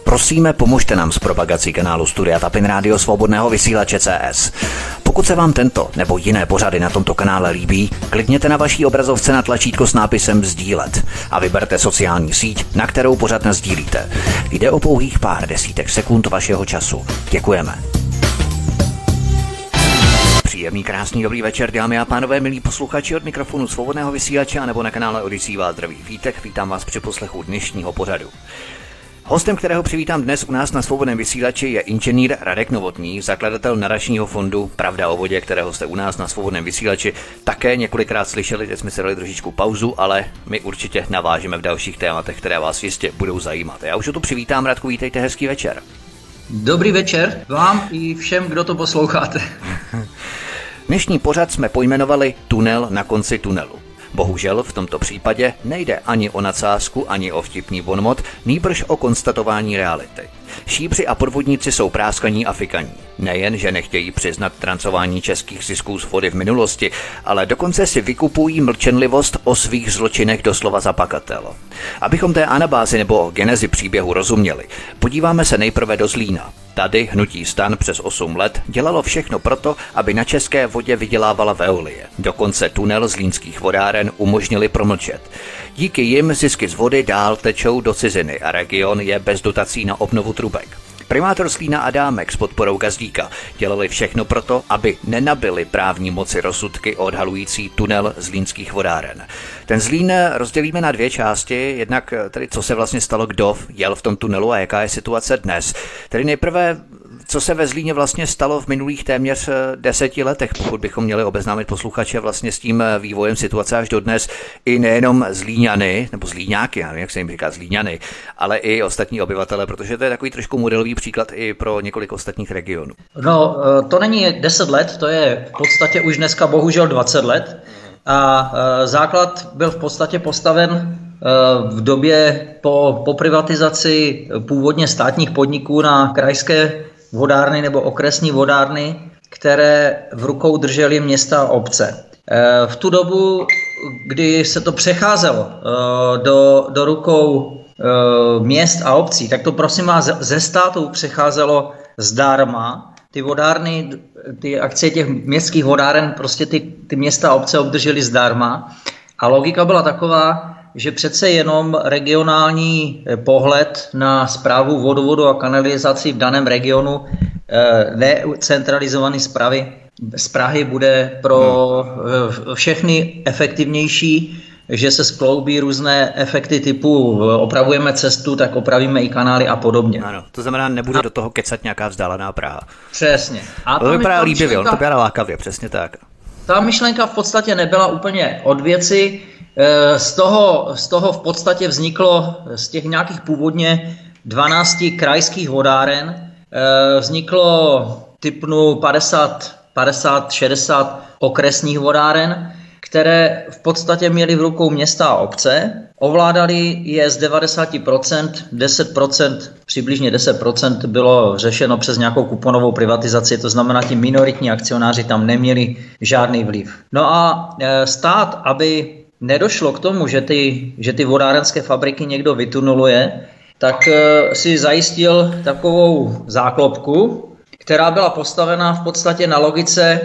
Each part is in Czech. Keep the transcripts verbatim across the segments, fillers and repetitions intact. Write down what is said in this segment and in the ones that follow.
Prosíme, pomožte nám s propagací kanálu Studia Tapin Rádio Svobodného vysílače C S. Pokud se vám tento nebo jiné pořady na tomto kanále líbí, klikněte na vaší obrazovce na tlačítko s nápisem sdílet a vyberte sociální síť, na kterou pořad nasdílíte. Jde o pouhých pár desítek sekund vašeho času. Děkujeme. Příjemný, krásný, dobrý večer, dámy a pánové, milí posluchači, od mikrofonu Svobodného vysílače nebo na kanále Odyssey vás zdraví Vítek. Vítám vás při poslechu dnešního pořadu. Hostem, kterého přivítám dnes u nás na Svobodném vysílači, je inženýr Radek Novotný, zakladatel nadačního fondu Pravda o vodě, kterého jste u nás na Svobodném vysílači také několikrát slyšeli. Teď jsme si dali trošičku pauzu, ale my určitě navážeme v dalších tématech, které vás jistě budou zajímat. Já už o to přivítám, Radku, vítejte, hezký večer. Dobrý večer vám i všem, kdo to posloucháte. Dnešní pořad jsme pojmenovali Tunel na konci tunelu. Bohužel v tomto případě nejde ani o nadsázku, ani o vtipný bonmot, nýbrž o konstatování reality. Šíbři a podvodníci jsou práskaní a fikaní. Nejen, že nechtějí přiznat trancování českých zisků z vody v minulosti, ale dokonce si vykupují mlčenlivost o svých zločinech doslova za bagatel. Abychom té anabázi nebo genezi příběhu rozuměli, podíváme se nejprve do Zlína. Tady hnutí STAN přes osm let dělalo všechno proto, aby na české vodě vydělávala Veolie. Dokonce tunel zlínských vodáren umožnili promlčet. Díky jim zisky z vody dál tečou do ciziny a region je bez dotací na obnovu trubek. Primátor Zlína Adámek s podporou Gazdíka dělali všechno proto, aby nenabili právní moci rozsudky odhalující tunel zlínských vodáren. Ten Zlín rozdělíme na dvě části, jednak tedy co se vlastně stalo, kdo jel v tom tunelu a jaká je situace dnes. Tedy nejprve, co se ve Zlíně vlastně stalo v minulých téměř deseti letech, pokud bychom měli obeznámit posluchače vlastně s tím vývojem situace až dodnes, i nejenom Zlíňany, nebo Zlíňáky, já nevím, jak se jim říká, Zlíňany, ale i ostatní obyvatele, protože to je takový trošku modelový příklad i pro několik ostatních regionů. No, to není deset let, to je v podstatě už dneska bohužel dvacet let a základ byl v podstatě postaven v době po, po privatizaci původně státních podniků na krajské vodárny nebo okresní vodárny, které v rukou držely města a obce. V tu dobu, kdy se to přecházelo do, do rukou měst a obcí, tak to prosím vás ze státu přecházelo zdarma. Ty vodárny, ty akcie těch městských vodáren, prostě ty, ty města a obce obdržely zdarma. A logika byla taková, že přece jenom regionální pohled na správu vodovodu a kanalizací v daném regionu, necentralizovaný správy z Prahy, bude pro všechny efektivnější, že se skloubí různé efekty typu opravujeme cestu, tak opravíme i kanály a podobně. Ano, to znamená, nebude a... do toho kecat nějaká vzdálená Praha. Přesně. A to vypadá líbivě, on to byla lákavě, přesně tak. Ta myšlenka v podstatě nebyla úplně od věci. Z toho, z toho v podstatě vzniklo z těch nějakých původně dvanácti krajských vodáren, vzniklo typnu padesát, padesát, šedesát okresních vodáren, které v podstatě měly v rukou města a obce, ovládali je z devadesát procent, deset procent, přibližně deset procent bylo řešeno přes nějakou kuponovou privatizaci, to znamená, ti minoritní akcionáři tam neměli žádný vliv. No a stát, aby nedošlo k tomu, že ty, že ty vodárenské fabriky někdo vytunuluje, tak si zajistil takovou záklopku, která byla postavená v podstatě na logice,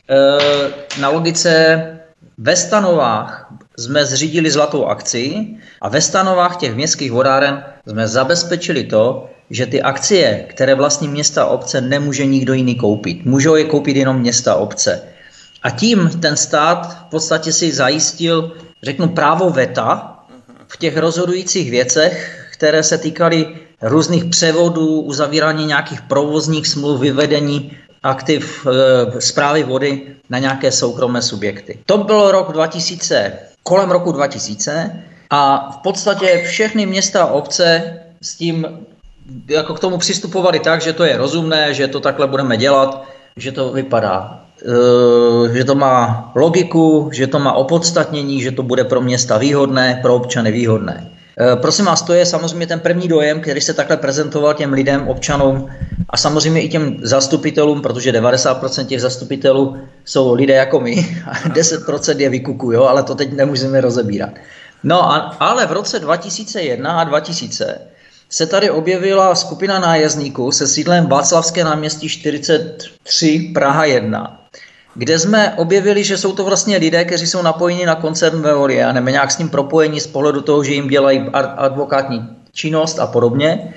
na logice ve stanovách jsme zřídili zlatou akci a ve stanovách těch městských vodáren jsme zabezpečili to, že ty akcie, které vlastní města a obce, nemůže nikdo jiný koupit. Můžou je koupit jenom města a obce. A tím ten stát v podstatě si zajistil, řeknu, právo veta v těch rozhodujících věcech, které se týkaly různých převodů, uzavírání nějakých provozních smluv, vyvedení aktiv e, správy vody na nějaké soukromé subjekty. To bylo rok dva tisíce, kolem roku dva tisíce a v podstatě všechny města a obce s tím jako k tomu přistupovali tak, že to je rozumné, že to takhle budeme dělat, že to vypadá, e, že to má logiku, že to má opodstatnění, že to bude pro města výhodné, pro občany výhodné. Prosím vás, to je samozřejmě ten první dojem, který se takhle prezentoval těm lidem, občanům a samozřejmě i těm zastupitelům, protože devadesát procent těch zastupitelů jsou lidé jako my a deset procent je vykuku, jo, ale to teď nemůžeme rozebírat. No, a, ale v roce dva tisíce jedna a dva tisíce se tady objevila skupina nájezdníků se sídlem Václavské náměstí čtyřicet tři Praha jedna, kde jsme objevili, že jsou to vlastně lidé, kteří jsou napojeni na koncern Veolia a nebo nějak s ním propojení z pohledu toho, že jim dělají advokátní činnost a podobně.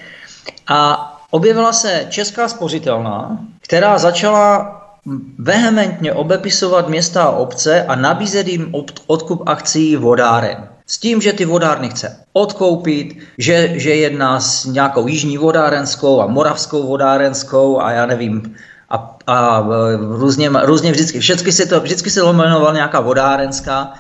A objevila se Česká spořitelna, která začala vehementně obepisovat města a obce a nabízet jim odkup akcií vodáren. S tím, že ty vodárny chce odkoupit, že, že jedná s nějakou jižní vodárenskou a moravskou vodárenskou a já nevím, a, a různě, různě vždycky, vždycky se to, vždycky se to jmenovala nějaká vodárenská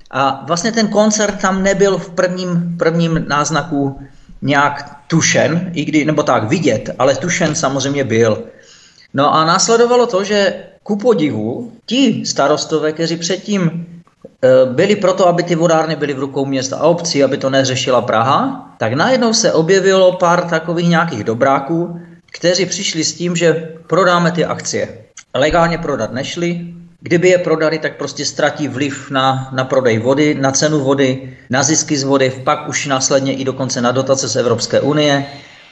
a vlastně ten koncert tam nebyl v prvním, prvním náznaku nějak tušen, i kdy, nebo tak vidět, ale tušen samozřejmě byl. No a následovalo to, že ku podivu ti starostové, kteří předtím byli proto, aby ty vodárny byly v rukou města a obcí, aby to neřešila Praha, tak najednou se objevilo pár takových nějakých dobráků, kteří přišli s tím, že prodáme ty akcie. Legálně prodat nešli, kdyby je prodali, tak prostě ztratí vliv na, na prodej vody, na cenu vody, na zisky z vody, pak už následně i dokonce na dotace z Evropské unie.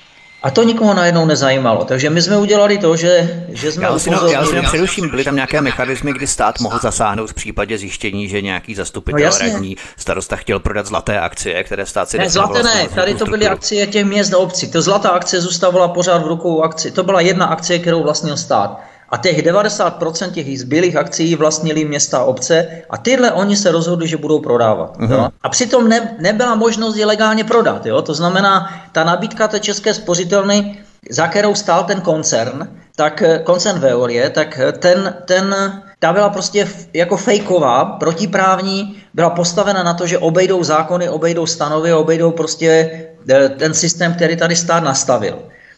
A to nikoho najednou nezajímalo. Takže my jsme udělali to, že, že jsme já si no, já si jenom především, byly tam nějaké mechanismy, kdy stát mohl zasáhnout v případě zjištění, že nějaký zastupitel no, radní starosta chtěl prodat zlaté akcie, které stát si ne, zlaté ne, tady to byly akcie těch měst a obcí. To zlatá akcie zůstávala pořád v rukou akci. To byla jedna akcie, kterou vlastnil stát. A těch devadesát procent těch zbylých akcií vlastnili města a obce a tyhle oni se rozhodli, že budou prodávat. Uh-huh. Jo? A přitom ne, nebyla možnost je legálně prodat. Jo? To znamená, ta nabídka té České spořitelny, za kterou stál ten koncern, tak koncern Veolie, tak ten, ten, ta byla prostě jako fejková, protiprávní, byla postavena na to, že obejdou zákony, obejdou stanovy, obejdou prostě ten systém, který tady stát nastavil.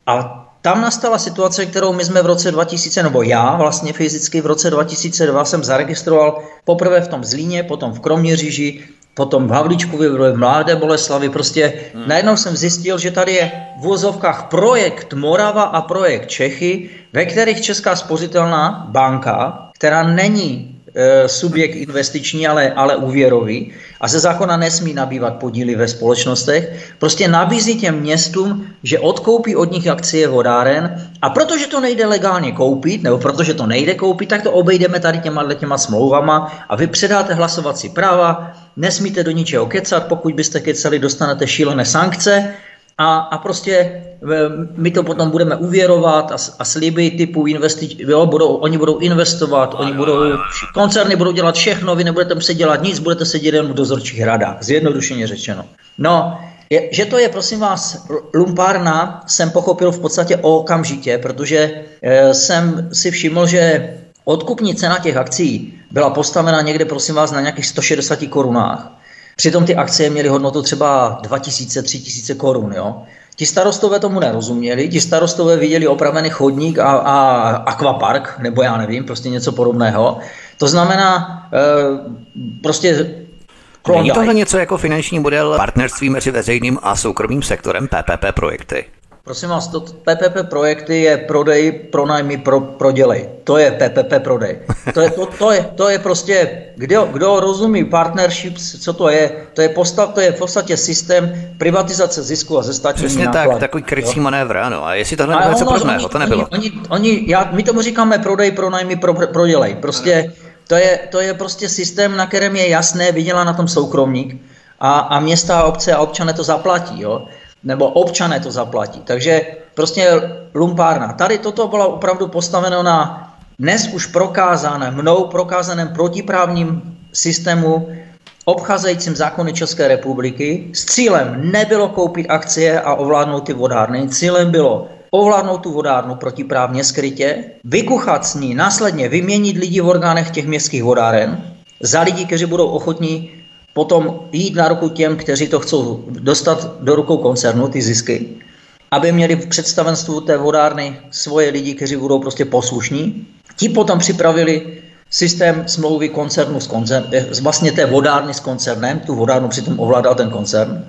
A tam nastala situace, kterou my jsme v roce dva tisíce, nebo já vlastně fyzicky v roce dva tisíce dva jsem zaregistroval poprvé v tom Zlíně, potom v Kroměříži, potom v Havlíčkově, v Mladé Boleslavi. Prostě hmm. najednou jsem zjistil, že tady je v uvozovkách projekt Morava a projekt Čechy, ve kterých Česká spořitelná banka, která není e, subjekt investiční, ale, ale úvěrový a ze zákona nesmí nabývat podíly ve společnostech, prostě nabízí těm městům, že odkoupí od nich akcie vodáren a protože to nejde legálně koupit, nebo protože to nejde koupit, tak to obejdeme tady těma, těma smlouvama a vy předáte hlasovací práva, nesmíte do ničeho kecat, pokud byste kecali, dostanete šílené sankce a, a prostě my to potom budeme uvěrovat a, a sliby typu investič, jo, budou, oni budou investovat, oni budou, koncerny budou dělat všechno, vy nebudete muset dělat nic, budete sedět jen v dozorčích radách, zjednodušeně řečeno. No, je, že to je, prosím vás, lumpárna, jsem pochopil v podstatě okamžitě, protože e, jsem si všiml, že odkupní cena těch akcí byla postavena někde, prosím vás, na nějakých sto šedesát korunách. Přitom ty akcie měly hodnotu třeba dva tisíce, tři tisíce korun, jo. Ti starostové tomu nerozuměli, ti starostové viděli opravený chodník a, a akvapark, nebo já nevím, prostě něco podobného. To znamená, e, prostě... Není tohle něco jako finanční model partnerství mezi veřejným a soukromým sektorem P P P projekty? Prosím vás, to P P P projekty je prodej, pronájmy, pro, prodělej. To je P P P prodej. To je, to, to je, to je prostě, kdo, kdo rozumí partnerships, co to je, to je, postav, to je v podstatě systém privatizace zisku a ze státní Přesně náklad. tak, takový krycí manévr, ano. A jestli tohle bylo něco podobného, to nebylo. Oni, oni, já, my tomu říkáme prodej, pronájmy, pro, prodělej. Prostě to je, to je prostě systém, na kterém je jasné, vydělá na tom soukromník a, a města, obce a občané to zaplatí, jo. Nebo občané to zaplatí. Takže prostě lumpárna. Tady toto bylo opravdu postaveno na dnes už prokázaném, mnou prokázaném protiprávním systému obcházejícím zákony České republiky. S cílem nebylo koupit akcie a ovládnout ty vodárny. Cílem bylo ovládnout tu vodárnu protiprávně skrytě, vykuchat s ní, následně vyměnit lidi v orgánech těch městských vodáren za lidi, kteří budou ochotní potom jít na ruku těm, kteří to chcou dostat do rukou koncernu, ty zisky, aby měli v představenstvu té vodárny svoje lidi, kteří budou prostě poslušní. Ti potom připravili systém smlouvy koncernu s koncernem, vlastně té vodárny s koncernem, tu vodárnu přitom ovládal ten koncern.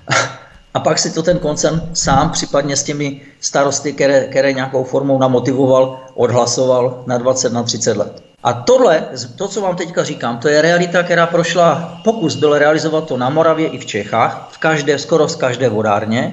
A pak si to ten koncern sám, případně s těmi starosty, které, které nějakou formou namotivoval, odhlasoval na dvacet, na třicet let. A tohle, to, co vám teďka říkám, to je realita, která prošla, pokus byl realizovat to na Moravě i v Čechách, v každé, skoro z každé vodárně.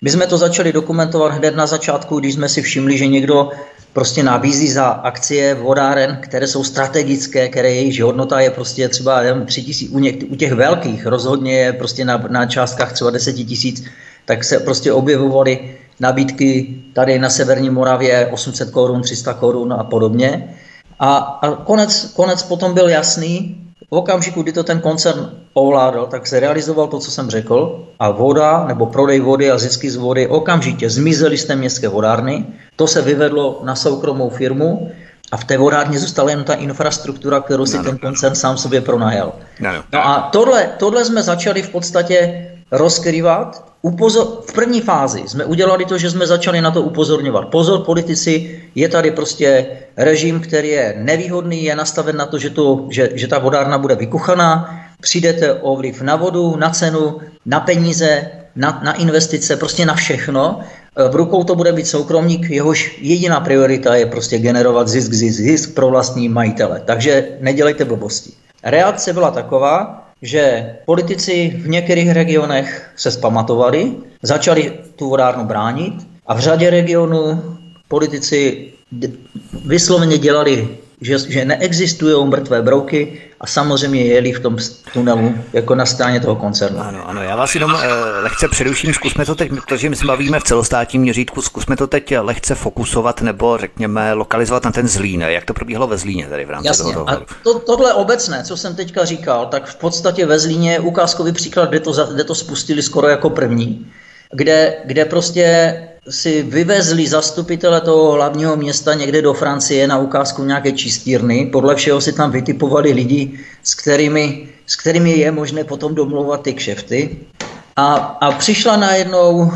My jsme to začali dokumentovat hned na začátku, když jsme si všimli, že někdo prostě nabízí za akcie vodáren, které jsou strategické, které jejich hodnota je prostě třeba tři tisíce, u, něk, u těch velkých rozhodně je prostě na, na částkách třeba deset tisíc, tak se prostě objevovaly nabídky tady na severní Moravě osm set korun, tři sta korun a podobně. A, a konec, konec potom byl jasný. V okamžiku, kdy to ten koncern ovládl, tak se realizoval to, co jsem řekl, a voda nebo prodej vody a zisky z vody okamžitě zmizely z té městské vodárny. To se vyvedlo na soukromou firmu a v té vodárně zůstala jen ta infrastruktura, kterou si no, ten koncern sám sobě pronajal. No, no a tohle, tohle jsme začali v podstatě rozkrývat. Upozor- v první fázi jsme udělali to, že jsme začali na to upozorňovat. Pozor, politici, je tady prostě režim, který je nevýhodný, je nastaven na to, že, to, že, že ta vodárna bude vykuchaná, přijdete o vliv na vodu, na cenu, na peníze, na, na investice, prostě na všechno. V rukou to bude být soukromník, jehož jediná priorita je prostě generovat zisk, zisk, zisk pro vlastní majitele. Takže nedělejte blbosti. Reakce byla taková, že politici v některých regionech se zpamatovali, začali tu vodárnu bránit a v řadě regionů politici vysloveně dělali, že, že neexistují mrtvé brouky a samozřejmě jeli v tom tunelu jako na straně toho koncernu. Ano, ano, já vás jenom eh, lehce přeruším, zkusme to teď, protože my se bavíme v celostátním měřítku, zkusme to teď lehce fokusovat nebo řekněme lokalizovat na ten Zlín. Jak to probíhalo ve Zlíně tady v rámci Jasně. toho? A to, tohle obecné, co jsem teďka říkal, tak v podstatě ve Zlíně je ukázkový příklad, kde to, kde to spustili skoro jako první, kde, kde prostě si vyvezli zastupitele toho hlavního města někde do Francie na ukázku nějaké čistírny. Podle všeho si tam vytipovali lidi, s kterými, s kterými je možné potom domlouvat ty kšefty. A, a přišla najednou,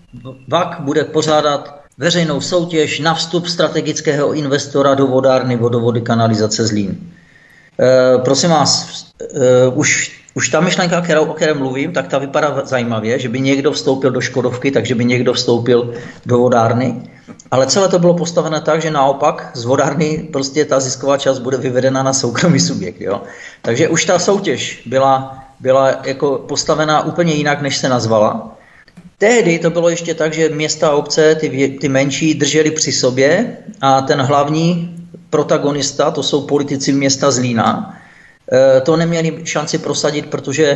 V A K bude pořádat veřejnou soutěž na vstup strategického investora do vodárny vodovody kanalizace Zlín. E, prosím vás, e, už Už ta myšlenka, kterou, o které mluvím, tak ta vypadá zajímavě, že by někdo vstoupil do Škodovky, takže by někdo vstoupil do vodárny. Ale celé to bylo postavené tak, že naopak z vodárny prostě ta zisková část bude vyvedena na soukromý subjekt. Jo? Takže už ta soutěž byla, byla jako postavená úplně jinak, než se nazvala. Tehdy to bylo ještě tak, že města a obce, ty, ty menší, drželi při sobě a ten hlavní protagonista, to jsou politici města Zlína, to neměli šanci prosadit, protože,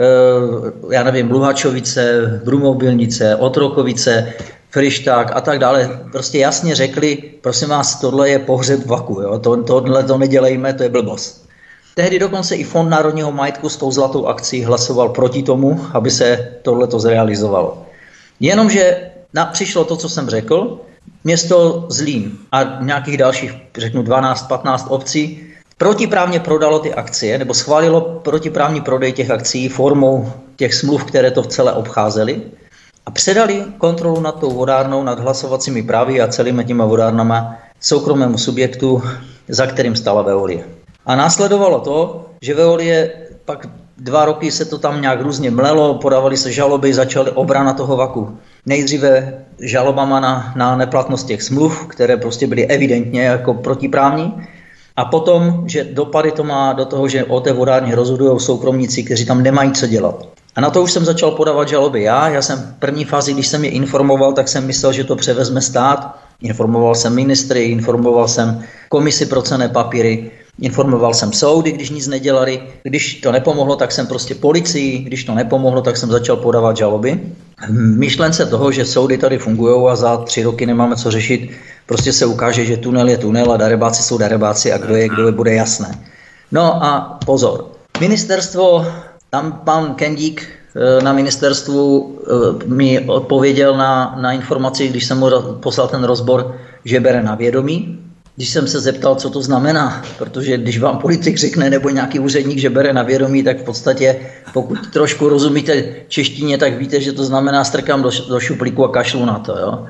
já nevím, Luhačovice, Brumobilnice, Otrokovice, Frišták a tak dále, prostě jasně řekli, prosím vás, tohle je pohřeb vaku, jo? To, tohle to nedělejme, to je blbost. Tehdy dokonce i Fond národního majetku s tou zlatou akcí hlasoval proti tomu, aby se tohleto zrealizovalo. Jenomže na, přišlo to, co jsem řekl, město Zlín a nějakých dalších, řeknu dvanáct patnáct obcí, protiprávně prodalo ty akcie, nebo schválilo protiprávní prodej těch akcí formou těch smluv, které to celé obcházely a předali kontrolu nad tou vodárnou, nad hlasovacími právy a celými těma vodárnama soukromému subjektu, za kterým stala Veolie. A následovalo to, že Veolie pak dva roky se to tam nějak různě mlelo, podávaly se žaloby, začaly obrana toho vaku. Nejdříve žalobama na, na neplatnost těch smluv, které prostě byly evidentně jako protiprávní. A potom, že dopady to má do toho, že o té vodárně rozhodují soukromníci, kteří tam nemají co dělat. A na to už jsem začal podávat žaloby já. Já jsem v první fázi, když jsem je informoval, tak jsem myslel, že to převezme stát. Informoval jsem ministry, informoval jsem komisi pro cenné papíry, informoval jsem soudy, když nic nedělali. Když to nepomohlo, tak jsem prostě policii, když to nepomohlo, tak jsem začal podávat žaloby. Myšlence toho, že soudy tady fungují a za tři roky nemáme co řešit, prostě se ukáže, že tunel je tunel a darebáci jsou darebáci a kdo je, kdo je, bude jasné. No a pozor, ministerstvo, tam pan Kendík na ministerstvu mi odpověděl na, na informaci, když jsem mu poslal ten rozbor, že bere na vědomí. Když jsem se zeptal, co to znamená, protože když vám politik řekne nebo nějaký úředník, že bere na vědomí, tak v podstatě, pokud trošku rozumíte češtině, tak víte, že to znamená strkám do, do šuplíku a kašlu na to. Jo?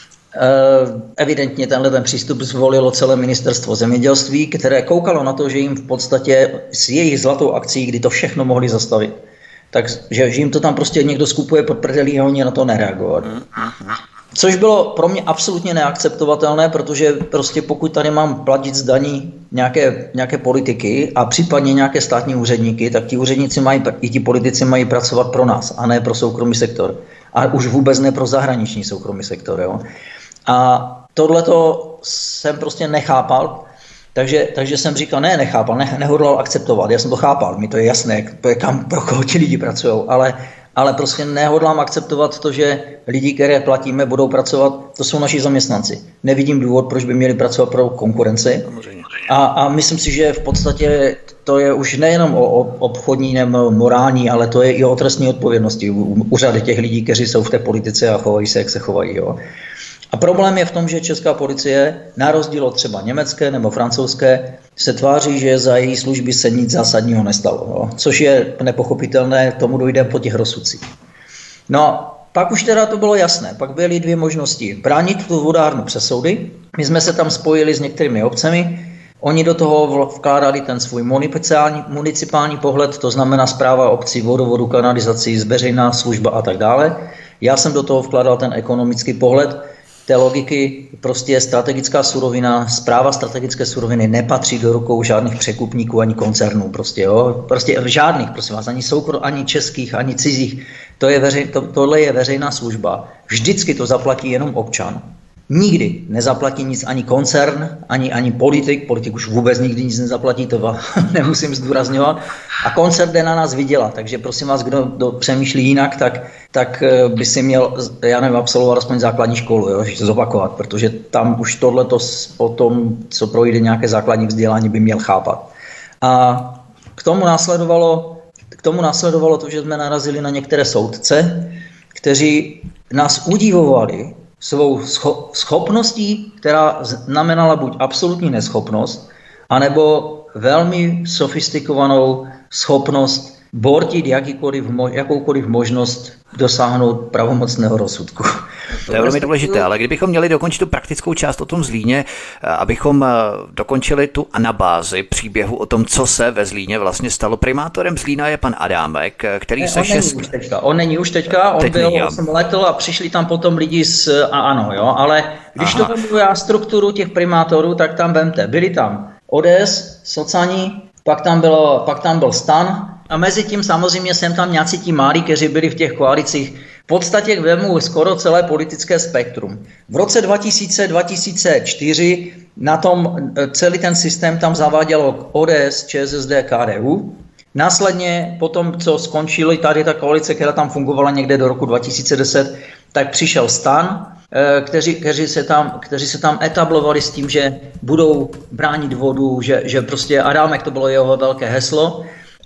Evidentně tenhle ten přístup zvolilo celé ministerstvo zemědělství, které koukalo na to, že jim v podstatě s jejich zlatou akcí, kdy to všechno mohli zastavit, takže že jim to tam prostě někdo skupuje pod prdelí a oni na to nereagovali. Což bylo pro mě absolutně neakceptovatelné, protože prostě pokud tady mám platit z daní nějaké, nějaké politiky a případně nějaké státní úředníky, tak ti úředníci mají, i ti politici mají pracovat pro nás a ne pro soukromý sektor. A už vůbec ne pro zahraniční soukromý sektor. Jo. A tohleto jsem prostě nechápal, takže, takže jsem říkal, ne, nechápal, ne, nehodlal akceptovat, já jsem to chápal, mi to je jasné, to je kam, pro koho ti lidi pracují, ale, ale prostě nehodlám akceptovat to, že lidi, které platíme, budou pracovat, to jsou naši zaměstnanci. Nevidím důvod, proč by měli pracovat pro konkurenci. A, a myslím si, že v podstatě to je už nejenom o, o obchodní nebo morální, ale to je i o trestní odpovědnosti u, u řady těch lidí, kteří jsou v té politice a chovají se, jak se chovají. Jo. A problém je v tom, že česká policie, na rozdíl od třeba německé nebo francouzské, se tváří, že za její služby se nic zásadního nestalo. Jo. Což je nepochopitelné, tomu dojde po těch rozsudcích. No, pak už teda to bylo jasné, pak byly dvě možnosti. Bránit tu vodárnu přes soudy, my jsme se tam spojili s některými obcemi, oni do toho vkládali ten svůj municipální, municipální pohled, to znamená správa obcí, vodovodu, kanalizací, veřejná služba a tak dále. Já jsem do toho vkládal ten ekonomický pohled, té logiky, prostě strategická surovina, správa strategické suroviny nepatří do rukou žádných překupníků ani koncernů, prostě, jo? Prostě žádných, prosím vás, ani soukro, ani českých, ani cizích, to je veřej, to, tohle je veřejná služba, vždycky to zaplatí jenom občan. Nikdy nezaplatí nic ani koncern, ani, ani politik, politik už vůbec nikdy nic nezaplatí, to nemusím zdůrazňovat. A koncern jde na nás vydělat, takže prosím vás, kdo, kdo přemýšlí jinak, tak, tak by si měl, já nevím, absolvovat aspoň základní školu, jo, že to zopakovat, protože tam už tohleto o tom, co projde nějaké základní vzdělání, by měl chápat. A k tomu následovalo, k tomu následovalo to, že jsme narazili na některé soudce, kteří nás udivovali svou schopností, která znamenala buď absolutní neschopnost, anebo velmi sofistikovanou schopnost bortit jakýkoliv, jakoukoliv možnost dosáhnout pravomocného rozsudku. To je velmi důležité, ale kdybychom měli dokončit tu praktickou část o tom Zlíně, abychom dokončili tu anabázi příběhu o tom, co se ve Zlíně vlastně stalo. Primátorem Zlína je pan Adámek, který ne, se on šest... Není už teďka. On není už teďka, on Teď byl, není, jsem letl a přišli tam potom lidi z a ano, jo, ale když Aha. to vemu já strukturu těch primátorů, tak tam vemte. Byli tam O D S, Socani, pak tam, bylo, pak tam byl STAN, a mezi tím samozřejmě jsem tam nějací ti malí, kteří byli v těch koalicích. V podstatě vemu skoro celé politické spektrum. V roce dva tisíce, dva tisíce čtyři na tom celý ten systém tam zavádělo O D S, ČSSD, K D U. Následně potom, co skončili tady ta koalice, která tam fungovala někde do roku dva tisíce deset, tak přišel STAN, kteří, kteří, se tam, kteří se tam etablovali s tím, že budou bránit vodu, že, že prostě Adámek, to bylo jeho velké heslo.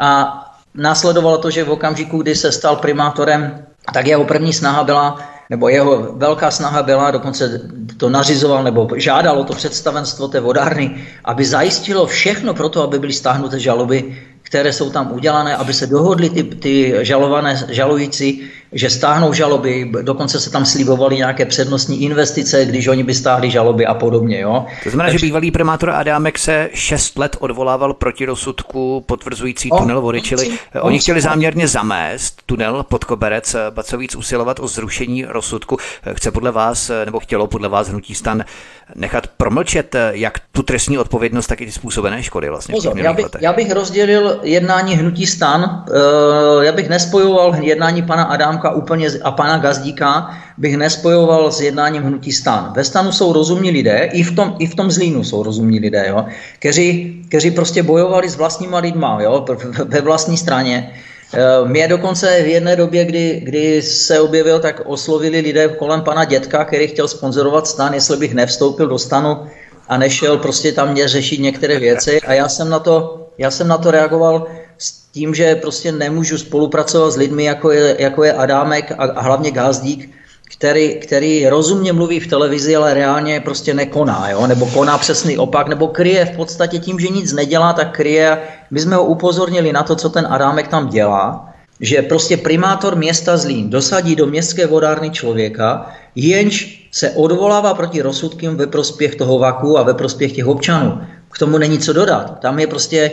A následovalo to, že v okamžiku, kdy se stal primátorem, tak jeho první snaha byla, nebo jeho velká snaha byla, dokonce to nařizoval nebo žádalo to představenstvo té vodárny, aby zajistilo všechno pro to, aby byly stáhnuté žaloby, které jsou tam udělané, aby se dohodly ty, ty žalované žalující, že stáhnou žaloby, dokonce se tam slibovaly nějaké přednostní investice, když oni by stáhli žaloby a podobně. Jo. To znamená, Takže... že bývalý primátor Adámek se šest let odvolával proti rozsudku potvrzující on, tunel vody, čili on, oni chtěli záměrně zamést tunel pod koberec, Bacovic usilovat o zrušení rozsudku. Chce podle vás, nebo chtělo podle vás hnutí STAN nechat promlčet jak tu trestní odpovědnost, tak i ty způsobené škody vlastně. Pozor, já, bych, já bych rozdělil jednání hnutí STAN, uh, já bych nespojoval jednání pana Adámka úplně a pana Gazdíka, bych nespojoval s jednáním hnutí STAN. Ve STANu jsou rozumní lidé, i v tom, i v tom Zlínu jsou rozumní lidé, jo, kteří, kteří prostě bojovali s vlastníma lidma, jo, ve vlastní straně. Mě dokonce v jedné době, kdy, kdy se objevil, tak oslovili lidé kolem pana Dětka, který chtěl sponzorovat STAN, jestli bych nevstoupil do STANu a nešel prostě tam mě řešit některé věci. A já jsem na to, já jsem na to reagoval s tím, že prostě nemůžu spolupracovat s lidmi, jako je, jako je Adámek a, a hlavně Gazdík, který, který rozumně mluví v televizi, ale reálně prostě nekoná, jo? Nebo koná přesný opak, nebo kryje v podstatě tím, že nic nedělá, tak kryje. My jsme ho upozornili na to, co ten Adámek tam dělá, že prostě primátor města Zlín dosadí do městské vodárny člověka, jenž se odvolává proti rozsudkům ve prospěch toho vaku a ve prospěch těch občanů. K tomu není co dodat. Tam je prostě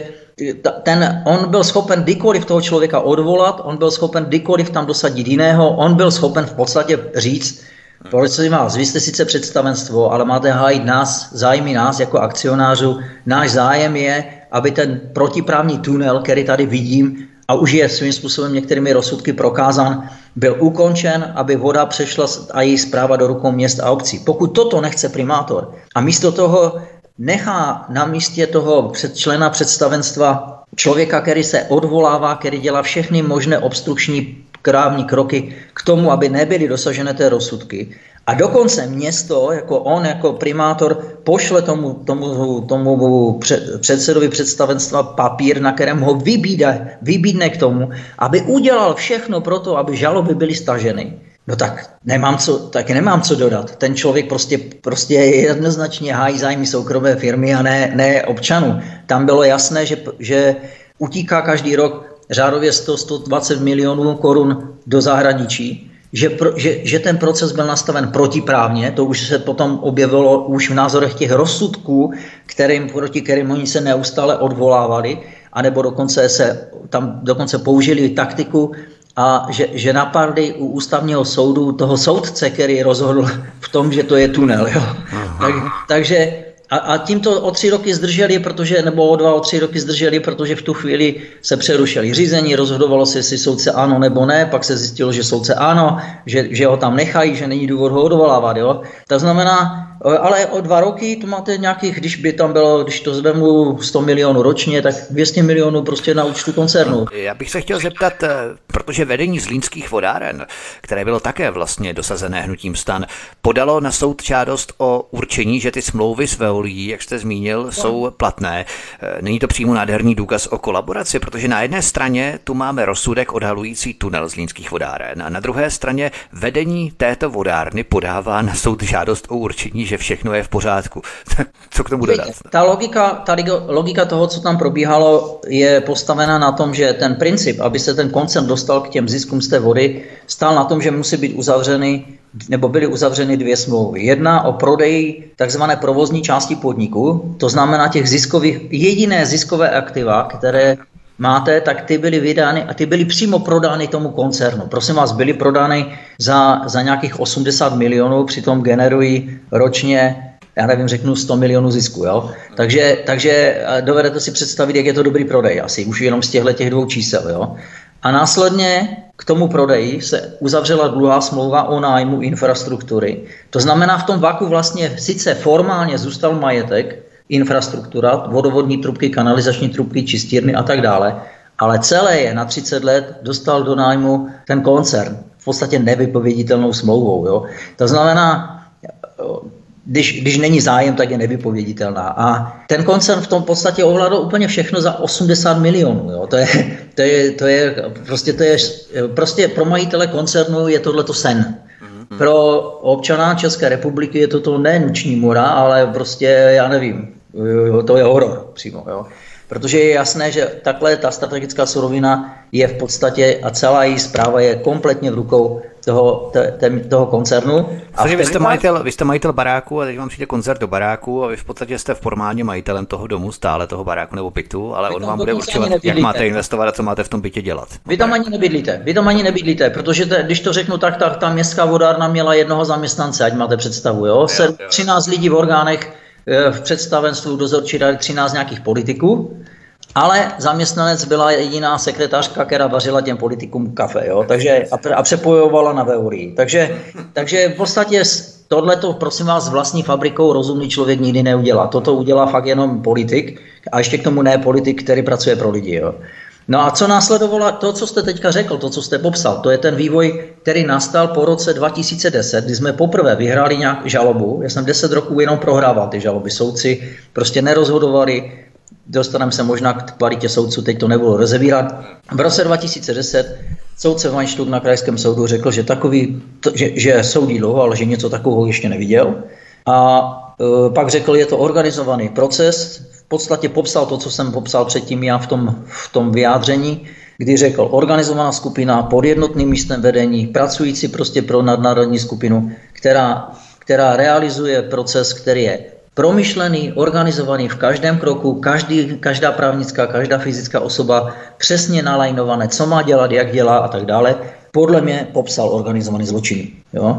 ten, on byl schopen kdykoliv toho člověka odvolat, on byl schopen kdykoliv tam dosadit jiného, on byl schopen v podstatě říct, prosím vás, vy jste sice představenstvo, ale máte hájit nás, zájmy nás jako akcionářů. Náš zájem je, aby ten protiprávní tunel, který tady vidím, a už je svým způsobem některými rozsudky prokázán, byl ukončen, aby voda přešla a její správa do rukou měst a obcí. Pokud toto nechce primátor a místo toho nechá na místě toho člena představenstva člověka, který se odvolává, který dělá všechny možné obstrukční právní kroky k tomu, aby nebyly dosažené té rozsudky. A dokonce město, jako on, jako primátor, pošle tomu, tomu, tomu předsedovi představenstva papír, na kterém ho vybíde, vybídne k tomu, aby udělal všechno pro to, aby žaloby byly staženy. No tak nemám co, tak nemám co dodat. Ten člověk prostě, prostě jednoznačně hájí zájmy soukromé firmy a ne, ne občanů. Tam bylo jasné, že, že utíká každý rok řádově sto až sto dvacet milionů korun do zahraničí, že, pro, že, že ten proces byl nastaven protiprávně, to už se potom objevilo už v názorech těch rozsudků, kterým, proti kterým oni se neustále odvolávali, anebo dokonce se tam dokonce použili taktiku, a že, že napadli u ústavního soudu toho soudce, který rozhodl v tom, že to je tunel. Jo. Tak, takže a, a tímto o tři roky zdrželi, protože, nebo o dva, o tři roky zdrželi, protože v tu chvíli se přerušili řízení, rozhodovalo se, jestli soudce ano nebo ne, pak se zjistilo, že soudce ano, že, že ho tam nechají, že není důvod ho odvolávat. Jo. To znamená, ale o dva roky tu máte nějakých, když by tam bylo, když to zvemu sto milionů ročně, tak dvě stě milionů prostě na účtu koncernu. Já bych se chtěl zeptat, protože vedení Zlínských vodáren, které bylo také vlastně dosazené hnutím STAN, podalo na soud žádost o určení, že ty smlouvy s Veolií, jak jste zmínil, no. jsou platné. Není to přímo nádherný důkaz o kolaboraci, protože na jedné straně tu máme rozsudek odhalující tunel Zlínských vodáren a na druhé straně vedení této vodárny podává na soud žádost o určení, že všechno je v pořádku. Co k tomu dodat? Ta logika, ta logika toho, co tam probíhalo, je postavena na tom, že ten princip, aby se ten koncern dostal k těm ziskům z té vody, stál na tom, že musí být uzavřeny, nebo byly uzavřeny dvě smlouvy. Jedna o prodeji takzvané provozní části podniku, to znamená těch ziskových, jediné ziskové aktiva, které máte, tak ty byly vydány a ty byly přímo prodány tomu koncernu. Prosím vás, byly prodány za, za nějakých osmdesát milionů, přitom generují ročně, já nevím, řeknu sto milionů zisku. Jo? Takže, takže dovedete si představit, jak je to dobrý prodej, asi už jenom z těchto těch dvou čísel. Jo? A následně k tomu prodeji se uzavřela dlouhá smlouva o nájmu infrastruktury. To znamená, v tom vaku vlastně sice formálně zůstal majetek, infrastruktura, vodovodní trubky, kanalizační trubky, čistírny a tak dále, ale celé je na třicet let dostal do nájmu ten koncern, v podstatě nevypověditelnou smlouvou. Jo. To znamená, když, když není zájem, tak je nevypověditelná. A ten koncern v tom podstatě ovládl úplně všechno za osmdesát milionů. Jo. To je, to je, to je, prostě, to je, prostě pro majitele koncernu je tohleto sen. Pro občana České republiky je toto ne noční mora, ale prostě, já nevím, to je horor přímo. Jo. Protože je jasné, že takhle ta strategická surovina je v podstatě a celá její správa je kompletně v rukou toho, te, te, toho koncernu. A vy, jste majitel, vy jste majitel baráku a teď vám přijde koncert do baráku a vy v podstatě jste formálně majitelem toho domu, stále toho baráku nebo bytu, ale on vám bude určovat, jak máte investovat a co máte v tom bytě dělat. Vy tam ani nebydlíte, vy tam ani nebydlíte, protože te, když to řeknu tak, tak ta městská vodárna měla jednoho zaměstnance, ať máte představu. Jo? Se, třináct lidí v orgánech, v představenstvu dozorčí rady, třináct nějakých politiků, ale zaměstnanec byla jediná sekretářka, která vařila těm politikům kafe, jo? Takže, a, a přepojovala na Veolii. Takže, takže v podstatě tohleto, prosím vás, s vlastní fabrikou rozumný člověk nikdy neudělá. Toto udělá fakt jenom politik a ještě k tomu ne politik, který pracuje pro lidi. Jo? No a co následovalo, to, co jste teďka řekl, to, co jste popsal, to je ten vývoj, který nastal po roce dva tisíce deset, kdy jsme poprvé vyhráli nějak žalobu. Já jsem deset roků jenom prohrával ty žaloby. Soudci prostě nerozhodovali, dostaneme se možná k kvalitě soudců, teď to nebudu rozebírat. V roce dva tisíce deset soudce Weinstück na krajském soudu řekl, že, takový, to, že, že soudí dlouho, ale že něco takového ještě neviděl. A e, pak řekl, je to organizovaný proces, v podstatě popsal to, co jsem popsal předtím já v tom, v tom vyjádření, kdy řekl organizovaná skupina pod jednotným místem vedení, pracující prostě pro nadnárodní skupinu, která, která realizuje proces, který je promyšlený, organizovaný v každém kroku, každý, každá právnická, každá fyzická osoba přesně nalajnované, co má dělat, jak dělá a tak dále, podle mě popsal organizovaný zločin. Jo?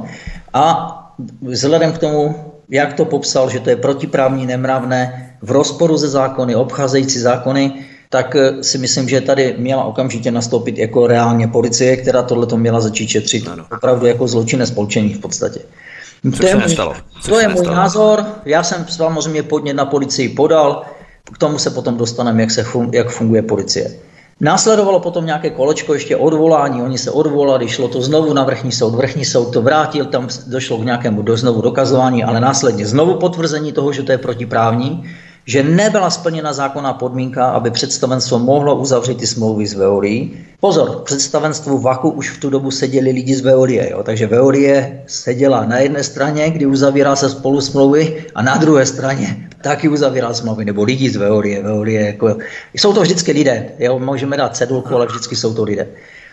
A vzhledem k tomu, jak to popsal, že to je protiprávní, nemravné, v rozporu se zákony, obcházející zákony, tak si myslím, že tady měla okamžitě nastoupit jako reálně policie, která tohleto měla začít šetřit. Ano. Opravdu jako zločinné spolčení v podstatě. Což to je, můj, to je můj názor, já jsem samozřejmě podnět na policii podal, k tomu se potom dostaneme, jak, se fun, jak funguje policie. Následovalo potom nějaké kolečko, ještě odvolání, oni se odvolali, šlo to znovu na vrchní soud, vrchní soud to vrátil, tam došlo k nějakému do, znovu dokazování, ale následně znovu potvrzení toho, že to je protiprávní, že nebyla splněna zákonná podmínka, aby představenstvo mohlo uzavřít ty smlouvy z Veolie. Pozor, v představenstvu Vaku už v tu dobu seděli lidi z Veolie, jo? Takže Veolie seděla na jedné straně, kdy uzavírá se spolu smlouvy, a na druhé straně taky uzavírá smlouvy, nebo lidi z Veolie. Veolie jako, jsou to vždycky lidé, jo? Můžeme dát cedulku, ale vždycky jsou to lidé.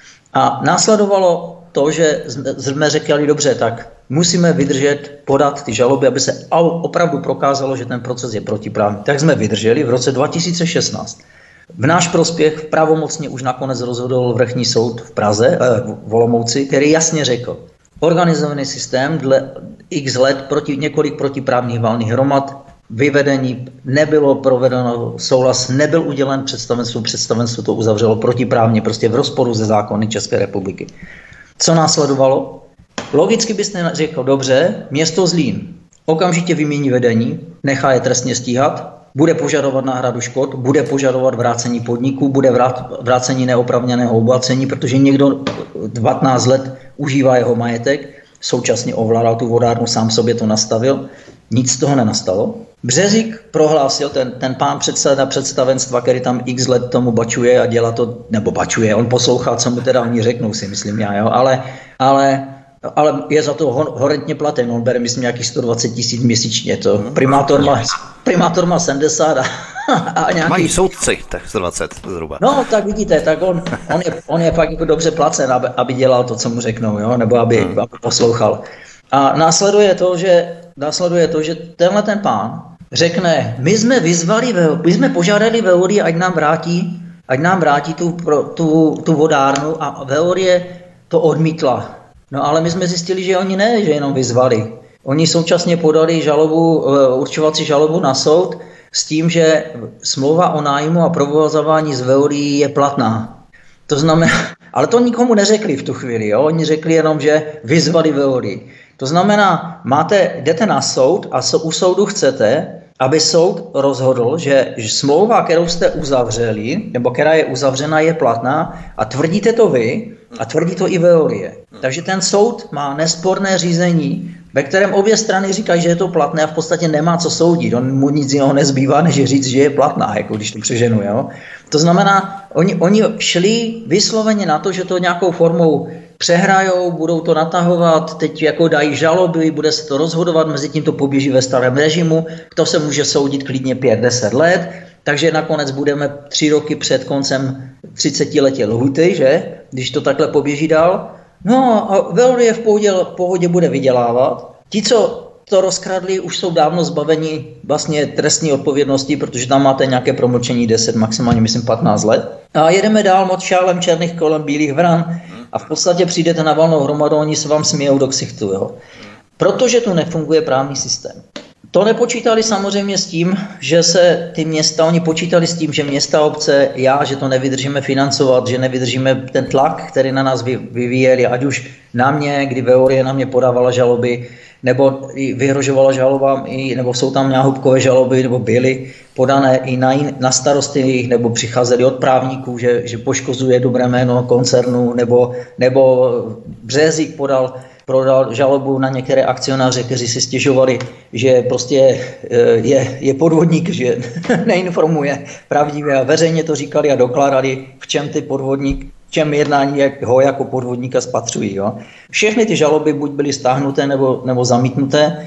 A následovalo to, že jsme řekli, dobře, tak musíme vydržet, podat ty žaloby, aby se opravdu prokázalo, že ten proces je protiprávní. Tak jsme vydrželi v roce dva tisíce šestnáct. V náš prospěch pravomocně už nakonec rozhodl vrchní soud v Praze, eh, v Olomouci, který jasně řekl, organizovaný systém dle x let proti několik protiprávních valných hromad, vyvedení nebylo provedeno, souhlas nebyl udělen představenstvu, představenstvo to uzavřelo protiprávně, prostě v rozporu se zákony České republiky. Co následovalo? Logicky byste řekl, dobře, město Zlín okamžitě vymění vedení, nechá je trestně stíhat, bude požadovat náhradu škod, bude požadovat vrácení podniku, bude vrát, vrácení neoprávněného obohacení, protože někdo dvanáct let užívá jeho majetek, současně ovládal tu vodárnu, sám sobě to nastavil. Nic z toho nenastalo. Březik prohlásil, ten, ten pán předseda představenstva, který tam x let tomu bačuje a dělá to, nebo bačuje, on poslouchá, co mu teda oni řeknou, si myslím já, jo, ale, ale, ale je za to horentně platen, on bere, myslím, nějakých sto dvacet tisíc měsíčně, to primátor má, primátor má sedmdesát a, a nějaký... Mají soudci, tak sto dvacet zhruba. No, tak vidíte, tak on, on, je, on je fakt jako dobře placen, aby, aby dělal to, co mu řeknou, jo, nebo aby, hmm. aby poslouchal. A následuje to, že Následuje to, že tenhle ten pán řekne, my jsme vyzvali, my jsme požádali Veolie, ať nám vrátí, ať nám vrátí tu, tu, tu vodárnu, a Veolie to odmítla. No ale my jsme zjistili, že oni ne, že jenom vyzvali. Oni současně podali žalobu, určovací žalobu na soud s tím, že smlouva o nájmu a provozování z Veolie je platná. To znamená, ale to nikomu neřekli v tu chvíli, jo? Oni řekli jenom, že vyzvali Veolie. To znamená, máte, jdete na soud a u soudu chcete, aby soud rozhodl, že smlouva, kterou jste uzavřeli, nebo která je uzavřena, je platná, a tvrdíte to vy a tvrdí to i Veolie. Takže ten soud má nesporné řízení, ve kterém obě strany říkají, že je to platné, a v podstatě nemá co soudit. On mu nic jiného nezbývá, než říct, že je platná, jako když to přeženu. Jo? To znamená, oni, oni šli vysloveně na to, že to nějakou formou přehrajou, budou to natahovat, teď jako dají žaloby, bude se to rozhodovat, mezi tím to poběží ve starém režimu, to se může soudit klidně pět deset let, takže nakonec budeme tři roky před koncem třicetiletí lhuty, že? Když to takhle poběží dál. No a Veolie v pohodě, v pohodě bude vydělávat. Ti, co to rozkradli, už jsou dávno zbaveni vlastně trestní odpovědnosti, protože tam máte nějaké promlčení deset, maximálně myslím patnáct let. A jedeme dál moc šálem černých kolem bílých vran a v podstatě přijdete na valnou hromadu, oni se vám smějou do ksichtu. Jo? Protože tu nefunguje právní systém. To nepočítali samozřejmě s tím, že se ty města, oni počítali s tím, že města, obce, já, že to nevydržíme financovat, že nevydržíme ten tlak, který na nás vyvíjeli, ať už na mě, kdy Veolie na mě podávala žaloby, nebo vyhrožovala žalobám, nebo jsou tam náhubkové žaloby, nebo byly podané i na, na starosty, nebo přicházeli od právníků, že, že poškozuje dobré jméno koncernu, nebo, nebo Březik podal prodal žalobu na některé akcionáře, kteří si stěžovali, že prostě je, je podvodník, že neinformuje pravdivě, a veřejně to říkali a dokládali, v čem ty podvodník, v čem jednání jak ho jako podvodníka spatřují. Jo. Všechny ty žaloby buď byly stáhnuté nebo, nebo zamítnuté,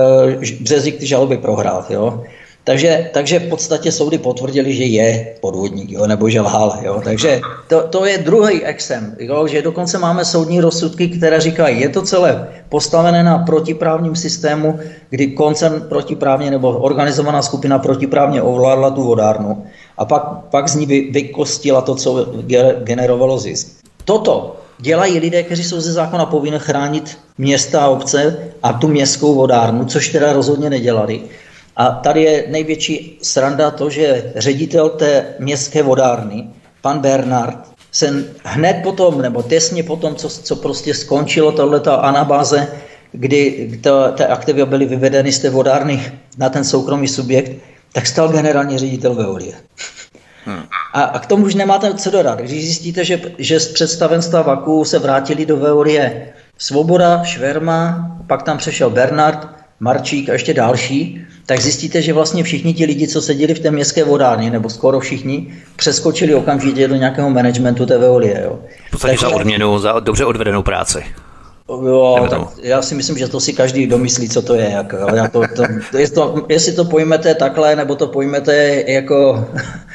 Březik ty žaloby prohrál. Jo. Takže, takže v podstatě soudy potvrdili, že je podvodník, jo, nebo že lhal. Jo. Takže to, to je druhý exém, jo, že dokonce máme soudní rozsudky, které říkají, je to celé postavené na protiprávním systému, kdy koncern protiprávně nebo organizovaná skupina protiprávně ovládla tu vodárnu a pak, pak z ní vy, vykostila to, co generovalo zisk. Toto dělají lidé, kteří jsou ze zákona povinni chránit města a obce a tu městskou vodárnu, což teda rozhodně nedělali. A tady je největší sranda to, že ředitel té městské vodárny, pan Bernard, se hned potom, nebo těsně potom, co, co prostě skončilo tohleto anabáze, kdy ty aktivy byly vyvedeny z té vodárny na ten soukromý subjekt, tak stal generální ředitel Veolie. Hmm. A, a k tomu už nemáte co dodat. Když zjistíte, že, že z představenstva Vaku se vrátili do Veolie Svoboda, Šverma, pak tam přešel Bernard, Marčík a ještě další, tak zjistíte, že vlastně všichni ti lidi, co seděli v té městské vodárně, nebo skoro všichni, přeskočili okamžitě do nějakého managementu té Veolie. Jo. V podstatě za odměnu, za dobře odvedenou práci. Jo, tak já si myslím, že to si každý domyslí, co to je. Jako, já to, to, to, jestli, to, jestli to pojmete takhle, nebo to pojmete jako...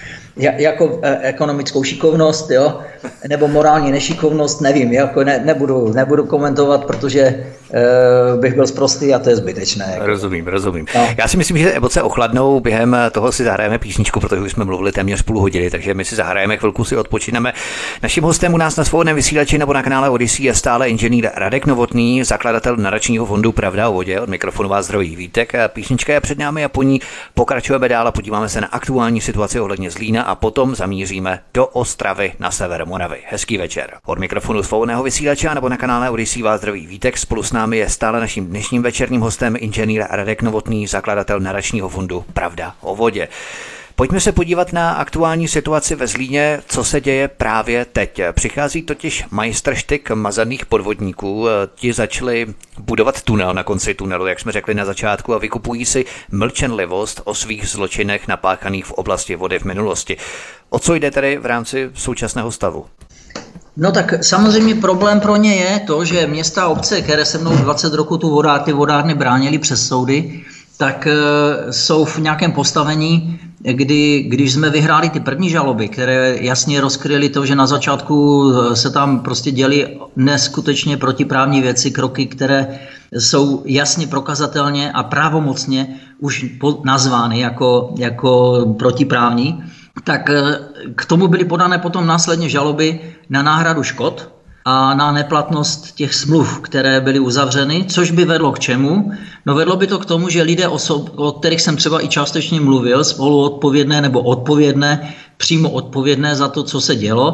jako ekonomickou šikovnost, jo, nebo morální nešikovnost, nevím, jako ne, nebudu, nebudu komentovat, protože e, bych byl sprostý a to je zbytečné. Jako. Rozumím, rozumím. No. Já si myslím, že emoce ochladnou, během toho si zahrajeme písničku, protože už jsme mluvili téměř půl hodiny, takže my si zahrajeme, chvilku si odpočineme. Naším hostem u nás na Svobodném vysílači nebo na kanále Odyssey je stále inženýr Radek Novotný, zakladatel nadačního fondu Pravda o vodě. Od mikrofonu vás zdraví Vítek. Písnička je před námi a po ní pokračujeme dál a podíváme se na aktuální situaci ohledně Zlína a potom zamíříme do Ostravy na sever Moravy. Hezký večer. Od mikrofonu Svobodného vysílače nebo na kanále Odyssey vás zdraví Vítek. Spolu s námi je stále naším dnešním večerním hostem inženýr Radek Novotný, zakladatel nadačního fondu Pravda o vodě. Pojďme se podívat na aktuální situaci ve Zlíně, co se děje právě teď. Přichází totiž majstrštyk mazaných podvodníků. Ti začali budovat tunel na konci tunelu, jak jsme řekli na začátku, a vykupují si mlčenlivost o svých zločinech napáchaných v oblasti vody v minulosti. O co jde tedy v rámci současného stavu? No tak samozřejmě problém pro ně je to, že města a obce, které se mnou dvacet roku tu vodár, ty vodárny bránili přes soudy, tak uh, jsou v nějakém postavení, kdy, když jsme vyhráli ty první žaloby, které jasně rozkryly to, že na začátku se tam prostě děly neskutečně protiprávní věci, kroky, které jsou jasně prokazatelně a právomocně už nazvány jako, jako protiprávní, tak k tomu byly podané potom následně žaloby na náhradu škod a na neplatnost těch smluv, které byly uzavřeny, což by vedlo k čemu? No vedlo by to k tomu, že lidé, osob, o kterých jsem třeba i částečně mluvil, spoluodpovědné nebo odpovědné, přímo odpovědné za to, co se dělo,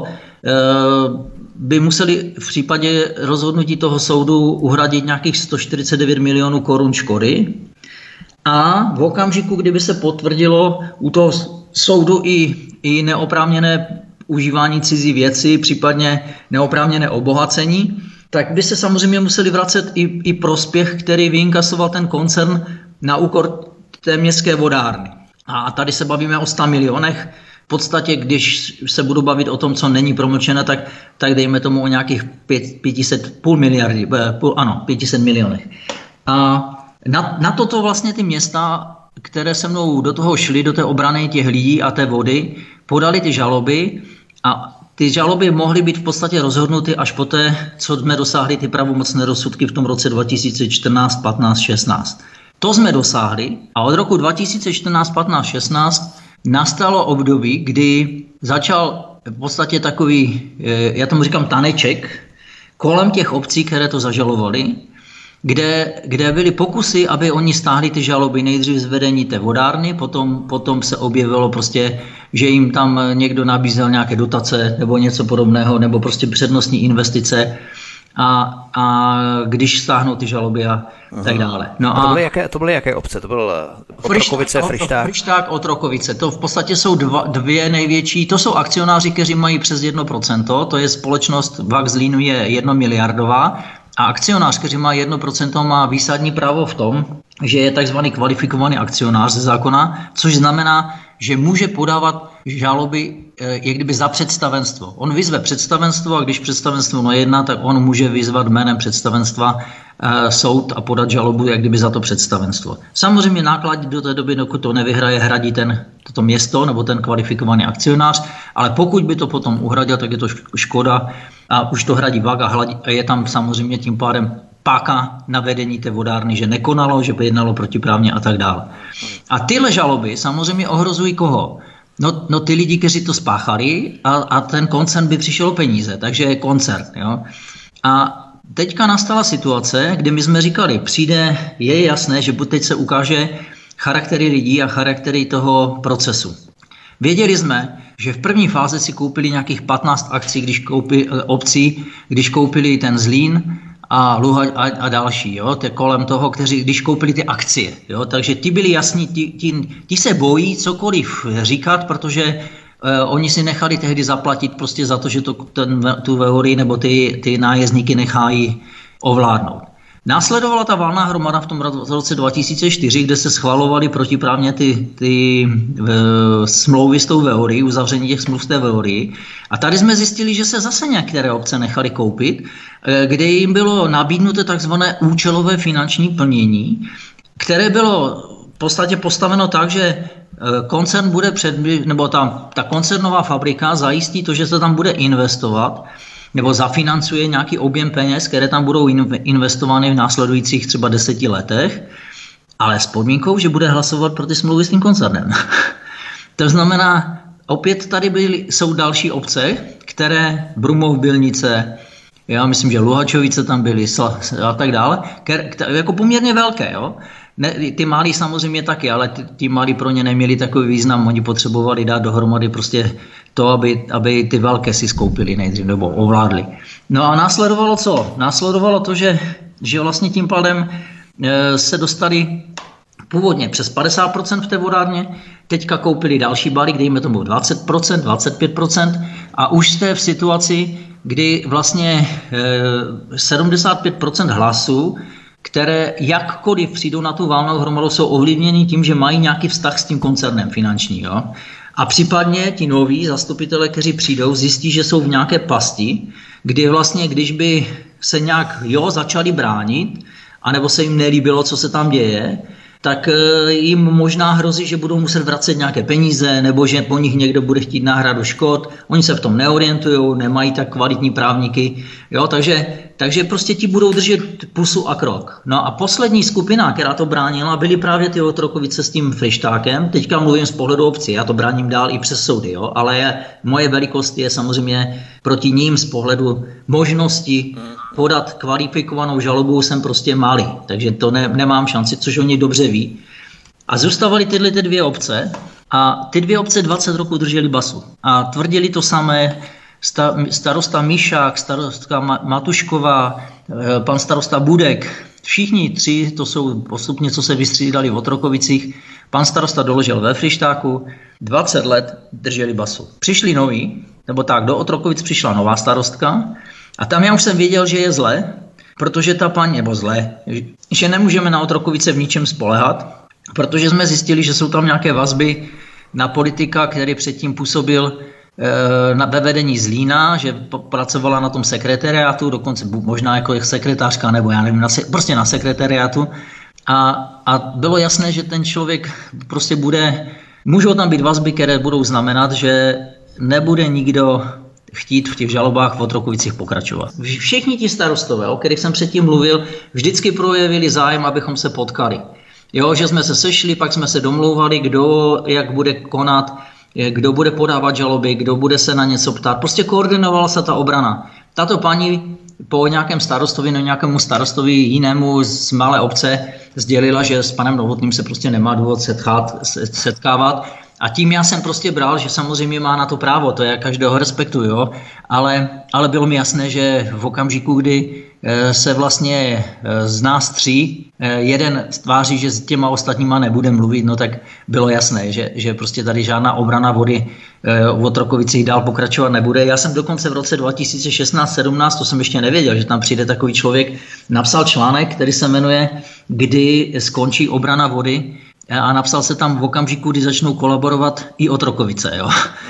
by museli v případě rozhodnutí toho soudu uhradit nějakých sto čtyřicet devět milionů korun škody. A v okamžiku, kdyby se potvrdilo u toho soudu i, i neoprávněné užívání cizí věci, případně neoprávněné obohacení, tak by se samozřejmě museli vracet i, i prospěch, který vyinkasoval ten koncern na úkor té městské vodárny. A tady se bavíme o sto milionech. V podstatě, když se budu bavit o tom, co není promlčené, tak, tak dejme tomu o nějakých pět set, půl miliardy, půl, ano, pět set milionech. A na, na toto vlastně ty města, které se mnou do toho šly, do té obrany těch lidí a té vody, podali ty žaloby a ty žaloby mohly být v podstatě rozhodnuty až poté, co jsme dosáhli ty pravomocné rozsudky v tom roce dva tisíce čtrnáct, patnáct, šestnáct. To jsme dosáhli a od roku dva tisíce čtrnáct, patnáct, šestnáct nastalo období, kdy začal v podstatě takový, já tomu říkám taneček, kolem těch obcí, které to zažalovali, Kde, kde byly pokusy, aby oni stáhli ty žaloby nejdřív z vedení té vodárny, potom, potom se objevilo prostě, že jim tam někdo nabízel nějaké dotace nebo něco podobného, nebo prostě přednostní investice a, a když stáhnou ty žaloby a Aha. tak dále. No a to byly jaké, to byly jaké obce? To byl Otrokovice, Fryšták? Fryšták, Otrokovice. To v podstatě jsou dva, dvě největší, to jsou akcionáři, kteří mají přes jedno procento, to je společnost V A K Zlín je jedno miliardová, a akcionář, který má jedno procento, má výsadní právo v tom, že je takzvaný kvalifikovaný akcionář ze zákona, což znamená, že může podávat žaloby jak kdyby za představenstvo. On vyzve představenstvo a když představenstvo nejedná, tak on může vyzvat jménem představenstva e, soud a podat žalobu jak kdyby za to představenstvo. Samozřejmě náklady do té doby, dokud to nevyhraje, hradí ten, toto město nebo ten kvalifikovaný akcionář, ale pokud by to potom uhradil, tak je to škoda a už to hradí V A K a je tam samozřejmě tím pádem páka na vedení té vodárny, že nekonalo, že by jednalo protiprávně a tak dále. A tyhle žaloby samozřejmě ohrozují koho? No, no ty lidi, kteří to spáchali a, a ten koncern by přišel peníze, takže je koncern. Jo? A teďka nastala situace, kdy my jsme říkali, přijde, je jasné, že teď se ukáže, charaktery lidí a charaktery toho procesu. Věděli jsme, že v první fázi si koupili nějakých patnáct akcí, když koupili, obcí, když koupili ten Zlín a Luha a, a další, jo, to kolem toho, kteří, když koupili ty akcie. Jo, takže ty byli jasní, ti, ti, ti se bojí cokoliv říkat, protože uh, oni si nechali tehdy zaplatit prostě za to, že to, ten, tu Veory nebo ty, ty nájezdníky nechají ovládnout. Následovala ta valná hromada v tom roce dva tisíce čtyři, kde se schvalovaly protiprávně ty, ty e, smlouvy s tou Veory, uzavření těch smluv s té Veory. A tady jsme zjistili, že se zase některé obce nechaly koupit, e, kde jim bylo nabídnuto takzvané účelové finanční plnění, které bylo v podstatě postaveno tak, že koncern bude před, nebo ta, ta koncernová fabrika zajistí to, že se tam bude investovat, nebo zafinancuje nějaký objem peněz, které tam budou investovány v následujících třeba deseti letech, ale s podmínkou, že bude hlasovat pro ty smlouvy s tím koncernem. To znamená, opět tady byly, jsou další obce, které Brumov, Bylnice, já myslím, že Luhačovice tam byly a tak dále, jako poměrně velké, jo. Ne, ty malí samozřejmě taky, ale ty, ty malí pro ně neměli takový význam, oni potřebovali dát dohromady prostě to, aby, aby ty velké si skoupili nejdřív, nebo ovládli. No a následovalo co? Následovalo to, že, že vlastně tím pádem e, se dostali původně přes padesát procent v té vodárně, teďka koupili další balík, dejme tomu dvacet procent, dvacet pět procent a už jste v situaci, kdy vlastně e, sedmdesát pět procent hlasů, které jakkoliv přijdou na tu valnou hromadu, jsou ovlivněny tím, že mají nějaký vztah s tím koncernem finanční. Jo? A případně ti noví zastupitelé, kteří přijdou, zjistí, že jsou v nějaké pasti, kdy vlastně, když by se nějak jo, začali bránit, anebo se jim nelíbilo, co se tam děje, tak jim možná hrozí, že budou muset vracet nějaké peníze, nebo že po nich někdo bude chtít náhradu škod. Oni se v tom neorientují, nemají tak kvalitní právníky, jo, takže, takže prostě ti budou držet pusu a krok. No a poslední skupina, která to bránila, byly právě ty Otrokovice s tím Fryštákem. Teďka mluvím z pohledu obci, já to bráním dál i přes soudy, jo, ale je, moje velikost je samozřejmě proti ním z pohledu možnosti podat kvalifikovanou žalobu, jsem prostě malý, takže to ne, nemám šanci, což oni dobře ví. A zůstávaly tyhle ty dvě obce a ty dvě obce dvacet roků drželi basu a tvrdili to samé sta, starosta Mišák, starostka Matušková, pan starosta Budek, všichni tři, to jsou postupně, co se vystřídali v Otrokovicích, pan starosta doložil ve Fryštáku, dvacet let drželi basu. Přišli noví, nebo tak, do Otrokovic přišla nová starostka, a tam já už jsem věděl, že je zle, protože ta paní, nebo zle, že nemůžeme na Otrokovice v ničem spolehat, protože jsme zjistili, že jsou tam nějaké vazby na politika, který předtím působil e, na, ve vedení Zlína, že pracovala na tom sekretariátu, dokonce možná jako sekretářka, nebo já nevím, na, prostě na sekretariátu. A, a bylo jasné, že ten člověk prostě bude, můžou tam být vazby, které budou znamenat, že nebude nikdo chtít v těch žalobách v Otrokovicích pokračovat. Všichni ti starostové, o kterých jsem předtím mluvil, vždycky projevili zájem, abychom se potkali. Jo, že jsme se sešli, pak jsme se domlouvali, kdo jak bude konat, kdo bude podávat žaloby, kdo bude se na něco ptát. Prostě koordinovala se ta obrana. Tato paní po nějakém starostovi, no nějakému starostovi jinému z malé obce sdělila, že s panem Novotným se prostě nemá důvod setkat, setkávat. A tím já jsem prostě bral, že samozřejmě má na to právo, to já každého respektuju, jo? Ale, ale bylo mi jasné, že v okamžiku, kdy se vlastně z nás tří jeden tváří, že s těma ostatníma nebude mluvit, no tak bylo jasné, že, že prostě tady žádná obrana vody v Otrokovicích dál pokračovat nebude. Já jsem dokonce v roce dva tisíce šestnáct sedmnáct, to jsem ještě nevěděl, že tam přijde takový člověk, napsal článek, který se jmenuje Kdy skončí obrana vody, a napsal se tam v okamžiku, kdy začnou kolaborovat i Otrokovice. Jo?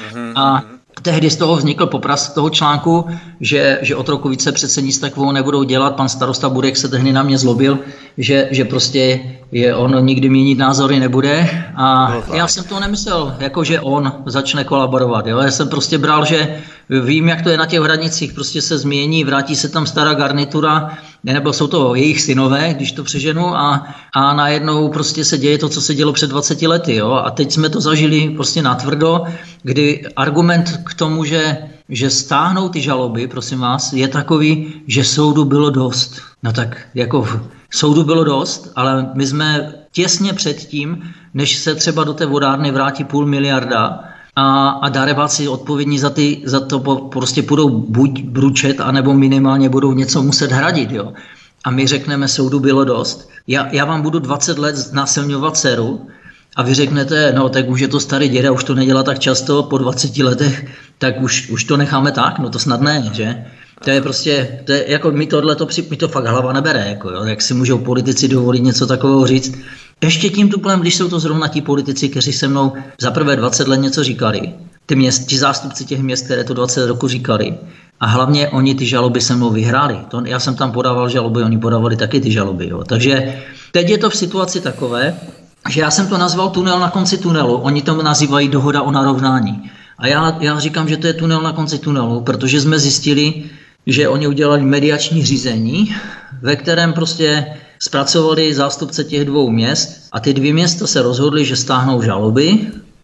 A tehdy z toho vznikl popras toho článku, že, že Otrokovice přece nic takového nebudou dělat. Pan starosta Budek se tehdy na mě zlobil, že, že prostě je on nikdy měnit názory nebude. A já jsem to nemyslel, jako že on začne kolaborovat. Jo? Já jsem prostě bral, že vím, jak to je na těch hranicích. Prostě se změní, vrátí se tam stará garnitura, nebo jsou to jejich synové, když to přeženu, a, a najednou prostě se děje to, co se dělo před dvaceti lety. Jo? A teď jsme to zažili prostě natvrdo, kdy argument k tomu, že, že stáhnou ty žaloby, prosím vás, je takový, že soudu bylo dost. No tak jako Soudu bylo dost, ale my jsme těsně před tím, než se třeba do té vodárny vrátí půl miliarda a, a darebáci odpovědní za, ty, za to prostě budou buď bručet, anebo minimálně budou něco muset hradit. Jo. A my řekneme, soudu bylo dost. Já, já vám budu dvacet let znásilňovat dceru a vy řeknete, no tak už je to starý děda, už to nedělá tak často, po dvaceti letech, tak už, už to necháme tak, no to snad ne, že? To je prostě, to je, jako mi tohle to, mi to fakt hlava nebere, jako jo, jak si můžou politici dovolit něco takového říct. Ještě tím tuplem, když jsou to zrovna ti politici, kteří se mnou za prvé dvacet let něco říkali, ty, měst, ti zástupci těch měst, které to dvacet roku říkali, a hlavně oni ty žaloby se mnou vyhráli. To, já jsem tam podával žaloby, oni podávali taky ty žaloby. Jo. Takže teď je to v situaci takové, že já jsem to nazval tunel na konci tunelu, oni to nazývají dohoda o narovnání. A já, já říkám, že to je tunel na konci tunelu, protože jsme zjistili, že oni udělali mediační řízení, ve kterém prostě zpracovali zástupce těch dvou měst a ty dvě města se rozhodly, že stáhnou žaloby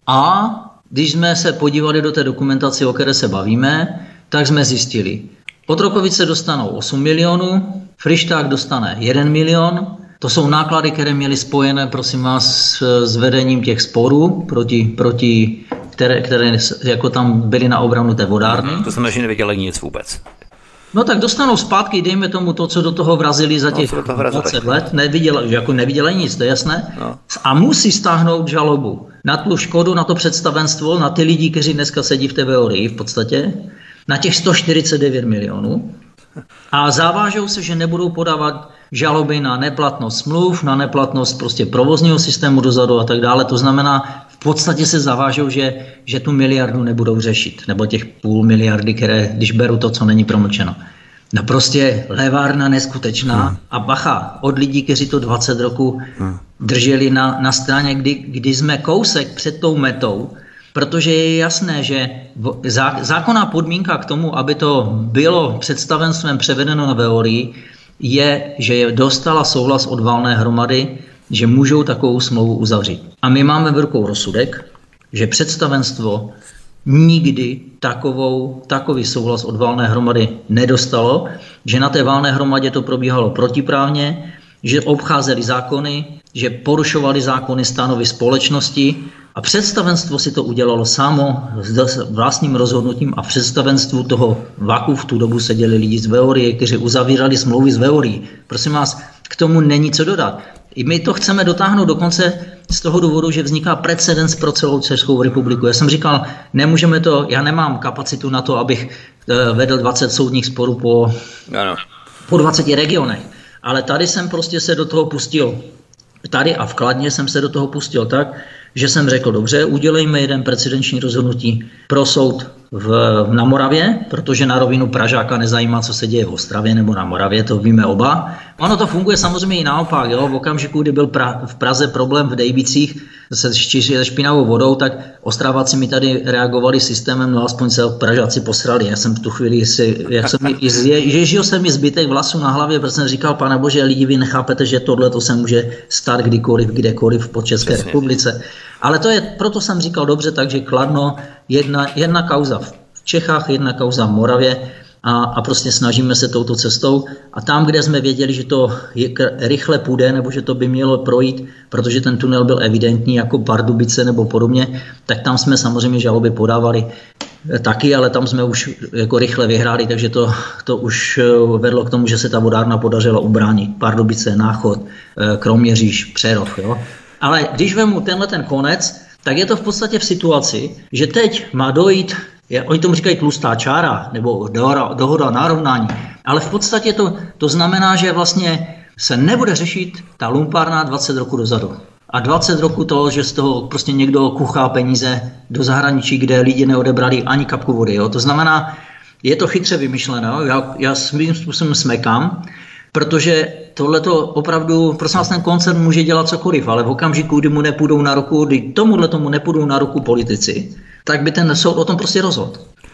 a když jsme se podívali do té dokumentace, o které se bavíme, tak jsme zjistili, Otrokovice dostanou osm milionů, Fryšták dostane jeden milion, to jsou náklady, které měly spojené, prosím vás, s, s vedením těch sporů, proti, proti, které, které jako tam byly na obranu té vodárny. To znamená, že nevěděli nic vůbec. No tak dostanou zpátky, dejme tomu to, co do toho vrazili za těch no, dvacet let, neviděla, jako neviděli nic, to je jasné, no. A musí stáhnout žalobu na tu škodu, na to představenstvo, na ty lidi, kteří dneska sedí v té teorii v podstatě, na těch sto čtyřicet devět milionů a zavážou se, že nebudou podávat žaloby na neplatnost smluv, na neplatnost prostě provozního systému dozadu a tak dále, to znamená, v podstatě se zavážou, že, že tu miliardu nebudou řešit, nebo těch půl miliardy, které, když beru to, co není promlčeno. No prostě levárna neskutečná hmm. a bacha od lidí, kteří to dvacet roku hmm. drželi na, na straně, kdy, kdy jsme kousek před tou metou, protože je jasné, že zákonná podmínka k tomu, aby to bylo představenstvem převedeno na teorii, je, že je dostala souhlas od valné hromady, že můžou takovou smlouvu uzavřít. A my máme v rukou rozsudek, že představenstvo nikdy takovou, takový souhlas od valné hromady nedostalo, že na té valné hromadě to probíhalo protiprávně, že obcházeli zákony, že porušovali zákony stanovy společnosti a představenstvo si to udělalo samo s vlastním rozhodnutím a v představenstvu toho vaku v tu dobu seděli lidi z Veorie, kteří uzavírali smlouvy z Veorii. Prosím vás, k tomu není co dodat. I my to chceme dotáhnout dokonce z toho důvodu, že vzniká precedens pro celou Českou republiku. Já jsem říkal, nemůžeme to, já nemám kapacitu na to, abych vedl dvacet soudních sporů po, ano. po dvaceti regionech. Ale tady jsem prostě se do toho pustil. Tady a v Kladně jsem se do toho pustil tak, že jsem řekl, dobře, udělejme jeden precedenční rozhodnutí pro soud v, na Moravě, protože na rovinu Pražáka nezajímá, co se děje v Ostravě nebo na Moravě, to víme oba. Ono to funguje samozřejmě i naopak. Jo? V okamžiku, kdy byl pra, v Praze problém v Dejbicích se špinavou vodou, tak Ostraváci mi tady reagovali systémem, no aspoň se Pražáci posrali. Já jsem v tu chvíli si, jak jsem mi, ježil se mi zbytek vlasů na hlavě, protože jsem říkal, pane bože, lidi, vy nechápete, že tohle to se může stát kdykoliv, kdekoliv po České Přesně. republice. Ale to je, proto jsem říkal dobře, takže Kladno, jedna, jedna kauza v Čechách, jedna kauza v Moravě a, a prostě snažíme se touto cestou. A tam, kde jsme věděli, že to je, rychle půjde, nebo že to by mělo projít, protože ten tunel byl evidentní jako Pardubice nebo podobně, tak tam jsme samozřejmě žaloby podávali taky, ale tam jsme už jako rychle vyhráli, takže to, to už vedlo k tomu, že se ta vodárna podařila ubránit. Pardubice, Náchod, Kroměříž, Přerov, jo. Ale když vemu tenhle ten konec, tak je to v podstatě v situaci, že teď má dojít, je, oni tomu říkají tlustá čára, nebo dohoda, dohoda o narovnání, ale v podstatě to, to znamená, že vlastně se nebude řešit ta lumpárna dvacet roku dozadu. A dvacet roku to, že z toho prostě někdo kuchá peníze do zahraničí, kde lidi neodebrali ani kapku vody. Jo. To znamená, je to chytře vymyšlené. Jo. Já, já svým způsobem smekám, protože tohleto opravdu, prosím vás, ten koncern může dělat cokoliv, ale v okamžiku, kdy mu nepůjdou na ruku, kdy tomuhle tomu nepůjdou na ruku politici, tak by ten soud o tom prostě rozhodl.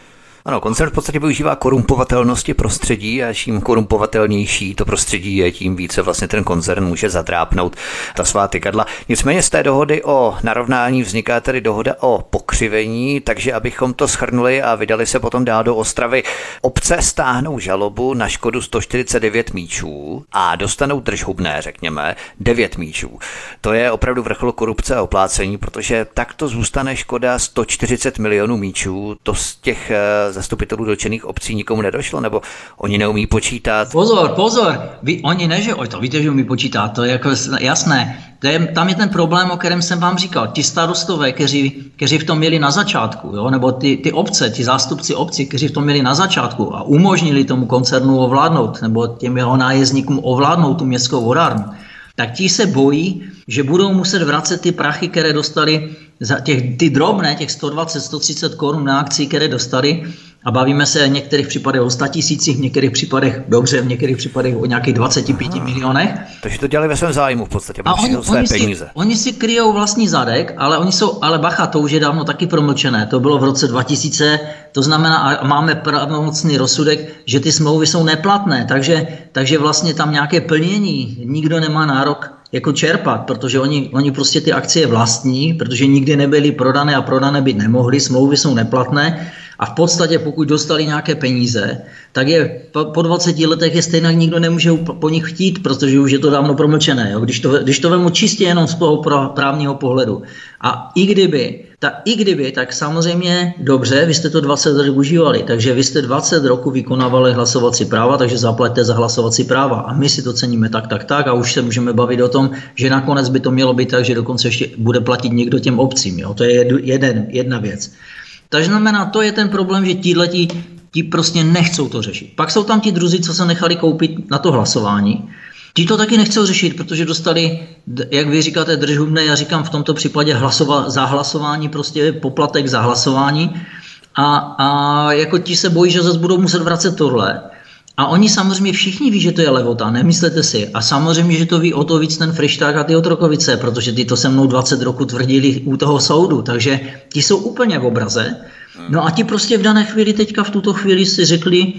Ano, koncern v podstatě využívá korumpovatelnosti prostředí a čím korumpovatelnější to prostředí je, tím více vlastně ten koncern může zatrápnout ta svá tykadla. Nicméně z té dohody o narovnání vzniká tedy dohoda o pokřivení, takže abychom to shrnuli a vydali se potom dál do Ostravy. Obce stáhnou žalobu na škodu sto čtyřicet devět míčů a dostanou držhubné, řekněme, devět míčů. To je opravdu vrchol korupce a oplácení, protože takto zůstane škoda sto čtyřicet milionů míčů. To z těch zastupitelů dotčených obcí nikomu nedošlo, nebo oni neumí počítat? Pozor, pozor, vy, oni ne, že oj, to víte, že umí počítat, to je jako jasné. To je, tam je ten problém, o kterém jsem vám říkal. Ti starostové, kteří, kteří v tom měli na začátku, jo, nebo ty, ty obce, ti zástupci obcí, kteří v tom měli na začátku a umožnili tomu koncernu ovládnout, nebo těm jeho nájezdníkům ovládnout tu městskou vodárnu, tak ti se bojí, že budou muset vracet ty prachy, které dostali, za těch, ty drobné, těch sto dvacet, sto třicet korun na akci, které dostali, a bavíme se v některých případech o sto tisících, v některých případech, dobře, v některých případech o nějakých dvaceti pěti milionech. Takže to dělali ve svém zájmu v podstatě, a oni, své oni, peníze. Si, oni si kryjou vlastní zadek, ale oni jsou, ale bacha, to už je dávno taky promlčené. To bylo v roce dva tisíce, to znamená, a máme pravomocný rozsudek, že ty smlouvy jsou neplatné, takže, takže vlastně tam nějaké plnění, nikdo nemá nárok jako čerpat, protože oni, oni prostě ty akcie vlastní, protože nikdy nebyly prodané a prodané být nemohly, smlouvy jsou neplatné a v podstatě pokud dostali nějaké peníze, tak je po dvaceti letech je stejně nikdo nemůže po nich chtít, protože už je to dávno promlčené, jo? Když, to, když to vemu čistě jenom z toho právního pohledu. A i kdyby, tak i kdyby, tak samozřejmě dobře, vy jste to dvacet let užívali, takže vy jste dvacet roku vykonávali hlasovací práva, takže zaplaťte za hlasovací práva a my si to ceníme tak, tak, tak a už se můžeme bavit o tom, že nakonec by to mělo být tak, že dokonce ještě bude platit někdo těm obcím, jo? To je jeden, jedna věc. Takže znamená, to je ten problém, že tíhletí ti prostě nechcou to řešit. Pak jsou tam ti druzí, co se nechali koupit na to hlasování. Ti to taky nechcou řešit, protože dostali, jak vy říkáte, držhubné, já říkám v tomto případě hlasova, za hlasování, prostě poplatek za hlasování. A, a jako ti se bojí, že zase budou muset vracet tohle. A oni samozřejmě všichni ví, že to je levota, nemyslete si. A samozřejmě, že to ví o to víc ten Fryšták a ty Otrokovice, protože ty to se mnou dvacet roku tvrdili u toho soudu, takže ti jsou úplně v obraze. No a ti prostě v dané chvíli, teďka v tuto chvíli si řekli,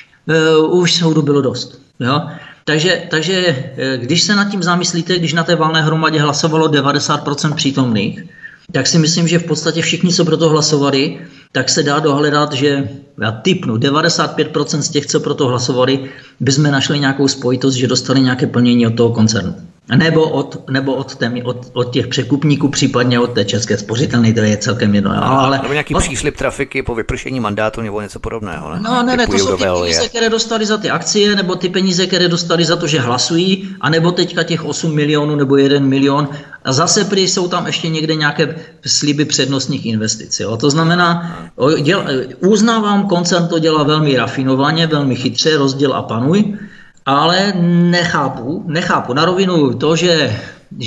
uh, už soudu bylo dost. Jo? Takže, takže když se nad tím zamyslíte, když na té valné hromadě hlasovalo devadesát procent přítomných, tak si myslím, že v podstatě všichni, co pro to hlasovali, tak se dá dohledat, že já tipnu, devadesát pět procent z těch, co pro to hlasovali, bychom našli nějakou spojitost, že dostali nějaké plnění od toho koncernu. Nebo od, nebo od, tém, od, od těch překupníků, případně od té České spořitelny, to je celkem jedno. Ale, nebo nějaký od... příslib trafiky po vypršení mandátu nebo něco podobného. Ne? No ne, ne, to jsou ty peníze, které dostali za ty akcie, nebo ty peníze, které dostali za to, že hlasují, anebo teďka těch osm milionů nebo jeden milion. A zase prý jsou tam ještě někde nějaké sliby přednostních investic. Jo. To znamená, děl, uznávám, koncern to dělá velmi rafinovaně, velmi chytře, rozděl a panuj, ale nechápu, nechápu na rovinu to, že,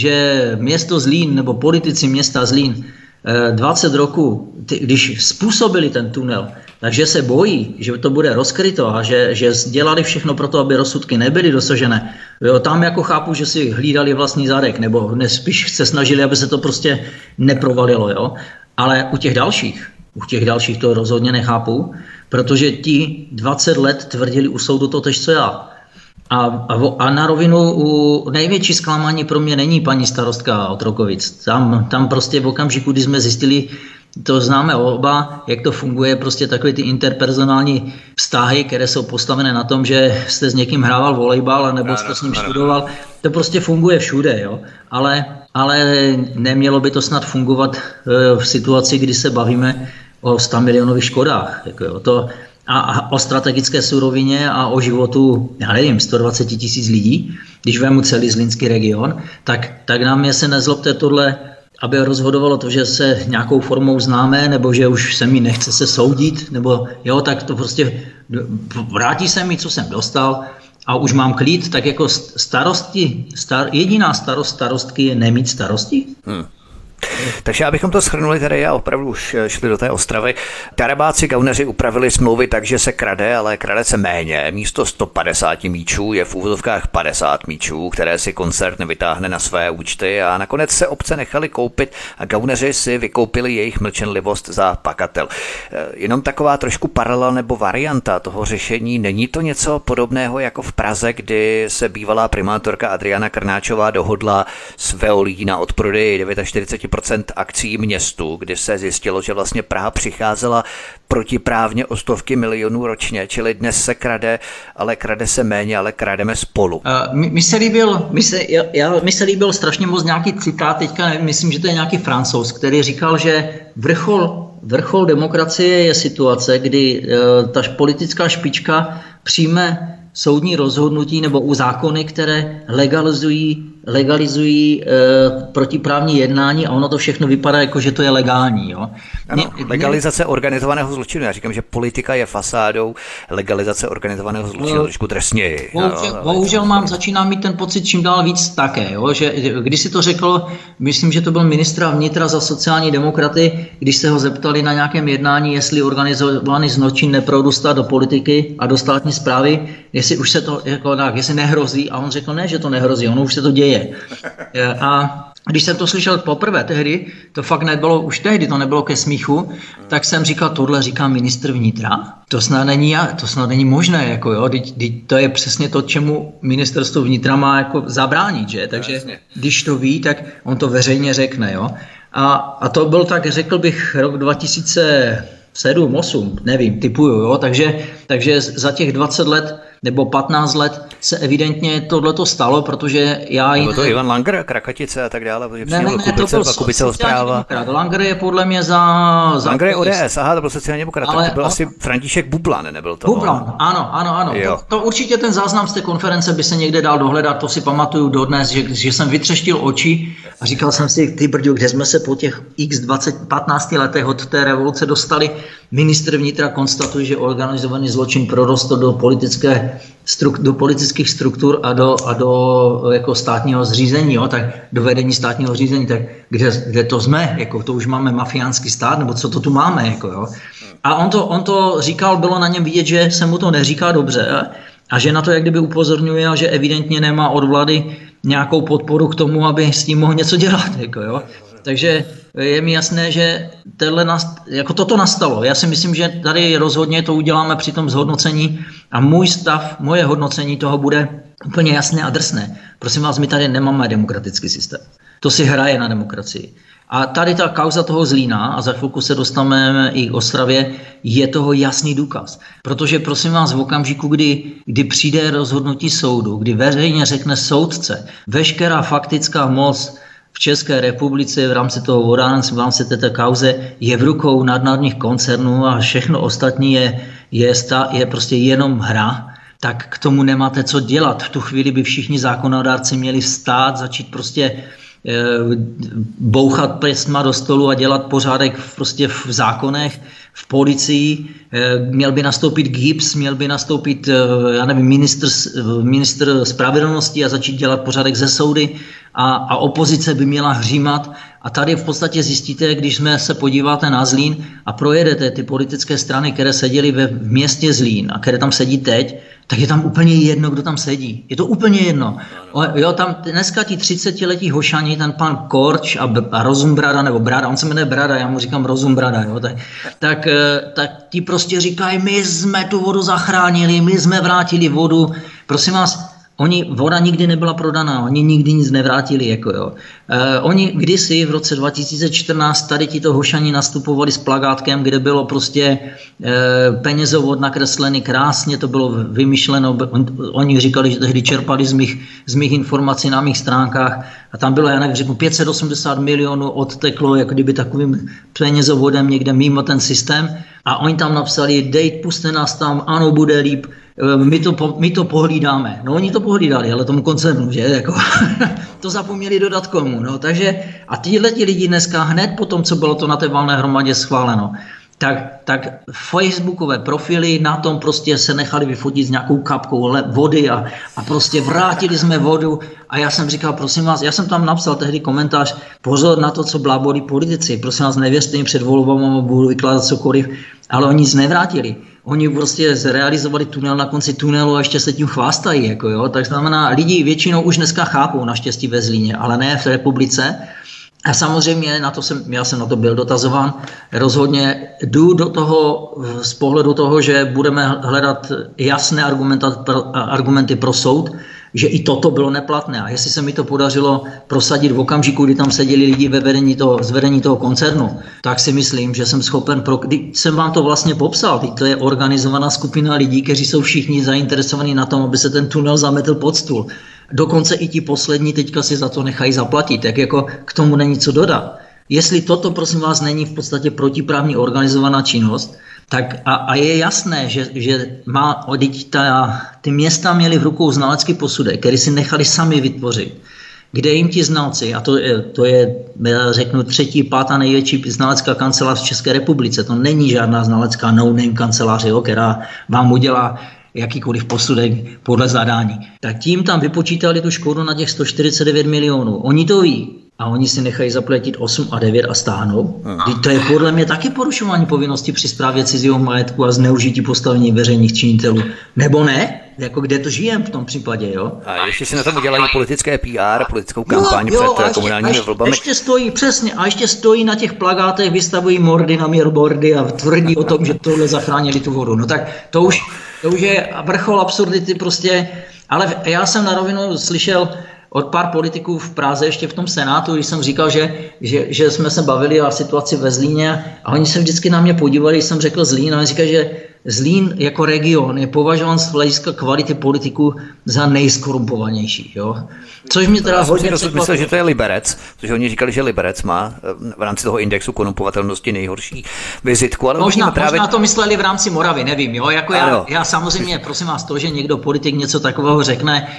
že město Zlín nebo politici města Zlín dvacet roků, když způsobili ten tunel, takže se bojí, že to bude rozkryto a že, že dělali všechno pro to, aby rozsudky nebyly dosažené. Jo, tam jako chápu, že si hlídali vlastní zadek, nebo spíš se snažili, aby se to prostě neprovalilo. Jo? Ale u těch dalších, u těch dalších to rozhodně nechápu, protože ti dvacet let tvrdili u soudu totež, co já. A, a, a na rovinu u největší zklamání pro mě není paní starostka Otrokovic. Tam, tam prostě v okamžiku, kdy jsme zjistili, to známe oba, jak to funguje, prostě takové ty interpersonální vztahy, které jsou postavené na tom, že jste s někým hrával volejbal, nebo jste s ním studoval. To prostě funguje všude, jo. Ale, ale nemělo by to snad fungovat v situaci, kdy se bavíme o sto milionových škodách. Jako jo. To, a, a o strategické surovině a o životu, já nevím, sto dvacet tisíc lidí, když vemu celý zlínský region, tak, tak nám je se nezlobte tohle, aby rozhodovalo to, že se nějakou formou známe, nebo že už se mi nechce se soudit, nebo jo, tak to prostě vrátí se mi, co jsem dostal a už mám klid, tak jako starosti, star, jediná starost starostky je nemít starosti. Hmm. Takže abychom to shrnuli tady a opravdu už šli do té Ostravy. Darebáci gauneři upravili smlouvy tak, že se krade, ale krade se méně. Místo sto padesát míčů je v úvodovkách padesát míčů, které si koncert nevytáhne na své účty a nakonec se obce nechali koupit a gauneři si vykoupili jejich mlčenlivost za pakatel. Jenom taková trošku paralela nebo varianta toho řešení, není to něco podobného jako v Praze, kdy se bývalá primátorka Adriana Krnáčová dohodla s Veolí na odprodeji čtyřicet devět procent akcí městu, kdy se zjistilo, že vlastně Praha přicházela protiprávně o stovky milionů ročně, čili dnes se krade, ale krade se méně, ale krademe spolu. Uh, mi, mi, se líbil, mi, se, já, já, mi se líbil strašně moc nějaký citát, teďka nevím, myslím, že to je nějaký Francouz, který říkal, že vrchol, vrchol demokracie je situace, kdy uh, ta politická špička přijme soudní rozhodnutí nebo u zákony, které legalizují, legalizují e, protiprávní jednání a ono to všechno vypadá jako, že to je legální. Jo? Ano, legalizace organizovaného zločinu. Já říkám, že politika je fasádou, legalizace organizovaného zločinu no, trošku drsněji. Bohužel, no, bohužel mám, začínám mít ten pocit čím dál víc také. Jo? Že, když si to řekl, myslím, že to byl ministra vnitra za sociální demokraty, když se ho zeptali na nějakém jednání, jestli organizovaný zločin neproudustá do politiky a do státní správy, jestli už se to jako tak, jestli nehrozí, a on řekl ne, že to nehrozí, ono už se to děje. A když jsem to slyšel poprvé tehdy, to fakt nebylo, už tehdy to nebylo ke smíchu, tak jsem říkal, tohle říká ministr vnitra. To snad není, to snad není možné, jako jo, teď, teď to je přesně to, čemu ministerstvo vnitra má jako zabránit, že? Takže když to ví, tak on to veřejně řekne, jo. A, a to byl tak, řekl bych, rok dva tisíce sedm, osm, nevím, typuju, jo, takže, takže za těch dvacet let nebo patnáct let se evidentně tohleto stalo, protože já... Nebo to Ivan Langer, Krakatice a tak dále, protože ne, ne, ne, Kubice, to byl Kubiceho zpráva. Langer je podle mě za... za Langer je O D S, aha, to byl sociální demokrat, to byl on, asi František Bublan, nebyl to Bublan, on. ano, ano, ano. To, to určitě ten záznam z té konference by se někde dal dohledat, to si pamatuju dodnes, že, že jsem vytřeštil oči a říkal jsem si, ty brďo, kde jsme se po těch x dvacet, patnáct letech od té revoluce dostali. Ministr vnitra konstatuje, že organizovaný zločin prorostl do politické do politických struktur a do, a do jako státního zřízení, jo, tak do vedení státního zřízení, tak kde, kde to jsme, jako to už máme mafiánský stát, nebo co to tu máme, jako jo. A on to, on to říkal, bylo na něm vidět, že se mu to neříká dobře a že na to jak kdyby upozorňuje a že evidentně nemá od vlády nějakou podporu k tomu, aby s tím mohl něco dělat, jako jo. Takže je mi jasné, že nast, jako toto nastalo. Já si myslím, že tady rozhodně to uděláme při tom zhodnocení a můj stav, moje hodnocení toho bude úplně jasné a drsné. Prosím vás, my tady nemáme demokratický systém. To si hraje na demokracii. A tady ta kauza toho Zlína, a za chvilku se dostaneme i k Ostravě, je toho jasný důkaz. Protože prosím vás, v okamžiku, kdy, kdy přijde rozhodnutí soudu, kdy veřejně řekne soudce, veškerá faktická moc v České republice v rámci toho vodárenství, v rámci této kauze je v rukou nadnárodních koncernů a všechno ostatní je, je, sta, je prostě jenom hra, tak k tomu nemáte co dělat. V tu chvíli by všichni zákonodárci měli vstát, začít prostě e, bouchat prsma do stolu a dělat pořádek v, prostě v zákonech, v policii, e, měl by nastoupit GIBS, měl by nastoupit, e, já nevím, ministr, ministr spravedlnosti a začít dělat pořádek ze soudy a, a opozice by měla hřímat. A tady v podstatě zjistíte, když jsme se podíváte na Zlín a projedete ty politické strany, které seděly ve v městě Zlín a které tam sedí teď, tak je tam úplně jedno, kdo tam sedí. Je to úplně jedno. O, jo, tam dneska ti třicetiletí hošani, ten pan Korč a, a Rozumbrada, nebo Brada, on se jmenuje Brada, já mu říkám Rozumbrada, jo, tak, tak, tak ti prostě říkají, my jsme tu vodu zachránili, my jsme vrátili vodu. Prosím vás, oni, voda nikdy nebyla prodaná, oni nikdy nic nevrátili. Jako jo. E, oni kdysi v roce dva tisíce čtrnáct tady tito hošani nastupovali s plakátkem, kde bylo prostě e, penězovod nakreslený krásně, to bylo vymyšleno, on, oni říkali, že tehdy čerpali z mých, z mých informací na mých stránkách a tam bylo, já nevím, řeknu, pět set osmdesát milionů odteklo, jako kdyby takovým penězovodem někde mimo ten systém a oni tam napsali, dej, puste nás tam, ano, bude líp. My to, my to pohlídáme. No oni to pohlídali, ale tomu koncernu, že? Jako, to zapomněli dodat komu. No, takže, a tyhle ti lidi dneska hned po tom, co bylo to na té valné hromadě schváleno, tak, tak facebookové profily na tom prostě se nechali vyfotit s nějakou kapkou vody a, a prostě vrátili jsme vodu a já jsem říkal, prosím vás, já jsem tam napsal tehdy komentář, pozor na to, co blábolí politici, prosím vás, nevěřte jim před volbama, budu vykládat cokoliv, ale oni nic nevrátili. Oni prostě zrealizovali tunel na konci tunelu a ještě se tím chvástají. Jako jo. Tak znamená, lidi většinou už dneska chápou naštěstí ve Zlíně, ale ne v republice. A samozřejmě, na to jsem, já jsem na to byl dotazován, rozhodně jdu do toho z pohledu toho, že budeme hledat jasné argumenty pro soud, že i toto bylo neplatné. A jestli se mi to podařilo prosadit v okamžiku, kdy tam seděli lidi ve vedení toho, z vedení toho koncernu, tak si myslím, že jsem schopen, pro, když jsem vám to vlastně popsal, to je organizovaná skupina lidí, kteří jsou všichni zainteresovaní na tom, aby se ten tunel zametl pod stůl. Dokonce i ti poslední teďka si za to nechají zaplatit, tak jako k tomu není co dodat. Jestli toto, prosím vás, není v podstatě protiprávní organizovaná činnost, tak a, a je jasné, že, že má, ta, ty města měly v rukou znalecký posudek, který si nechali sami vytvořit, kde jim ti znalci, a to je, to je já řeknu, třetí, pátá největší znalecká kancelář v České republice, to není žádná znalecká no-name kancelář, jo, která vám udělá jakýkoliv posudek podle zadání. Tak tím tam vypočítali tu škodu na těch sto čtyřicet devět milionů. Oni to ví. A oni si nechají zaplatit osm a devět a stáhnou. Hmm. To je podle mě taky porušování povinnosti při správě cizího majetku a zneužití postavení veřejných činitelů. Nebo ne? Jako kde to žijem v tom případě, jo? A ještě si na tom udělají politické P R, politickou kampaň jo, jo, před komunálními volbami. Ještě stojí, přesně, a ještě stojí na těch plakátech, vystavují mordy na mirbordy a tvrdí o tom, že tohle zachránili tu vodu. No tak to už, to už je vrchol absurdity prostě. Ale já jsem na rovinu slyšel od pár politiků v Praze, ještě v tom Senátu, když jsem říkal, že, že, že jsme se bavili o situaci ve Zlíně a oni se vždycky na mě podívali, když jsem řekl Zlín a oni říkají, že Zlín jako region je považován z hlediska kvality politiků za nejskorumpovanější. Jo? Což mě teda hodně překvapilo. Myslím, že to je Liberec, protože oni říkali, že Liberec má v rámci toho indexu korumpovatelnosti nejhorší vizitku. Ale možná, právě... možná to mysleli v rámci Moravy, nevím. Jo? Jako já, já samozřejmě, prosím vás, to, že někdo politik něco takového řekne,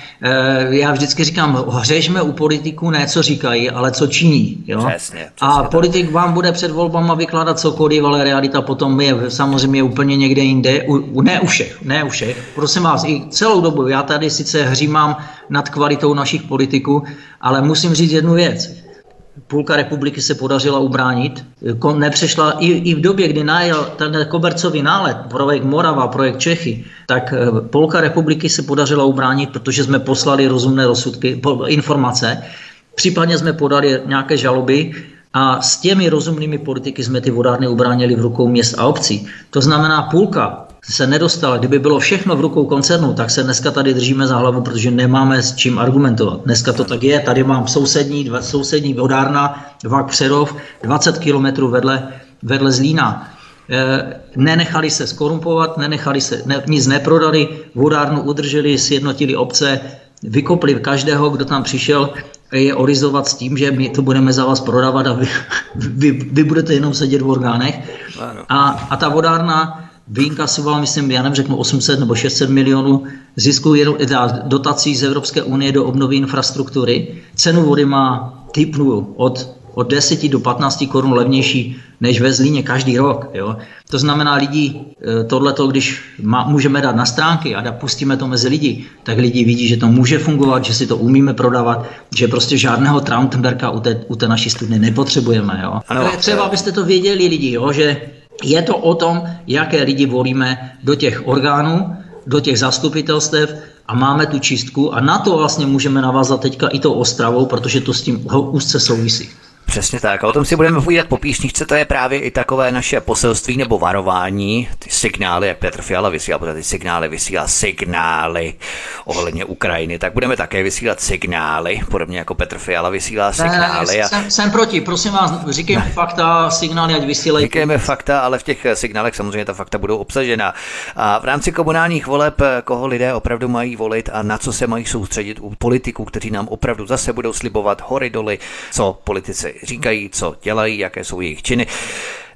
já vždycky říkám, hřešme u politiků ne co říkají, ale co činí. Jo? Přesně, přesně a tak. Politik vám bude před volbama vykládat cokoliv, ale realita potom je samozřejmě úplně někde jinde. U, ne u všech, ne u všech. Prosím vás, i celou dobu, já tady sice hřímám nad kvalitou našich politiků, ale musím říct jednu věc. Půlka republiky se podařila ubránit, nepřešla i, i v době, kdy najel ten kobercový nálet, projekt Morava, projekt Čechy, tak půlka republiky se podařila ubránit, protože jsme poslali rozumné rozsudky, informace, případně jsme podali nějaké žaloby a s těmi rozumnými politiky jsme ty vodárny ubránili v rukou měst a obcí. To znamená, půlka se nedostala. Kdyby bylo všechno v rukou koncernu, tak se dneska tady držíme za hlavu, protože nemáme s čím argumentovat. Dneska to tak je. Tady mám sousední, dva, sousední vodárna, Vak Přerov, dvacet kilometrů vedle, vedle Zlína. E, nenechali se skorumpovat, nenechali se, ne, nic neprodali, vodárnu udrželi, sjednotili obce, vykopli každého, kdo tam přišel, je orizovat s tím, že my to budeme za vás prodávat a vy, vy, vy budete jenom sedět v orgánech. A, a ta vodárna vyinkasovala, myslím, já nevím, řeknu osm set nebo šest set milionů zisku dotací z Evropské unie do obnovy infrastruktury. Cenu vody má typnu od, od deset do patnáct korun levnější než ve Zlíně každý rok. Jo. To znamená, lidi, tohleto, když má, můžeme dát na stránky a da, pustíme to mezi lidi, tak lidi vidí, že to může fungovat, že si to umíme prodávat, že prostě žádného Traunberga u té, u té naší studny nepotřebujeme. Jo. Ale třeba, abyste to věděli lidi, jo, že je to o tom, jaké lidi volíme do těch orgánů, do těch zastupitelstev a máme tu čistku a na to vlastně můžeme navázat teďka i tou Ostravou, protože to s tím úzce souvisí. Přesně tak. A o tom si budeme povídat po písničce, to je právě i takové naše poselství nebo varování, ty signály, jak Petr Fiala vysílá, protože ty signály vysílá signály ohledně Ukrajiny, tak budeme také vysílat signály, podobně jako Petr Fiala vysílá signály. Ne, ne, a... jsem, jsem proti, prosím vás, říkejme fakta, signály, ať vysílají. Říkejme fakta, ale v těch signálech samozřejmě ta fakta budou obsažena. A v rámci komunálních voleb, koho lidé opravdu mají volit a na co se mají soustředit u politiků, kteří nám opravdu zase budou slibovat hory doly, co politici říkají, co dělají, jaké jsou jejich činy.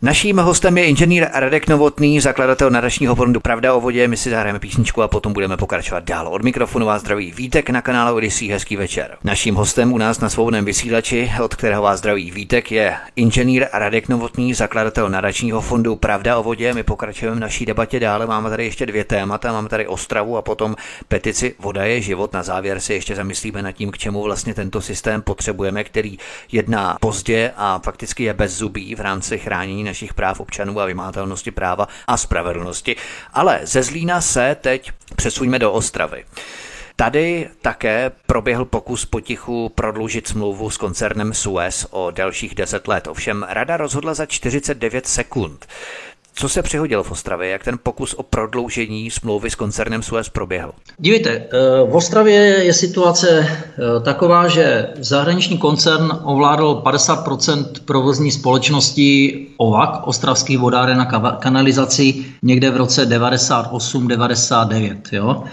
Naším hostem je inženýr Radek Novotný, zakladatel nadačního fondu Pravda o vodě. My si zahrajeme písničku a potom budeme pokračovat dál. Od mikrofonu vás zdraví Vítek na kanále Odyssey. Hezký večer. Naším hostem u nás na svobodném vysílači, od kterého vás zdraví Vítek, je inženýr Radek Novotný, zakladatel nadačního fondu Pravda o vodě. My pokračujeme v naší debatě dále. Máme tady ještě dvě témata. Máme tady Ostravu a potom petici Voda je život. Na závěr si ještě zamyslíme nad tím, k čemu vlastně tento systém potřebujeme, který jedná pozdě a fakticky je bezzubý v rámci chránění našich práv občanů a vymahatelnosti práva a spravedlnosti. Ale ze Zlína se teď přesuňme do Ostravy. Tady také proběhl pokus potichu prodloužit smlouvu s koncernem Suez o dalších deset let. Ovšem rada rozhodla za čtyřicet devět sekund. Co se přihodilo v Ostravě? Jak ten pokus o prodloužení smlouvy s koncernem Suez proběhl? Dívejte, v Ostravě je situace taková, že zahraniční koncern ovládl padesát procent provozní společnosti O V A K, Ostravských vodáren a kanalizací, někde v roce devadesát osm devadesát devět. Jo?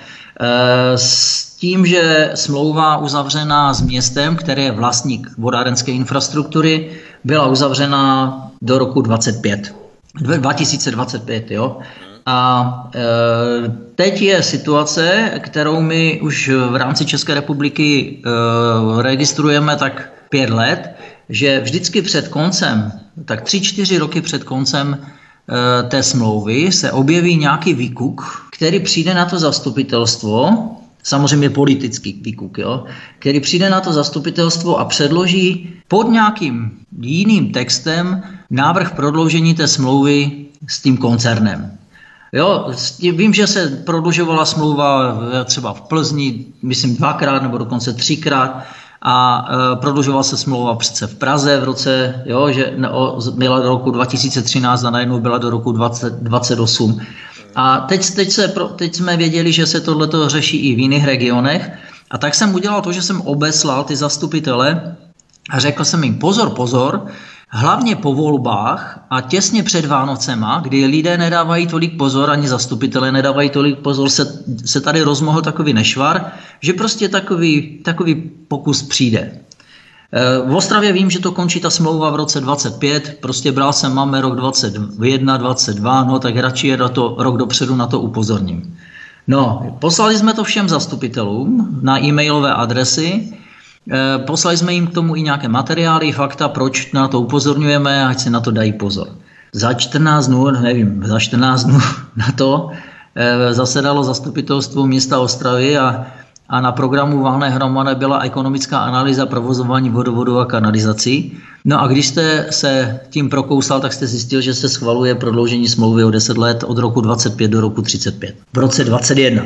S tím, že smlouva uzavřená s městem, které je vlastník vodárenské infrastruktury, byla uzavřena do roku dvacet pět. dva tisíce dvacet pět, jo. A e, teď je situace, kterou my už v rámci České republiky e, registrujeme tak pět let, že vždycky před koncem, tak tři, čtyři roky před koncem e, té smlouvy se objeví nějaký výkuk, který přijde na to zastupitelstvo, samozřejmě politický výkuk, jo, který přijde na to zastupitelstvo a předloží pod nějakým jiným textem návrh prodloužení té smlouvy s tím koncernem. Jo, vím, že se prodlužovala smlouva třeba v Plzni, myslím dvakrát nebo dokonce třikrát, a e, prodlužovala se smlouva přece v Praze v roce, jo, že o, byla do roku dva tisíce třináct a najednou byla do roku dvacet dvacet osm. A teď, teď, se, teď jsme věděli, že se tohleto řeší i v jiných regionech, a tak jsem udělal to, že jsem obeslal ty zastupitele a řekl jsem jim pozor, pozor, hlavně po volbách a těsně před Vánocema, kdy lidé nedávají tolik pozor, ani zastupitelé nedávají tolik pozor, se, se tady rozmohl takový nešvar, že prostě takový, takový pokus přijde. V Ostravě vím, že to končí ta smlouva v roce dvacet pět, prostě bral jsem, máme rok dvacet jedna, dvacet dva, no tak radši je na to rok dopředu, na to upozorním. No, poslali jsme to všem zastupitelům na e-mailové adresy, poslali jsme jim k tomu i nějaké materiály, fakta, proč na to upozorňujeme, ať si na to dají pozor. Za čtrnáct dnů, nevím, za čtrnáct dnů na to zasedalo zastupitelstvo města Ostravy a, a na programu valné hromady byla ekonomická analýza provozování vodovodu a kanalizací. No a když jste se tím prokousal, tak jste zjistil, že se schvaluje prodloužení smlouvy o deset let od roku dvacet pět do roku třicet pět. V roce dvacet jedna.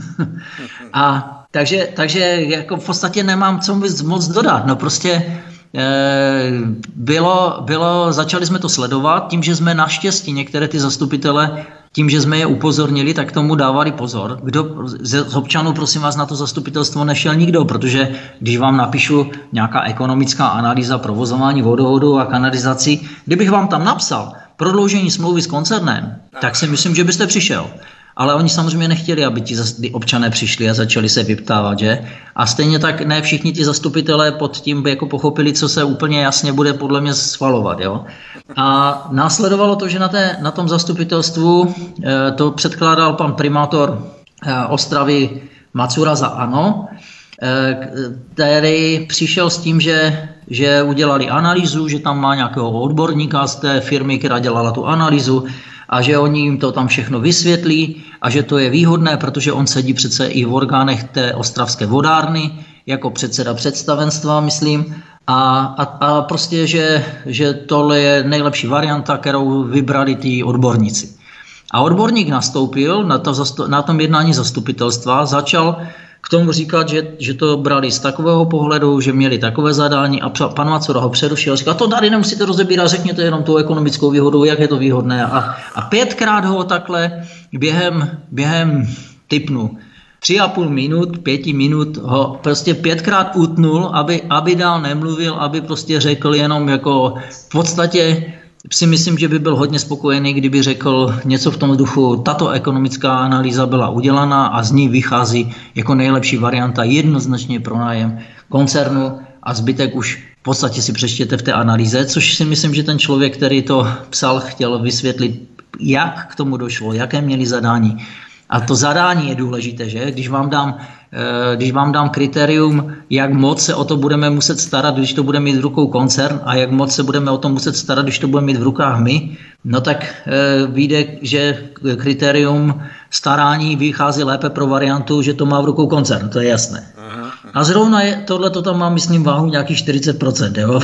A takže, takže jako v podstatě nemám co moc dodat. No prostě e, bylo, bylo, začali jsme to sledovat, tím, že jsme naštěstí některé ty zastupitele, tím, že jsme je upozornili, tak tomu dávali pozor. Kdo z občanů, prosím vás, na to zastupitelstvo nešel nikdo, protože když vám napíšu nějaká ekonomická analýza provozování vodovodu a kanalizací, kdybych vám tam napsal prodloužení smlouvy s koncernem, tak si myslím, že byste přišel. Ale oni samozřejmě nechtěli, aby ti občané přišli a začali se vyptávat, že? A stejně tak ne všichni ti zastupitelé pod tím by jako pochopili, co se úplně jasně bude podle mě schvalovat, jo? A následovalo to, že na, té, na tom zastupitelstvu e, to předkládal pan primátor e, Ostravy Macura za ANO, e, který přišel s tím, že, že udělali analýzu, že tam má nějakého odborníka z té firmy, která dělala tu analýzu, a že oni jim to tam všechno vysvětlí a že to je výhodné, protože on sedí přece i v orgánech té ostravské vodárny jako předseda představenstva, myslím, a, a, a prostě, že, že tohle je nejlepší varianta, kterou vybrali ty odborníci. A odborník nastoupil na, to, na tom jednání zastupitelstva, začal k tomu říkat, že, že to brali z takového pohledu, že měli takové zadání, a pan Macura ho přerušil a říkal, to tady nemusíte rozebírat, řekněte jenom tu ekonomickou výhodu, jak je to výhodné. A, a pětkrát ho takhle během, během typnu tři a půl minut, pěti minut ho prostě pětkrát utnul, aby, aby dál nemluvil, aby prostě řekl jenom jako v podstatě si myslím, že by byl hodně spokojený, kdyby řekl něco v tom duchu, tato ekonomická analýza byla udělaná a z ní vychází jako nejlepší varianta jednoznačně pronájem koncernu a zbytek už v podstatě si přečtěte v té analýze, což si myslím, že ten člověk, který to psal, chtěl vysvětlit, jak k tomu došlo, jaké měli zadání. A to zadání je důležité, že? Když vám dám, když vám dám kritérium, jak moc se o to budeme muset starat, když to bude mít v rukou koncern a jak moc se budeme o to muset starat, když to budeme mít v rukách my, no tak vyjde, že kritérium starání vychází lépe pro variantu, že to má v rukou koncern, to je jasné. A zrovna je, tohle to tam má, myslím, váhu nějakých čtyřicet procent. Jo?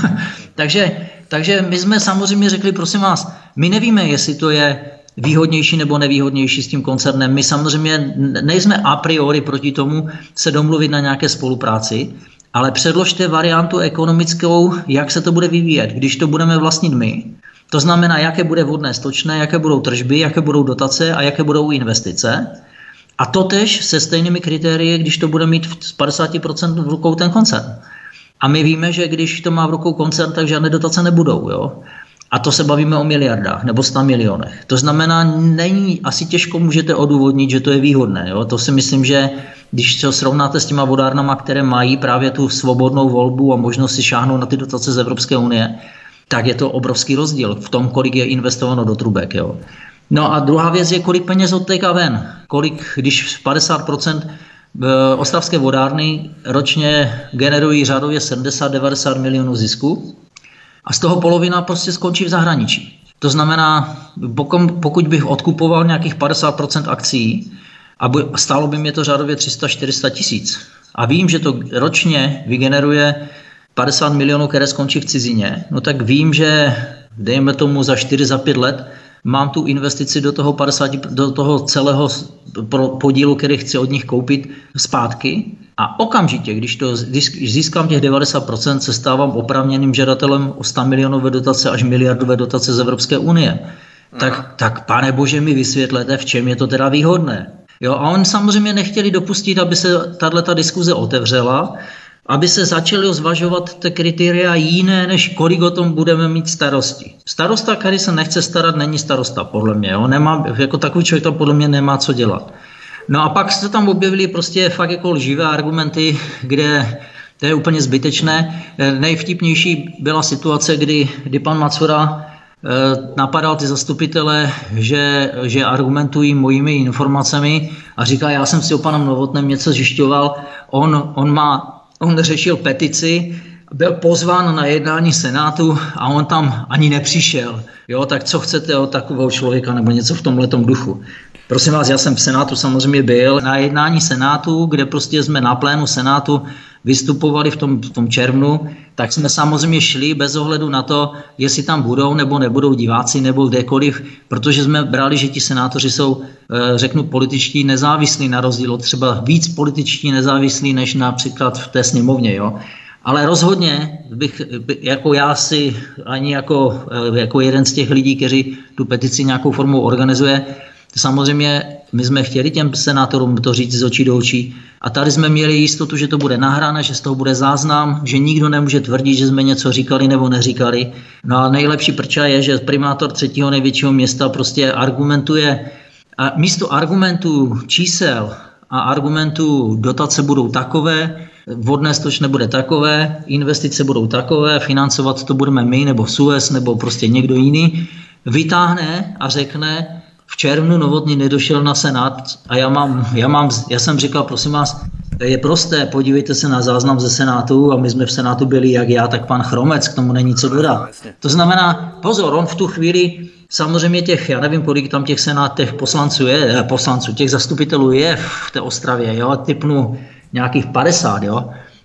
takže, takže my jsme samozřejmě řekli, prosím vás, my nevíme, jestli to je výhodnější nebo nevýhodnější s tím koncernem. My samozřejmě nejsme a priori proti tomu se domluvit na nějaké spolupráci, ale předložte variantu ekonomickou, jak se to bude vyvíjet, když to budeme vlastnit my. To znamená, jaké bude vodné stočné, jaké budou tržby, jaké budou dotace a jaké budou investice. A totež se stejnými kritérii, když to bude mít z padesát procent v rukou ten koncern. A my víme, že když to má v rukou koncern, tak žádné dotace nebudou. Jo? A to se bavíme o miliardách nebo sto milionech. To znamená, není, asi těžko můžete odůvodnit, že to je výhodné. Jo? To si myslím, že když to srovnáte s těma vodárnama, které mají právě tu svobodnou volbu a možnost si šáhnout na ty dotace z Evropské unie, tak je to obrovský rozdíl v tom, kolik je investováno do trubek. Jo? No a druhá věc je, kolik peněz odtéká ven. Kolik, když padesát procent ostravské vodárny ročně generují řádově sedmdesát devadesát milionů zisku a z toho polovina prostě skončí v zahraničí. To znamená, pokud bych odkupoval nějakých padesát procent akcií a stálo by mě to řádově tři sta čtyři sta tisíc a vím, že to ročně vygeneruje padesát milionů, které skončí v cizině, no tak vím, že dejme tomu za čtyři, za pět let mám tu investici do toho, padesát, do toho celého podílu, který chci od nich koupit zpátky a okamžitě, když, to, když získám těch devadesát procent, se stávám oprávněným žadatelem o sto milionové dotace až miliardové dotace z Evropské unie. Tak, tak pane bože, mi vysvětlete, v čem je to teda výhodné. Jo, a on samozřejmě nechtěli dopustit, aby se tato diskuze otevřela, aby se začaly zvažovat ty kritéria jiné, než kolik o tom budeme mít starosti. Starosta, který se nechce starat, není starosta, podle mě. Jo? Nemá, jako takový člověk tam podle mě nemá co dělat. No a pak se tam objevily prostě fakt jako lživé argumenty, kde to je úplně zbytečné. Nejvtipnější byla situace, kdy, kdy pan Macura eh, napadal ty zastupitele, že, že argumentují mojimi informacemi a říká, já jsem si o panem Novotném něco zjišťoval, on, on má On řešil petici, byl pozván na jednání Senátu a on tam ani nepřišel. Jo, tak co chcete od takového člověka nebo něco v tomhletom duchu. Prosím vás, já jsem v Senátu samozřejmě byl na jednání Senátu, kde prostě jsme na plénu Senátu vystupovali v tom, v tom červnu, tak jsme samozřejmě šli bez ohledu na to, jestli tam budou nebo nebudou diváci nebo kdekoliv, protože jsme brali, že ti senátoři jsou, řeknu, političtí nezávislí, na rozdíl od třeba víc političtí nezávislí, než například v té sněmovně. Jo? Ale rozhodně bych, jako já si, ani jako, jako jeden z těch lidí, kteří tu petici nějakou formou organizuje, samozřejmě my jsme chtěli těm senátorům to říct z očí do očí a tady jsme měli jistotu, že to bude nahráno, že z toho bude záznam, že nikdo nemůže tvrdit, že jsme něco říkali nebo neříkali. No a nejlepší prča je, že primátor třetího největšího města prostě argumentuje a místo argumentů čísel a argumentů dotace budou takové, vodné stočné bude takové, investice budou takové, financovat to budeme my nebo Suez nebo prostě někdo jiný, vytáhne a řekne, v červnu Novotný nedošel na Senát a já, mám, já, mám, já jsem říkal, prosím vás, je prosté, podívejte se na záznam ze Senátu a my jsme v Senátu byli jak já, tak pan Chromec, k tomu není co dodat. To znamená, pozor, on v tu chvíli, samozřejmě těch, já nevím, kolik tam těch senát, těch poslanců je, poslanců, těch zastupitelů je v té Ostravě, jo, typnu nějakých padesát, jo.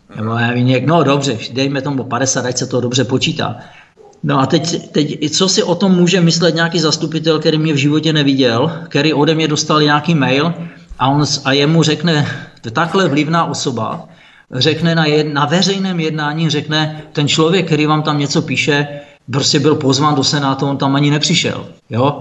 No dobře, dejme tomu padesát, ať se to dobře počítá. No a teď, teď, co si o tom může myslet nějaký zastupitel, který mě v životě neviděl, který ode mě dostal nějaký mail a, on, a jemu řekne, takhle vlivná osoba, řekne na, jed, na veřejném jednání, řekne, ten člověk, který vám tam něco píše, prostě byl pozván do Senátu, on tam ani nepřišel. Jo?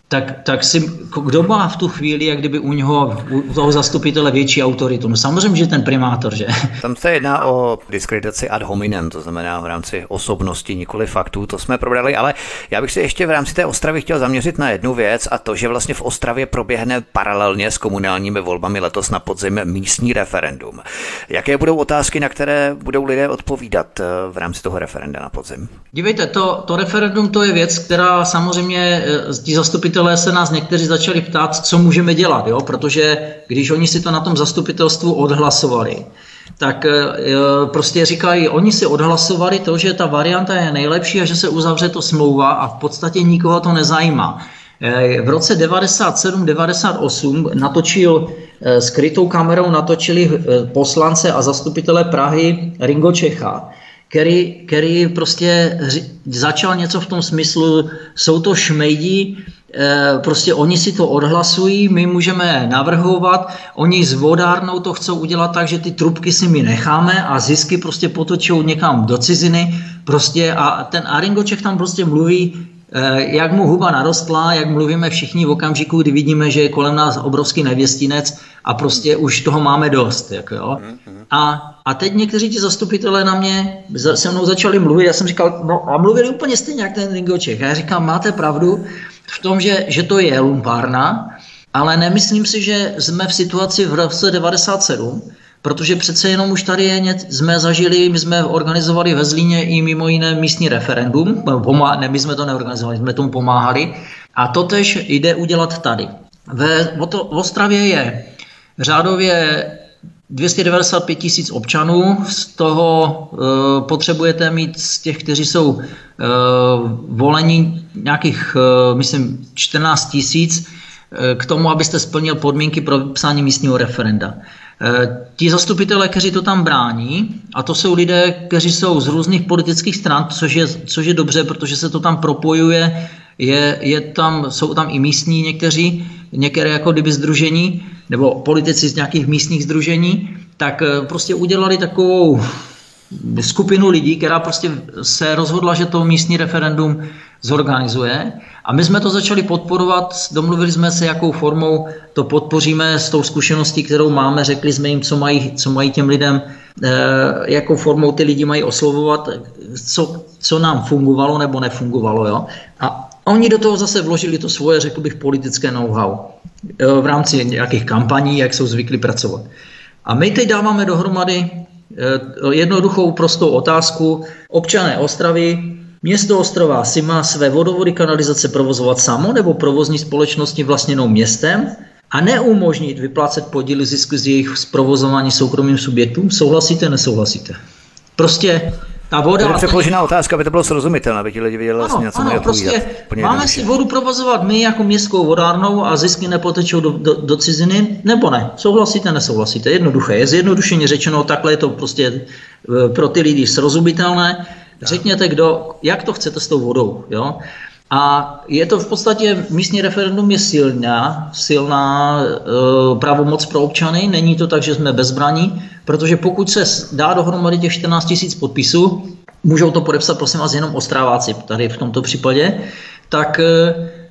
tak, tak si, kdo má v tu chvíli, jak kdyby u něho, u toho zastupitele větší autoritu? No samozřejmě, že ten primátor, že? Tam se jedná o diskreditaci ad hominem, to znamená v rámci osobnosti, nikoli faktů, to jsme probrali, ale já bych si ještě v rámci té Ostravy chtěl zaměřit na jednu věc, a to, že vlastně v Ostravě proběhne paralelně s komunálními volbami letos na podzim místní referendum. Jaké budou otázky, na které budou lidé odpovídat v rámci toho referenda na podzim? Dívejte, to, to referendum to je věc, která samozřejmě ti zastupitelé se nás někteří začali ptát, co můžeme dělat, jo? Protože když oni si to na tom zastupitelstvu odhlasovali, tak e, prostě říkají, oni si odhlasovali to, že ta varianta je nejlepší a že se uzavře to smlouva a v podstatě nikoho to nezajímá. E, v roce devadesát sedm devadesát osm natočil e, skrytou kamerou natočili e, poslance a zastupitelé Prahy Ringo Čecha, Který, který prostě začal něco v tom smyslu, jsou to šmejdi, prostě oni si to odhlasují, my můžeme navrhovat, oni s vodárnou to chcou udělat tak, že ty trubky si my necháme a zisky prostě potočou někam do ciziny, prostě a ten Ringo Čech tam prostě mluví, jak mu huba narostla, jak mluvíme všichni v okamžiku, kdy vidíme, že je kolem nás obrovský nevěstinec a prostě už toho máme dost. Jako jo. A, a teď někteří ti zastupitelé na mě se mnou začali mluvit, já jsem říkal, no a mluvili úplně stejně jak ten Ringo Čech. A já říkám, máte pravdu v tom, že, že to je lumpárna, ale nemyslím si, že jsme v situaci v roce devadesát sedm, protože přece jenom už tady je něco, jsme zažili, my jsme organizovali ve Zlíně i mimo jiné místní referendum, pomá, ne, my jsme to neorganizovali, jsme tomu pomáhali a to tež jde udělat tady. Ve v Ostravě je řádově dvě stě devadesát pět tisíc občanů, z toho e, potřebujete mít z těch, kteří jsou e, voleni nějakých, e, myslím, čtrnáct tisíc e, k tomu, abyste splnil podmínky pro vypsání místního referenda. E, ti zastupitelé, kteří to tam brání, a to jsou lidé, kteří jsou z různých politických stran, což je, což je dobře, protože se to tam propojuje, je, je tam, jsou tam i místní někteří, některé jako kdyby sdružení, nebo politici z nějakých místních sdružení, tak prostě udělali takovou skupinu lidí, která prostě se rozhodla, že to místní referendum zorganizuje. A my jsme to začali podporovat, domluvili jsme se, jakou formou to podpoříme s tou zkušeností, kterou máme, řekli jsme jim, co mají, co mají těm lidem, jakou formou ty lidi mají oslovovat, co, co nám fungovalo nebo nefungovalo. Jo? A oni do toho zase vložili to svoje, řekl bych, politické know-how v rámci nějakých kampaní, jak jsou zvyklí pracovat. A my teď dáváme dohromady jednoduchou, prostou otázku. Občané Ostravy, město Ostrava si má své vodovody, kanalizace provozovat samo nebo provozní společnosti vlastněnou městem a neumožnit vyplácet podíly zisku z jejich provozování soukromým subjektům? Souhlasíte, nesouhlasíte? Prostě ta voda... To je přepoložená otázka, aby to bylo srozumitelné, aby ti lidi věděli vlastně, na co mají odpovídat. Prostě máme si vodu provozovat my jako městskou vodárnou a zisky nepotečou do, do, do ciziny, nebo ne? Souhlasíte, nesouhlasíte? Jednoduché. Je zjednodušeně řečeno, takhle je to prostě pro ty lidi srozumitelné. Řekněte, kdo, jak to chcete s tou vodou, jo? A je to v podstatě, místní referendum je silná, silná e, pravomoc pro občany, není to tak, že jsme bezbraní, protože pokud se dá dohromady těch čtrnáct tisíc podpisů, můžou to podepsat, prosím vás, jenom Ostraváci tady v tomto případě, tak e,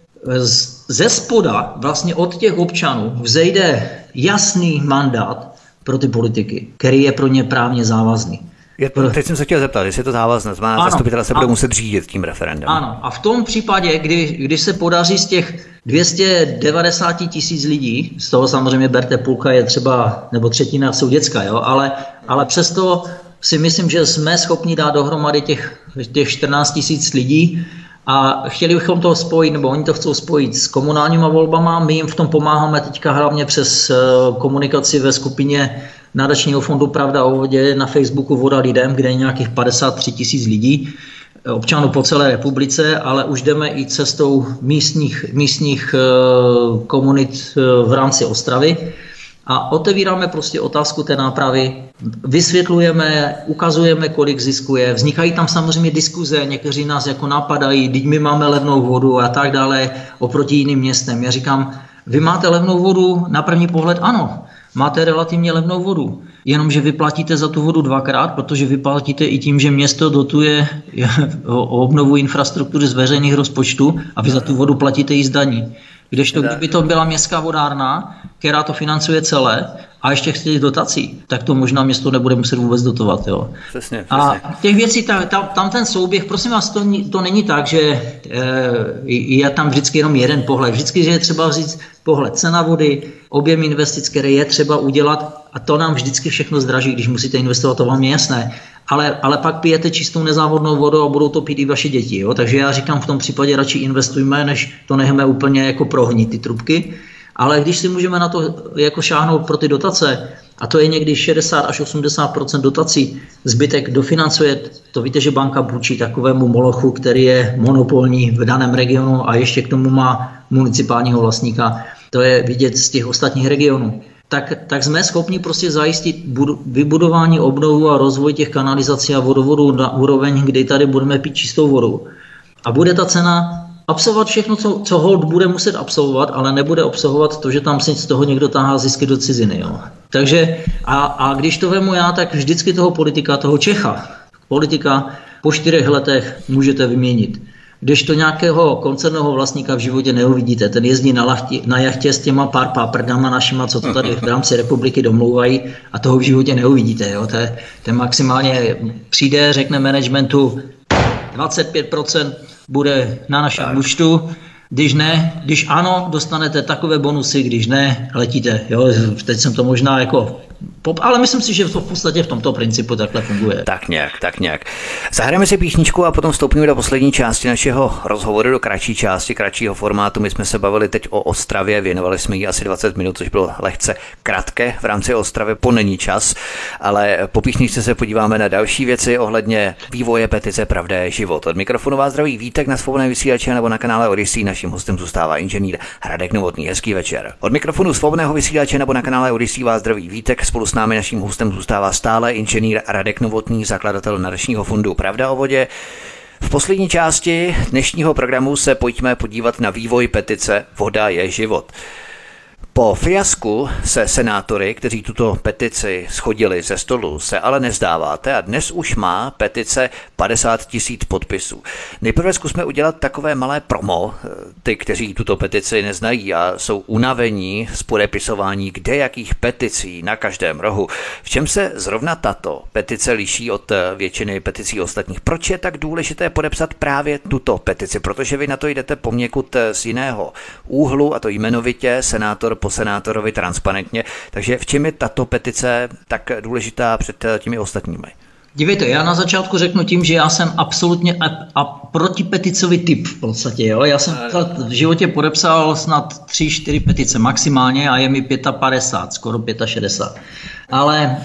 ze spoda vlastně od těch občanů vzejde jasný mandát pro ty politiky, který je pro ně právně závazný. Je, teď jsem se chtěl zeptat, jestli je to závazné, znamená, zastupitelé se budou muset řídit tím referendem. Ano, a v tom případě, kdy, když se podaří z těch dvě stě devadesát tisíc lidí, z toho samozřejmě berte půlka je třeba, nebo třetina jsou děcka, jo, ale, ale přesto si myslím, že jsme schopni dát dohromady těch, těch čtrnáct tisíc lidí a chtěli bychom to spojit, nebo oni to chcou spojit s komunálníma volbama, my jim v tom pomáháme teďka hlavně přes komunikaci ve skupině Nadačního fondu Pravda o vodě na Facebooku Voda lidem, kde je nějakých padesát tři tisíc lidí, občanů po celé republice, ale už jdeme i cestou místních, místních komunit v rámci Ostravy a otevíráme prostě otázku té nápravy, vysvětlujeme, ukazujeme, kolik ziskuje, vznikají tam samozřejmě diskuze, někteří nás jako napadají, teď my máme levnou vodu a tak dále oproti jiným městem. Já říkám, vy máte levnou vodu, na první pohled ano, máte relativně levnou vodu, jenomže vy platíte za tu vodu dvakrát, protože vy platíte i tím, že město dotuje o obnovu infrastruktury z veřejných rozpočtů a vy za tu vodu platíte i z daní. Kdežto kdyby to byla městská vodárna, která to financuje celé a ještě chce dotací, tak to možná město nebude muset vůbec dotovat. Jo. Přesně, přesně. A těch věcí, tam, tam, tam ten souběh, prosím vás, to, to není tak, že e, je tam vždycky jenom jeden pohled. Vždycky, že je třeba říct pohled cena vody, objem investic, které je třeba udělat, a to nám vždycky všechno zdraží, když musíte investovat, to vám je jasné. Ale, ale pak pijete čistou nezávodnou vodu a budou to pít i vaše děti. Jo? Takže já říkám, v tom případě radši investujme, než to necháme úplně jako prohnít ty trubky. Ale když si můžeme na to jako šáhnout pro ty dotace, a to je někdy šedesát až osmdesát procent dotací, zbytek dofinancuje, to víte, že banka půjčí takovému molochu, který je monopolní v daném regionu a ještě k tomu má municipálního vlastníka. To je vidět z těch ostatních regionů. Tak, tak jsme schopni prostě zajistit budu, vybudování, obnovu a rozvoj těch kanalizací a vodovodů na úroveň, kdy tady budeme pít čistou vodu. A bude ta cena absolvovat všechno, co, co hold bude muset absolvovat, ale nebude obsahovat to, že tam si z toho někdo táhá zisky do ciziny. Jo. Takže a, a když to vemu já, tak vždycky toho politika, toho Čecha, politika po čtyřech letech můžete vyměnit. Když to nějakého koncerného vlastníka v životě neuvidíte, ten jezdí na, lachtě, na jachtě s těma pár páprdama našima, co to tady v rámci republiky domlouvají, a toho v životě neuvidíte. Jo. To je, ten maximálně přijde, řekne managementu dvacet pět procent bude na našem účtu, když ne, když ano, dostanete takové bonusy, když ne, letíte. Jo. Teď jsem to možná jako pop, ale myslím si, že to v podstatě v tomto principu takhle funguje. Tak nějak, tak nějak. Zahrajeme si písničku a potom vstoupíme do poslední části našeho rozhovoru, do kratší části, kratšího formátu. My jsme se bavili teď o Ostravě, věnovali jsme jí asi dvacet minut, což bylo lehce krátké v rámci Ostravy, po není čas, ale po písničce se podíváme na další věci ohledně vývoje petice Pravda je život. Od mikrofonu vás zdraví Vítek na Svobodném vysílači nebo na kanále Odyssey. Naším hostem zůstává inženýr Radek Novotný. Hezký večer. Od mikrofonu Svobodného vysílače nebo na kanále Odyssey vás zdraví Vítek. Spolu s námi naším hostem zůstává stále inženýr Radek Novotný, zakladatel nadačního fondu Pravda o vodě. V poslední části dnešního programu se pojďme podívat na vývoj petice Voda je život. Po fiasku se senátory, kteří tuto petici shodili ze stolu, se ale nezdáváte a dnes už má petice padesát tisíc podpisů. Nejprve zkusme udělat takové malé promo, ty, kteří tuto petici neznají a jsou unavení z podepisování kdejakých peticí na každém rohu. V čem se zrovna tato petice liší od většiny peticí ostatních? Proč je tak důležité podepsat právě tuto petici? Protože vy na to jdete poněkud z jiného úhlu, a to jmenovitě senátor po senátorovi transparentně. Takže v čem je tato petice tak důležitá před těmi ostatními? Dívejte, já na začátku řeknu tím, že já jsem absolutně a, a protipeticový typ v podstatě. Jo? Já jsem v životě podepsal snad tři, čtyři petice maximálně a je mi padesát pět, skoro šedesát pět. Ale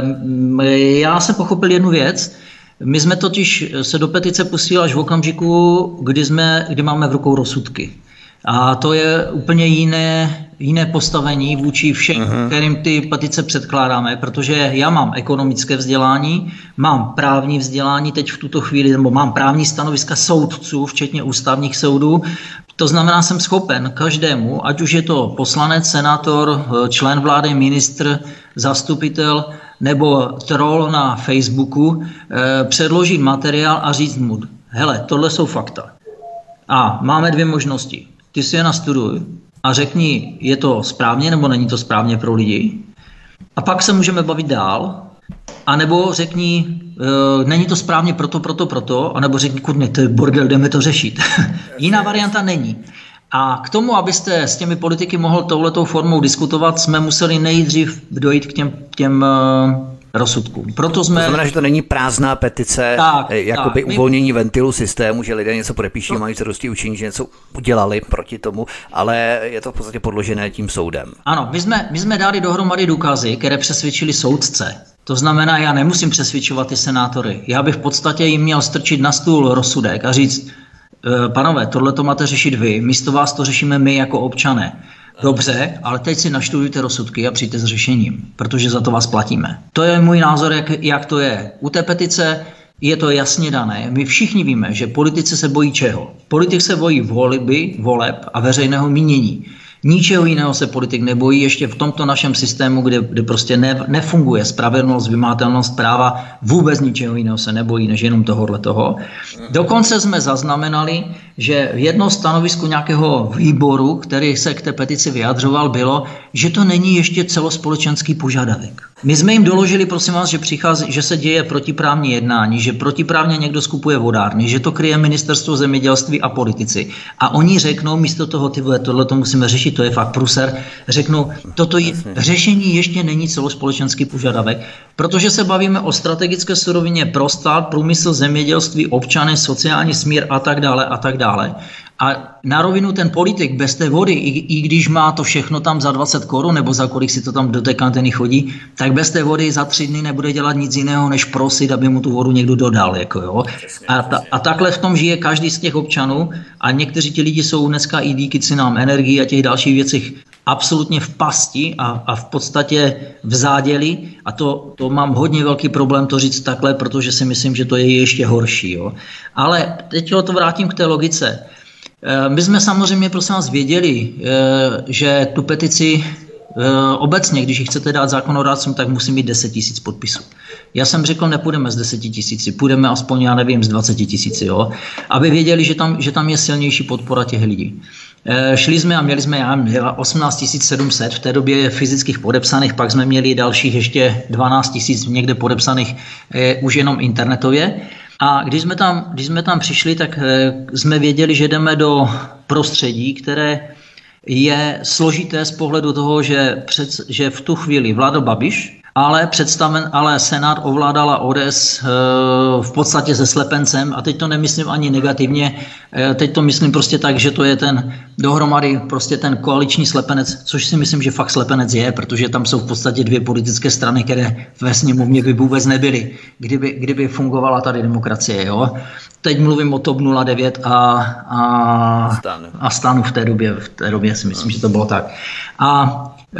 e, já jsem pochopil jednu věc. My jsme totiž se do petice pustili až v okamžiku, kdy, jsme, kdy máme v rukou rozsudky. A to je úplně jiné, jiné postavení vůči všem, uh-huh. kterým ty petice předkládáme, protože já mám ekonomické vzdělání, mám právní vzdělání teď v tuto chvíli, nebo mám právní stanoviska soudců, včetně ústavních soudů. To znamená, jsem schopen každému, ať už je to poslanec, senátor, člen vlády, ministr, zastupitel nebo troll na Facebooku, eh, předložit materiál a říct mu, hele, tohle jsou fakta. A máme dvě možnosti. Ty si je nastuduj a řekni, je to správně nebo není to správně pro lidi. A pak se můžeme bavit dál. A nebo řekni, e, není to správně proto, proto, proto. A nebo řekni, kurně, to je bordel, jdeme to řešit. Jiná varianta není. A k tomu, abyste s těmi politiky mohl touhletou formou diskutovat, jsme museli nejdřív dojít k těm, těm rozsudkům. Proto jsme... To znamená, že to není prázdná petice, tak, jakoby tak, uvolnění my... ventilu systému, že lidé něco podepíší, no. mají se dosti učení, že něco udělali proti tomu, ale je to v podstatě podložené tím soudem. Ano, my jsme, my jsme dali dohromady důkazy, které přesvědčili soudce. To znamená, já nemusím přesvědčovat ty senátory. Já bych v podstatě jim měl strčit na stůl rozsudek a říct, panové, tohle to máte řešit vy, místo vás to řešíme my jako občané. Dobře, ale teď si naštudujte rozsudky a přijďte s řešením, protože za to vás platíme. To je můj názor, jak, jak to je. U té petice je to jasně dané. My všichni víme, že politici se bojí čeho? Politik se bojí volby, voleb a veřejného mínění. Ničeho jiného se politik nebojí, ještě v tomto našem systému, kde, kde prostě ne, nefunguje spravedlnost, vymahatelnost práva, vůbec ničeho jiného se nebojí, než jenom tohohle toho. Dokonce jsme zaznamenali, že v jednom stanovisku nějakého výboru, který se k té petici vyjadřoval, bylo, že to není ještě celospolečenský požadavek. My jsme jim doložili, prosím vás, že přichází, že se děje protiprávní jednání, že protiprávně někdo skupuje vodárny, že to kryje ministerstvo zemědělství a politici. A oni řeknou, místo toho, ty vole, tohle to musíme řešit, to je fakt pruser, řeknou, toto je, řešení ještě není celospolečenský požadavek, protože se bavíme o strategické surovině pro stát, průmysl, zemědělství, občany, sociální smír a tak dále a tak dále. A na rovinu ten politik bez té vody, i, i když má to všechno tam za dvacet korun, nebo za kolik si to tam do té kantiny chodí, tak bez té vody za tři dny nebude dělat nic jiného, než prosit, aby mu tu vodu někdo dodal. Jako jo. A, ta, a takhle v tom žije každý z těch občanů a někteří ti lidi jsou dneska i díky cenám energii a těch dalších věcech absolutně v pasti a, a v podstatě v záděli a to, to mám hodně velký problém to říct takhle, protože si myslím, že to je ještě horší. Jo. Ale teď to vrátím k té logice. My jsme samozřejmě, prosím vás, věděli, že tu petici obecně, když ji chcete dát zákonodárcům, tak musí mít deset tisíc podpisů. Já jsem řekl, nepůjdeme z deseti tisíci, půjdeme aspoň, já nevím, z dvaceti tisíci, jo? Aby věděli, že tam, že tam je silnější podpora těch lidí. Šli jsme a měli jsme já osmnáct tisíc sedm set v té době fyzických podepsaných, pak jsme měli dalších ještě dvanáct tisíc někde podepsaných už jenom internetově. A když jsme tam, když jsme tam přišli, tak jsme věděli, že jdeme do prostředí, které je složité z pohledu toho, že, před, že v tu chvíli vládl Babiš, ale, představen, ale Senát ovládala O D S e, v podstatě se slepencem a teď to nemyslím ani negativně, e, teď to myslím prostě tak, že to je ten dohromady prostě ten koaliční slepenec, což si myslím, že fakt slepenec je, protože tam jsou v podstatě dvě politické strany, které ve sněmovně by vůbec nebyly, kdyby, kdyby fungovala tady demokracie. Jo? Teď mluvím o TOP nula devět a, a, Stanu. a Stanu v té době, v té době si myslím, že to bylo tak. A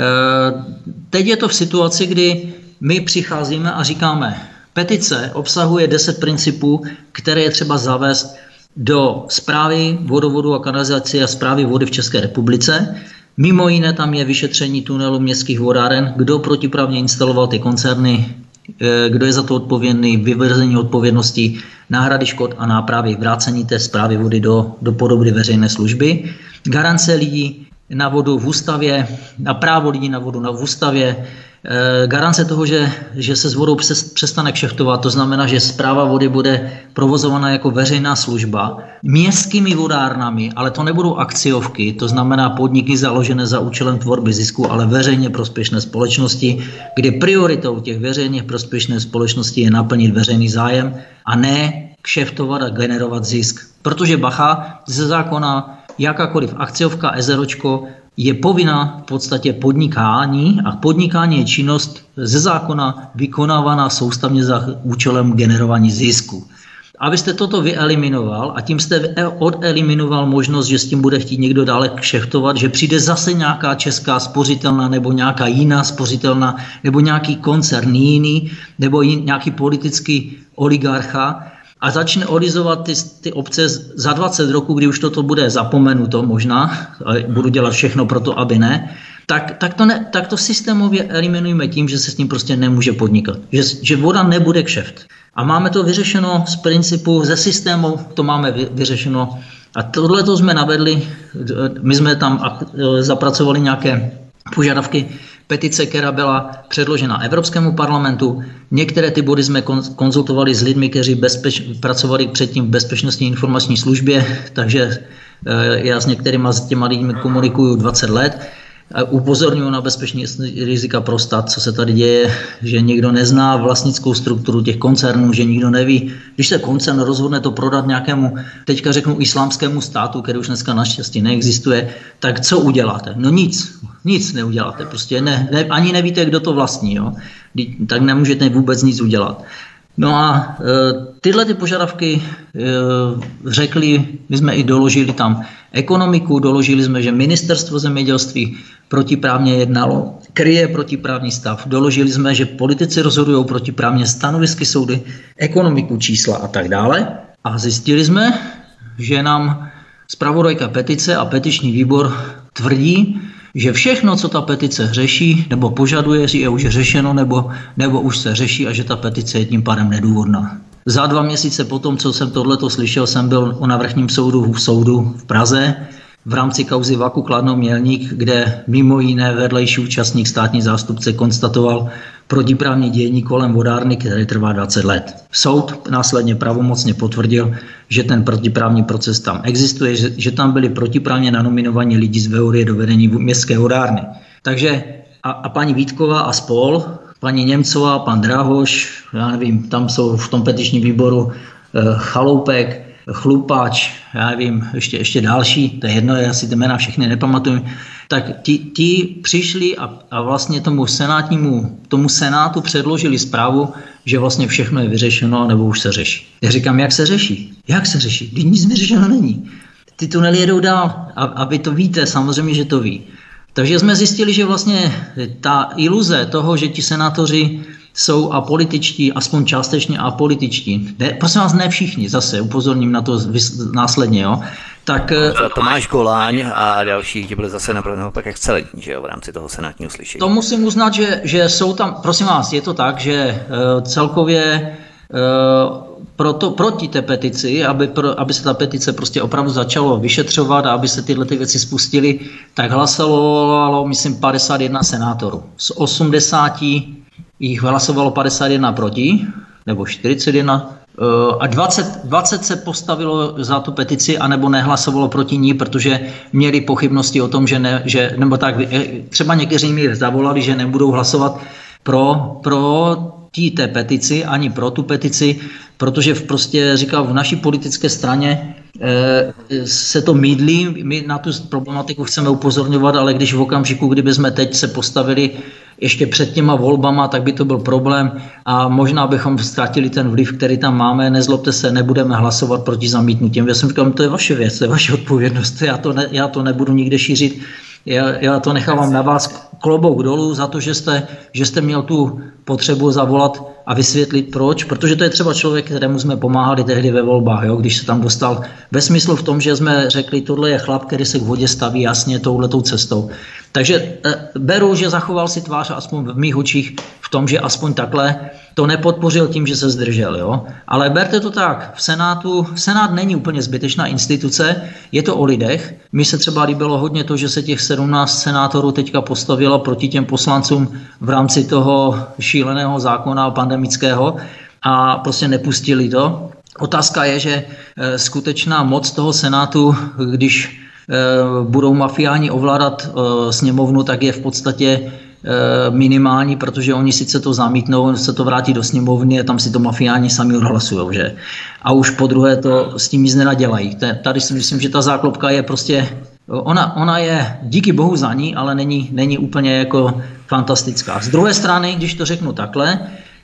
teď je to v situaci, kdy my přicházíme a říkáme, petice obsahuje deset principů, které je třeba zavést do správy vodovodu a kanalizace a správy vody v České republice. Mimo jiné tam je vyšetření tunelu městských vodáren, kdo protiprávně instaloval ty koncerny, kdo je za to odpovědný, vyvrzení odpovědnosti, náhrady škod a nápravy, vrácení té správy vody do, do podoby veřejné služby, garance lidí na vodu v ústavě, na právo lidí na vodu na v ústavě, e, garance toho, že, že se s vodou přes, přestane kšeftovat, to znamená, že správa vody bude provozovaná jako veřejná služba městskými vodárnami, ale to nebudou akciovky, to znamená podniky založené za účelem tvorby zisku, ale veřejně prospěšné společnosti, kde prioritou těch veřejně prospěšných společností je naplnit veřejný zájem a ne kšeftovat a generovat zisk. Protože bacha ze zákona jakákoliv akciovka, ezeročko je povinná v podstatě podnikání a podnikání je činnost ze zákona vykonávaná soustavně za účelem generování zisku. Abyste toto vyeliminoval a tím jste odeliminoval možnost, že s tím bude chtít někdo dále kšeftovat, že přijde zase nějaká česká spořitelna nebo nějaká jiná spořitelna nebo nějaký koncern jiný nebo jin, nějaký politický oligarcha, a začne olizovat ty, ty obce za dvacet roků, kdy už toto bude zapomenuto možná, ale budu dělat všechno pro to, aby ne, tak, tak, to, ne, tak to systémově eliminujeme tím, že se s tím prostě nemůže podnikat. Že, že voda nebude kšeft. A máme to vyřešeno z principu, ze systému to máme vy, vyřešeno. A tohle to jsme navedli, my jsme tam zapracovali nějaké požadavky, petice, která byla předložena Evropskému parlamentu. Některé ty body jsme konzultovali s lidmi, kteří bezpeč, pracovali předtím v bezpečnostní informační službě, takže já s některými z těma lidmi komunikuju dvacet let. Upozorňuji na bezpečnostní rizika pro stát, co se tady děje, že někdo nezná vlastnickou strukturu těch koncernů, že nikdo neví. Když se koncern rozhodne to prodat nějakému, teďka řeknu islámskému státu, který už dneska naštěstí neexistuje, tak co uděláte? No nic, nic neuděláte, prostě ne, ne, ani nevíte, kdo to vlastní, jo? Tak nemůžete vůbec nic udělat. No a e, tyhle ty požadavky e, řekli, my jsme i doložili tam ekonomiku, doložili jsme, že ministerstvo zemědělství protiprávně jednalo, kryje protiprávní stav, doložili jsme, že politici rozhodují protiprávně, stanovisky soudy, ekonomiku, čísla a tak dále. A zjistili jsme, že nám zpravodajka petice a petiční výbor tvrdí, že všechno, co ta petice řeší nebo požaduje, je už řešeno nebo, nebo už se řeší a že ta petice je tím pádem nedůvodná. Za dva měsíce potom, co jsem tohleto slyšel, jsem byl na vrchním soudu v soudu v Praze v rámci kauzy Vaku Kladno Mělník, kde mimo jiné vedlejší účastník státní zástupce konstatoval protiprávní dění kolem vodárny, které trvá dvacet let. Soud následně pravomocně potvrdil, že ten protiprávní proces tam existuje, že, že tam byli protiprávně nanominovaní lidi z Veolie do vedení městské vodárny. Takže a, a paní Vítková a spol, paní Němcová, pan Drahoš, já nevím, tam jsou v tom petičním výboru e, Chaloupek, Chlupač, já nevím, ještě, ještě další, to je jedno, já si ty jména všechny nepamatuju, tak ti, ti přišli a, a vlastně tomu senátnímu, tomu senátu předložili zprávu, že vlastně všechno je vyřešeno nebo už se řeší. Já říkám, jak se řeší? Jak se řeší? Když nic vyřešeno není. Ty tunely jedou dál a, a vy to víte, samozřejmě, že to ví. Takže jsme zjistili, že vlastně ta iluze toho, že ti senátoři jsou apolitičtí, aspoň částečně apolitičtí. Ne, prosím vás, ne všichni, zase upozorním na to následně, jo. Tak Tomáš Goláň a další, ti byli zase naopak excelentní, že jo, v rámci toho senátního slyšení. To musím uznat, že, že jsou tam, prosím vás, je to tak, že uh, celkově uh, proto, proti té petici, aby, pro, aby se ta petice prostě opravdu začalo vyšetřovat a aby se tyhle ty věci spustily, tak hlasovalo, myslím, padesát jedna senátorů. Z osmdesáti jich hlasovalo padesát jedna proti, nebo čtyřicet jedna, a dvacet, dvacet se postavilo za tu petici, anebo nehlasovalo proti ní, protože měli pochybnosti o tom, že, ne, že nebo tak, třeba někteří mi zavolali, že nebudou hlasovat pro, pro tí té petici, ani pro tu petici, protože v prostě, říkám, v naší politické straně e, se to mýdlí, my na tu problematiku chceme upozorňovat, ale když v okamžiku, kdyby jsme teď se postavili ještě před těma volbama, tak by to byl problém a možná bychom ztratili ten vliv, který tam máme. Nezlobte se, nebudeme hlasovat proti zamítnutím. Já jsem říkal, to je vaše věc, to je vaše odpovědnost, já to, ne, já to nebudu nikde šířit. Já, já to nechávám na vás, klobouk dolů za to, že jste, že jste měl tu potřebu zavolat a vysvětlit proč, protože to je třeba člověk, kterému jsme pomáhali tehdy ve volbách, jo, když se tam dostal ve smyslu v tom, že jsme řekli, tohle je chlap, který se k vodě staví jasně touhletou cestou. Takže e, beru, že zachoval si tvář aspoň v mých očích v tom, že aspoň takhle to nepodpořil tím, že se zdržel. Jo? Ale berte to tak, v Senátu, Senát není úplně zbytečná instituce, je to o lidech. Mně se třeba líbilo hodně to, že se těch sedmnáct senátorů teďka postavilo proti těm poslancům v rámci toho šíleného zákona pandemického a prostě nepustili to. Otázka je, že e, skutečná moc toho Senátu, když e, budou mafiáni ovládat e, sněmovnu, tak je v podstatě minimální, protože oni sice to zamítnou, se to vrátí do sněmovny a tam si to mafiáni sami odhlasujou, že? A už po druhé to s tím nic nenadělají. Tady si myslím, že ta záklopka je prostě, ona, ona je díky bohu za ní, ale není, není úplně jako fantastická. Z druhé strany, když to řeknu takhle,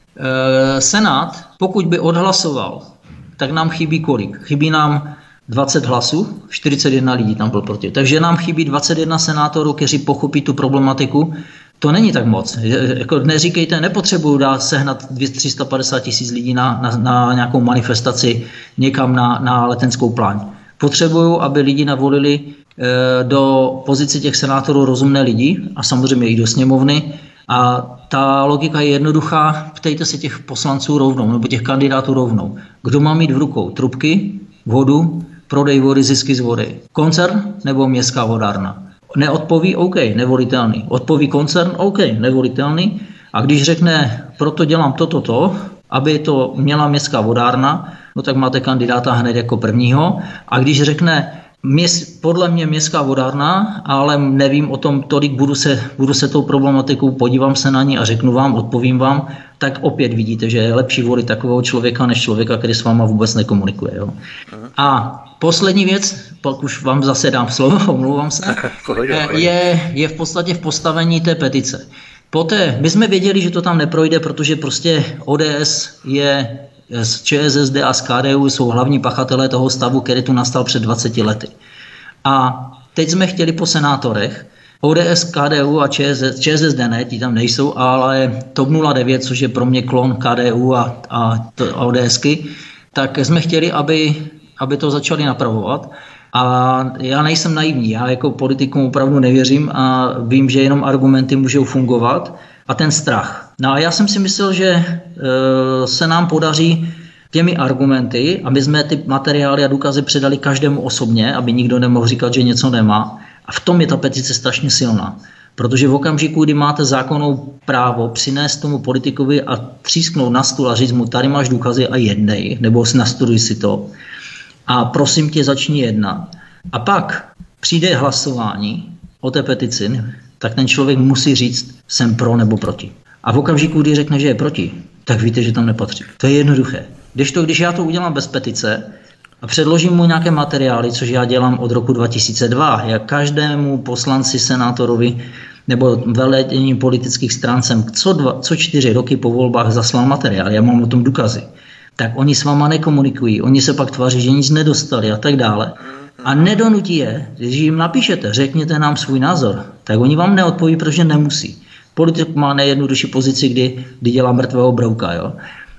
Senát, pokud by odhlasoval, tak nám chybí kolik? Chybí nám dvacet hlasů, čtyřicet jedna lidí tam byl proti. Takže nám chybí dvacet jedna senátorů, kteří pochopí tu problematiku. To není tak moc. Jako neříkejte, nepotřebuju dát sehnat dvě stě tři sta padesát tisíc lidí na, na, na nějakou manifestaci někam na, na letenskou pláň. Potřebuju, aby lidi navolili e, do pozice těch senátorů rozumné lidi a samozřejmě i do sněmovny. A ta logika je jednoduchá. Ptejte se těch poslanců rovnou, nebo těch kandidátů rovnou. Kdo má mít v rukou trubky, vodu, prodej vody, zisky z vody? Koncern nebo městská vodárna? Neodpoví, OK, nevolitelný. Odpoví koncern, OK, nevolitelný. A když řekne, proto dělám toto, to, aby to měla městská vodárna, no tak máte kandidáta hned jako prvního. A když řekne, měst, podle mě městská vodárna, ale nevím o tom tolik, budu se, budu se tou problematikou, podívám se na ní a řeknu vám, odpovím vám, tak opět vidíte, že je lepší volit takového člověka, než člověka, který s váma vůbec nekomunikuje. Jo. A poslední věc, pak už vám zase dám slovo, omlouvám se, je, je v podstatě v postavení té petice. Poté, my jsme věděli, že to tam neprojde, protože prostě O D S je z ČSSD a z K D U jsou hlavní pachatelé toho stavu, který tu nastal před dvaceti lety. A teď jsme chtěli po senátorech, O D S, K D U a ČSSD ne, ti tam nejsou, ale TOP nula devět, což je pro mě klon K D U a, a ODSky, tak jsme chtěli, aby, aby to začali napravovat. A já nejsem naivní, já jako politikům opravdu nevěřím a vím, že jenom argumenty můžou fungovat a ten strach. No a já jsem si myslel, že e, se nám podaří těmi argumenty, aby jsme ty materiály a důkazy předali každému osobně, aby nikdo nemohl říkat, že něco nemá. A v tom je ta petice strašně silná. Protože v okamžiku, kdy máte zákonnou právo přinést tomu politikovi a třísknout na stůl a říct mu, tady máš důkazy a jednej, nebo nastuduj si to a prosím tě, začni jednat. A pak přijde hlasování o té petici, tak ten člověk musí říct, jsem pro nebo proti. A v okamžiku, kdy řekne, že je proti, tak víte, že tam nepatří. To je jednoduché. Když, to, když já to udělám bez petice a předložím mu nějaké materiály, což já dělám od roku dva tisíce dva, jak každému poslanci, senátorovi nebo veledění politických stran jsem co, dva, co čtyři roky po volbách zaslal materiál, já mám o tom důkazy, tak oni s váma nekomunikují, oni se pak tváří, že nic nedostali a tak dále. A nedonutí je, když jim napíšete, řekněte nám svůj názor, tak oni vám neodpoví, protože nemusí. Politik má nejjednodušší pozici, kdy, kdy dělá mrtvého brouka, jo.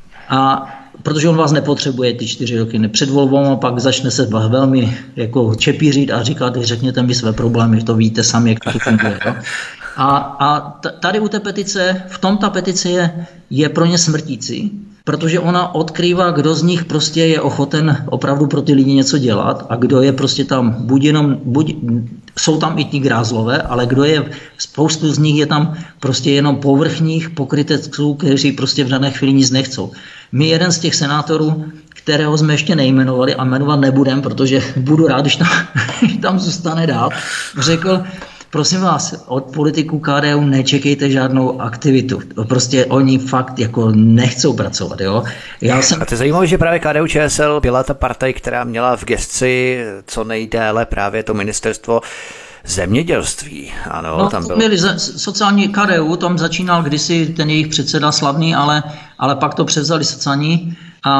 A protože on vás nepotřebuje ty čtyři roky před volbou a pak začne se vás velmi jako čepířit a říkat, řekněte mi své problémy, to víte sami, jak to funguje. Jo? A, a tady u té petice, v tom ta petice je, je pro ně smrtící, protože ona odkrývá, kdo z nich prostě je ochoten opravdu pro ty lidi něco dělat a kdo je prostě tam, buď jenom, buď, jsou tam i ti grázlové, ale kdo je, spoustu z nich je tam prostě jenom povrchních pokryteců, kteří prostě v dané chvíli nic nechcou. My jeden z těch senátorů, kterého jsme ještě nejmenovali a jmenovat nebudem, protože budu rád, když tam, tam zůstane dál, řekl, prosím vás, od politiků K D U nečekejte žádnou aktivitu. Prostě oni fakt jako nechcou pracovat. Jo? Já jsem... A to je zajímavé, že právě K D U Č S L byla ta partaj, která měla v gesci co nejdéle právě to ministerstvo zemědělství. Ano, no, tam byl. Měli sociální K D U, tam začínal kdysi ten jejich předseda slavný, ale, ale pak to převzali sociální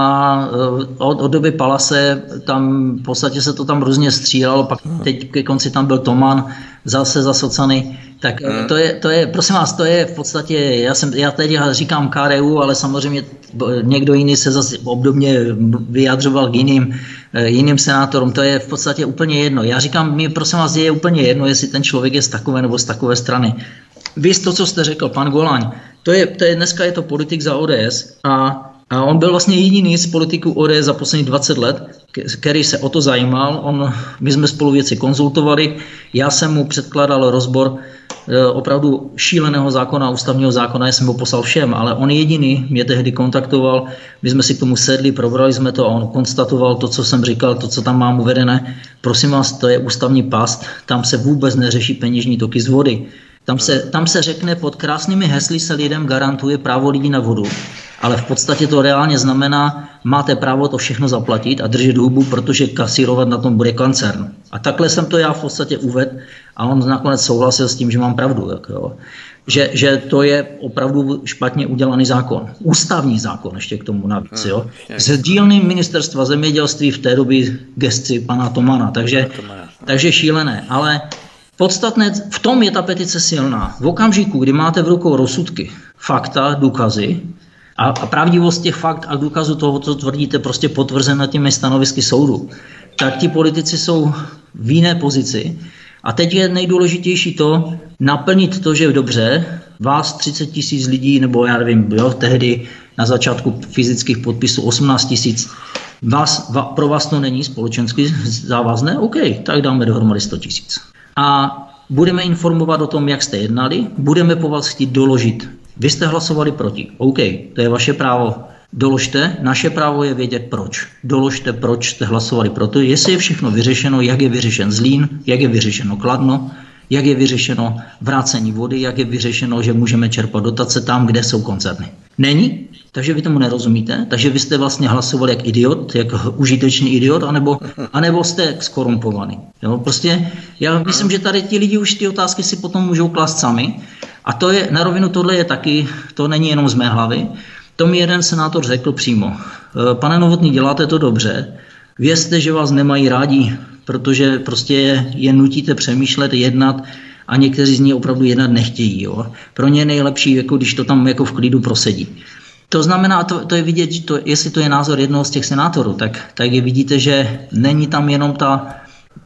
a od, od doby Palase tam v podstatě se to tam různě střílelo, pak teď ke konci tam byl Toman, zase za socany, tak hmm. to je, to je, prosím vás, to je v podstatě, já jsem, já teď říkám K D U, ale samozřejmě někdo jiný se zase obdobně vyjadřoval k jiným, jiným senátorům, to je v podstatě úplně jedno. Já říkám, mi prosím vás, je úplně jedno, jestli ten člověk je z takové nebo z takové strany. Vy to, co jste řekl, pan Goláň, to je, to je, dneska je to politik za O D S a A on byl vlastně jediný z politiků O D S za posledních dvacet let, který se o to zajímal. On, my jsme spolu věci konzultovali, já jsem mu předkládal rozbor e, opravdu šíleného zákona, ústavního zákona, já jsem ho poslal všem, ale on jediný mě tehdy kontaktoval, my jsme si k tomu sedli, probrali jsme to a on konstatoval to, co jsem říkal, to, co tam mám uvedené. Prosím vás, to je ústavní past, tam se vůbec neřeší peněžní toky z vody. Tam se, tam se řekne, pod krásnými hesly se lidem garantuje právo lidí na vodu, ale v podstatě to reálně znamená, máte právo to všechno zaplatit a držet hubu, protože kasírovat na tom bude koncern. A takhle jsem to já v podstatě uvedl a on nakonec souhlasil s tím, že mám pravdu. Tak jo. Že, že to je opravdu špatně udělaný zákon. Ústavní zákon ještě k tomu navíc. Jo. Z dílny ministerstva zemědělství v té době gesci pana Tomana. Takže, takže šílené. Ale podstatné, v tom je ta petice silná. V okamžiku, kdy máte v rukou rozsudky, fakta, důkazy a, a pravdivost těch fakt a důkazů toho, co tvrdíte, prostě potvrzeno těmi stanovisky soudu, tak ti politici jsou v jiné pozici. A teď je nejdůležitější to, naplnit to, že dobře, vás třicet tisíc lidí, nebo já nevím, jo, tehdy na začátku fyzických podpisů osmnáct tisíc, vás, va, pro vás to není společensky závazné, OK, tak dáme dohromady sto tisíc. A budeme informovat o tom, jak jste jednali, budeme po vás chtít doložit. Vy jste hlasovali proti. OK, to je vaše právo. Doložte, naše právo je vědět proč. Doložte, proč jste hlasovali proto, jestli je všechno vyřešeno, jak je vyřešen Zlín, jak je vyřešeno Kladno, jak je vyřešeno vrácení vody, jak je vyřešeno, že můžeme čerpat dotace tam, kde jsou koncerny. Není? Takže vy tomu nerozumíte? Takže vy jste vlastně hlasovali jak idiot, jak užitečný idiot, anebo, anebo jste skorumpovaný. Jo? Prostě já myslím, že tady ti lidi už ty otázky si potom můžou klást sami. A to je, na rovinu tohle je taky, to není jenom z mé hlavy. To mi jeden senátor řekl přímo. Pane Novotný, děláte to dobře, vězte, že vás nemají rádi, protože prostě je, je nutíte přemýšlet, jednat a někteří z nich opravdu jednat nechtějí. Jo. Pro ně je nejlepší, jako když to tam jako v klidu prosedí. To znamená, to, to je vidět, to, jestli to je názor jednoho z těch senátorů, tak, tak je vidíte, že není tam jenom ta,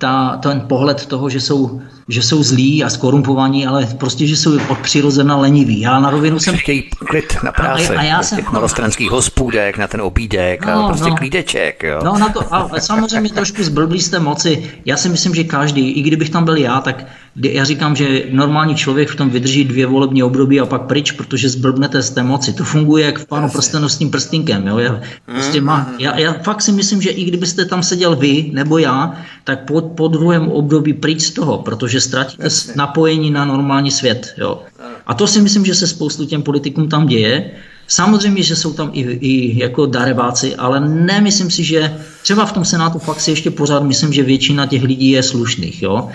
ta, ten pohled toho, že jsou, že jsou zlí a skorumpovaní, ale prostě, že jsou od přirozena leniví. Já na rovinu jsem... Chtějí klid na práci, a, a já jsem, těch malostranských hospůdek, na ten obídek, no, a prostě no, klídeček. Jo. No na to, a samozřejmě trošku zblblí z té moci. Já si myslím, že každý, i kdybych tam byl já, tak já říkám, že normální člověk v tom vydrží dvě volební období a pak pryč, protože zblbnete z té moci. To funguje jak v Pánu prstenu s tím prstínkem. Jo. Já, prostě má, já, já fakt si myslím, že i kdybyste tam seděl vy nebo já, tak po, po druhém období pryč z toho, protože ztratíte napojení na normální svět. Jo. A to si myslím, že se spoustu těm politikům tam děje. Samozřejmě, že jsou tam i, i jako darebáci, ale nemyslím si, že třeba v tom Senátu fakt si ještě pořád myslím, že většina těch lidí je slušných. Jo.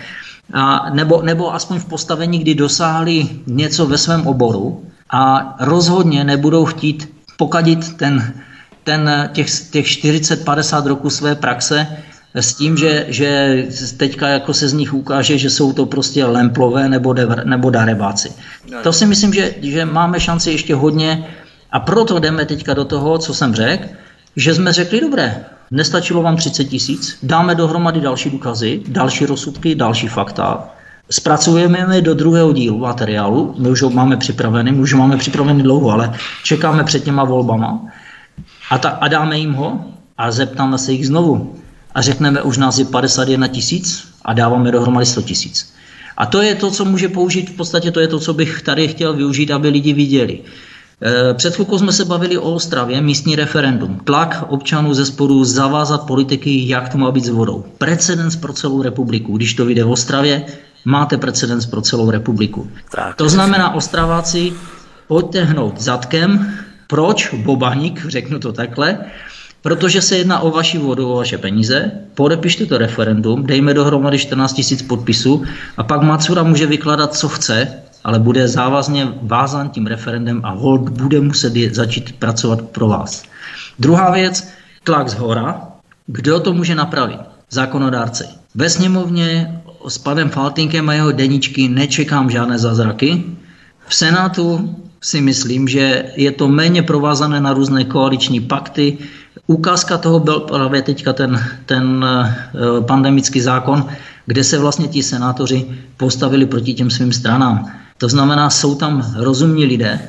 A nebo, nebo aspoň v postavení, kdy dosáhli něco ve svém oboru a rozhodně nebudou chtít pokadit ten, ten, těch, těch čtyřicet padesát roků své praxe s tím, že, že teďka jako se z nich ukáže, že jsou to prostě lemplové nebo, dev, nebo darebáci. To si myslím, že, že máme šanci ještě hodně a proto jdeme teďka do toho, co jsem řekl, že jsme řekli, dobré, nestačilo vám třicet tisíc, dáme dohromady další důkazy, další rozsudky, další fakta, zpracujeme je do druhého dílu materiálu, my už ho máme připravený, my už ho máme připravený dlouho, ale čekáme před těma volbama a, ta, a dáme jim ho a zeptáme se jich znovu. A řekneme, už nás je padesát jedna tisíc a dáváme dohromady sto tisíc. A to je to, co může použít, v podstatě to je to, co bych tady chtěl využít, aby lidi viděli. Před chvilkou jsme se bavili o Ostravě, místní referendum. Tlak občanů ze spodu zavázat politiky, jak to má být s vodou. Precedens pro celou republiku. Když to vyjde v Ostravě, máte precedens pro celou republiku. Tak, to znamená, Ostraváci, pojďte hnout zadkem. Proč? Bobaník, řeknu to takhle. Protože se jedná o vaši vodu, o vaše peníze, podepište to referendum, dejme dohromady čtrnáct tisíc podpisů a pak Macura může vykládat, co chce, ale bude závazně vázán tím referendem a hold bude muset začít pracovat pro vás. Druhá věc, tlak zhora. Kdo to může napravit? Zákonodárci. Ve sněmovně s panem Faltýnkem a jeho deníčky nečekám žádné zázraky. V Senátu si myslím, že je to méně provázané na různé koaliční pakty. Ukázka toho byl právě teďka ten, ten pandemický zákon, kde se vlastně ti senátoři postavili proti těm svým stranám. To znamená, jsou tam rozumní lidé.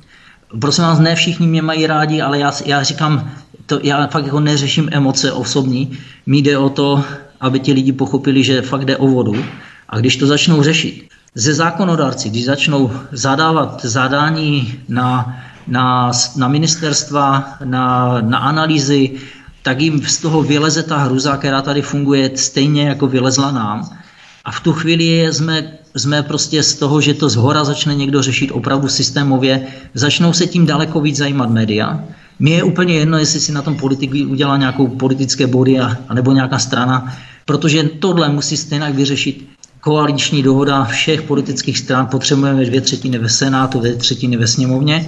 Prosím vás, ne všichni mě mají rádi, ale já, já říkám, to, já fakt jako neřeším emoce osobní. Mně jde o to, aby ti lidi pochopili, že fakt jde o vodu. A když to začnou řešit, ze zákonodárci, když začnou zadávat zadání na, na, na ministerstva, na, na analýzy, tak jim z toho vyleze ta hruza, která tady funguje stejně, jako vylezla nám. A v tu chvíli jsme, jsme prostě z toho, že to zhora začne někdo řešit opravdu systémově, začnou se tím daleko víc zajímat média. Mně je úplně jedno, jestli si na tom politik udělá nějakou politické body a, nebo nějaká strana, protože tohle musí stejně vyřešit koaliční dohoda všech politických stran, potřebujeme dvě třetiny ve Senátu, dvě třetiny ve sněmovně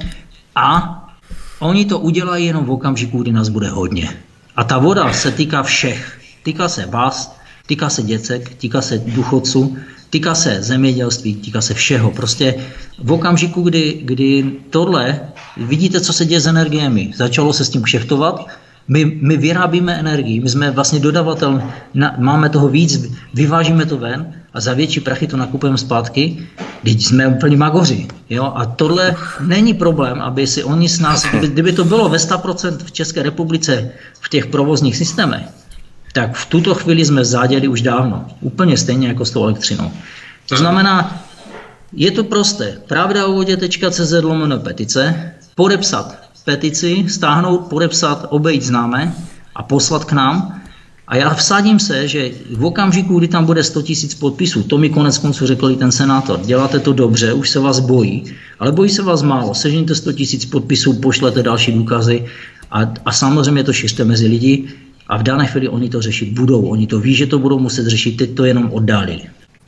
a oni to udělají jenom v okamžiku, kdy nás bude hodně. A ta voda se týká všech. Týká se vás, týká se děcek, týká se důchodců, týká se zemědělství, týká se všeho. Prostě v okamžiku, kdy, kdy tohle, vidíte, co se děje s energiemi, začalo se s tím kšeftovat, my, my vyrábíme energii, my jsme vlastně dodavatel, na, máme toho víc, vyvážíme to ven a za větší prachy to nakupujeme zpátky, když jsme úplně magoři. Jo? A tohle není problém, aby si oni s nás, kdyby, kdyby to bylo ve sto procent v České republice v těch provozních systémech, tak v tuto chvíli jsme záděli už dávno. Úplně stejně jako s tou elektřinou. To znamená, je to prosté. Pravda o vodě tečka cé zet lomeno petice, podepsat petici, stáhnout, podepsat, obejít známé a poslat k nám. A já vsadím se, že v okamžiku, kdy tam bude sto tisíc podpisů, to mi konec konců řekl i ten senátor, děláte to dobře, už se vás bojí, ale bojí se vás málo, sežněte sto tisíc podpisů, pošlete další důkazy a, a samozřejmě to šiřte mezi lidi a v dané chvíli oni to řešit budou, oni to ví, že to budou muset řešit, teď to jenom oddálili.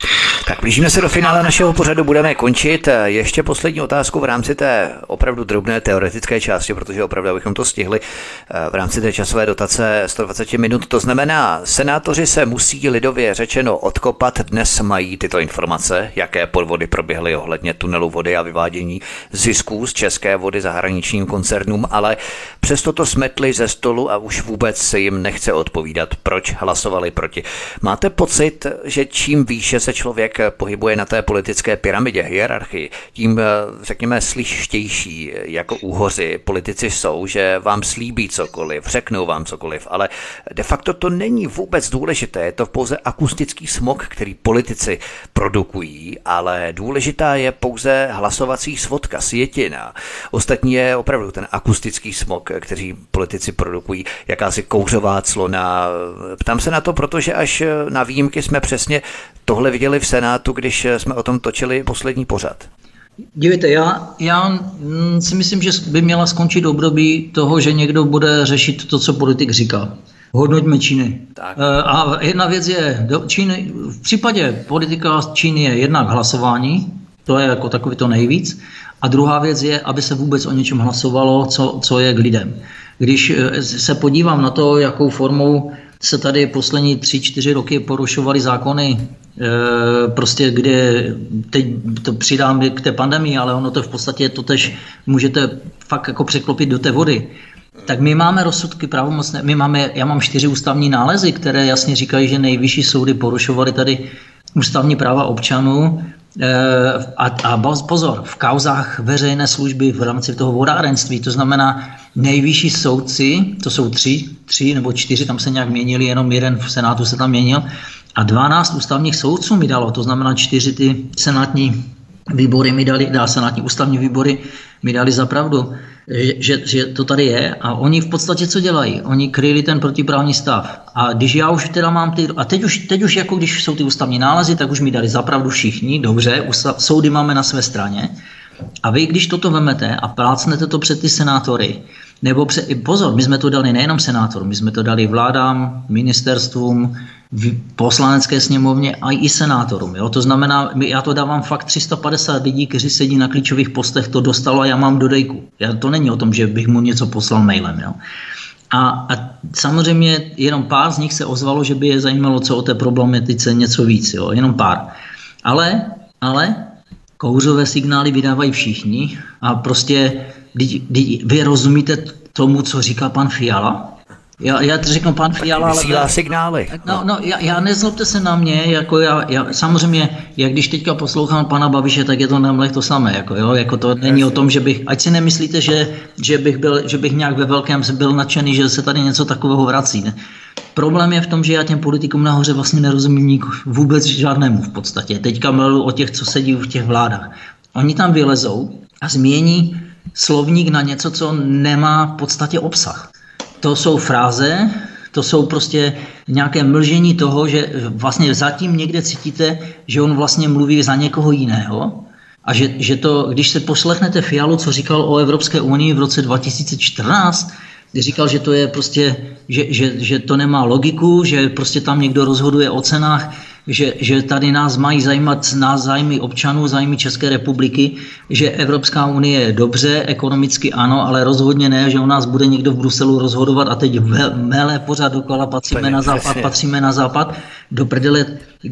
Tak blížíme se do finále našeho pořadu, budeme končit. Ještě poslední otázku v rámci té opravdu drobné teoretické části, protože opravdu bychom to stihli v rámci té časové dotace sto dvacet minut. To znamená, senátoři se musí lidově řečeno odkopat. Dnes mají tyto informace, jaké podvody proběhly ohledně tunelu vody a vyvádění zisků z české vody zahraničním koncernům, ale přesto to smetli ze stolu a už vůbec se jim nechce odpovídat, proč hlasovali proti. Máte pocit, že čím výše se člověk pohybuje na té politické pyramidě, hierarchii, tím, řekněme, slyštější jako úhoři politici jsou, že vám slíbí cokoliv, řeknou vám cokoliv, ale de facto to není vůbec důležité, je to pouze akustický smog, který politici produkují, ale důležitá je pouze hlasovací svodka, sjetina. Ostatní je opravdu ten akustický smog, který politici produkují, jakási kouřová clona. Ptám se na to, protože až na výjimky jsme přesně tohle viděli v Senátu, když jsme o tom točili poslední pořad. Dívejte, já, já si myslím, že by měla skončit období toho, že někdo bude řešit to, co politik říká. Hodnoťme činy. Tak. A jedna věc je, Číny, v případě politika Číny je jednak hlasování, to je jako takový to nejvíc, a druhá věc je, aby se vůbec o něčem hlasovalo, co, co je k lidem. Když se podívám na to, jakou formou se tady poslední tři, čtyři roky porušovaly zákony, e, prostě kde teď to přidám k té pandemii, ale ono to v podstatě totež můžete fakt jako překlopit do té vody. Tak my máme rozsudky pravomocné, my máme, já mám čtyři ústavní nálezy, které jasně říkají, že nejvyšší soudy porušovaly tady ústavní práva občanů. A, a pozor, v kauzách veřejné služby v rámci toho vodárenství, to znamená nejvyšší soudci, to jsou tři, tři nebo čtyři, tam se nějak měnili, jenom jeden v Senátu se tam měnil, a dvanáct ústavních soudců mi dalo, to znamená čtyři ty senátní výbory mi dali, dá senátní ústavní výbory mi dali za pravdu, že, že to tady je, a oni v podstatě co dělají? Oni kryli ten protiprávní stav. A když já už teda mám ty, a teď už, teď už jako když jsou ty ústavní nálezy, tak už mi dali za pravdu všichni, dobře, ústav, soudy máme na své straně. A vy, když toto vemete a plácnete to před ty senátory, nebo před, pozor, my jsme to dali nejenom senátorům, my jsme to dali vládám, ministerstvům, poslanecké sněmovně a i senátorům. Jo? To znamená, já to dávám fakt tři sta padesát lidí, kteří sedí na klíčových postech, to dostalo a já mám do dejku. Já, to není o tom, že bych mu něco poslal mailem. Jo? A, a samozřejmě jenom pár z nich se ozvalo, že by je zajímalo, co o té problematice něco víc. Jo? Jenom pár. Ale, ale kouřové signály vydávají všichni a prostě vy rozumíte tomu, co říká pan Fiala? Já, já to řeknu pan Fiala, ale... Vysílá signály. No, no já, já nezlobte se na mě, jako já, já, samozřejmě, jak když teďka poslouchám pana Babiše, tak je to nemlech to samé, jako jo, jako to není o tom, že bych, ať si nemyslíte, že, že bych byl, že bych nějak ve velkém byl nadšený, že se tady něco takového vrací, ne? Problém je v tom, že já těm politikům nahoře vlastně nerozumím nik, vůbec žádnému v podstatě. Teďka mluvu o těch, co sedí v těch vládách. Oni tam vylezou a změní slovník na něco, co nemá v podstatě obsah. To jsou fráze, to jsou prostě nějaké mlžení toho, že vlastně zatím někde cítíte, že on vlastně mluví za někoho jiného a že, že to, když se poslechnete Fialu, co říkal o Evropské unii v roce dva tisíce čtrnáct, kdy říkal, že to je prostě, že, že, že to nemá logiku, že prostě tam někdo rozhoduje o cenách, že, že tady nás mají zajímat nás zájmy občanů, zájmy České republiky, že Evropská unie je dobře, ekonomicky ano, ale rozhodně ne, že u nás bude někdo v Bruselu rozhodovat a teď mele pořád dokola, patříme na západ, přesně. patříme na západ, do prdele,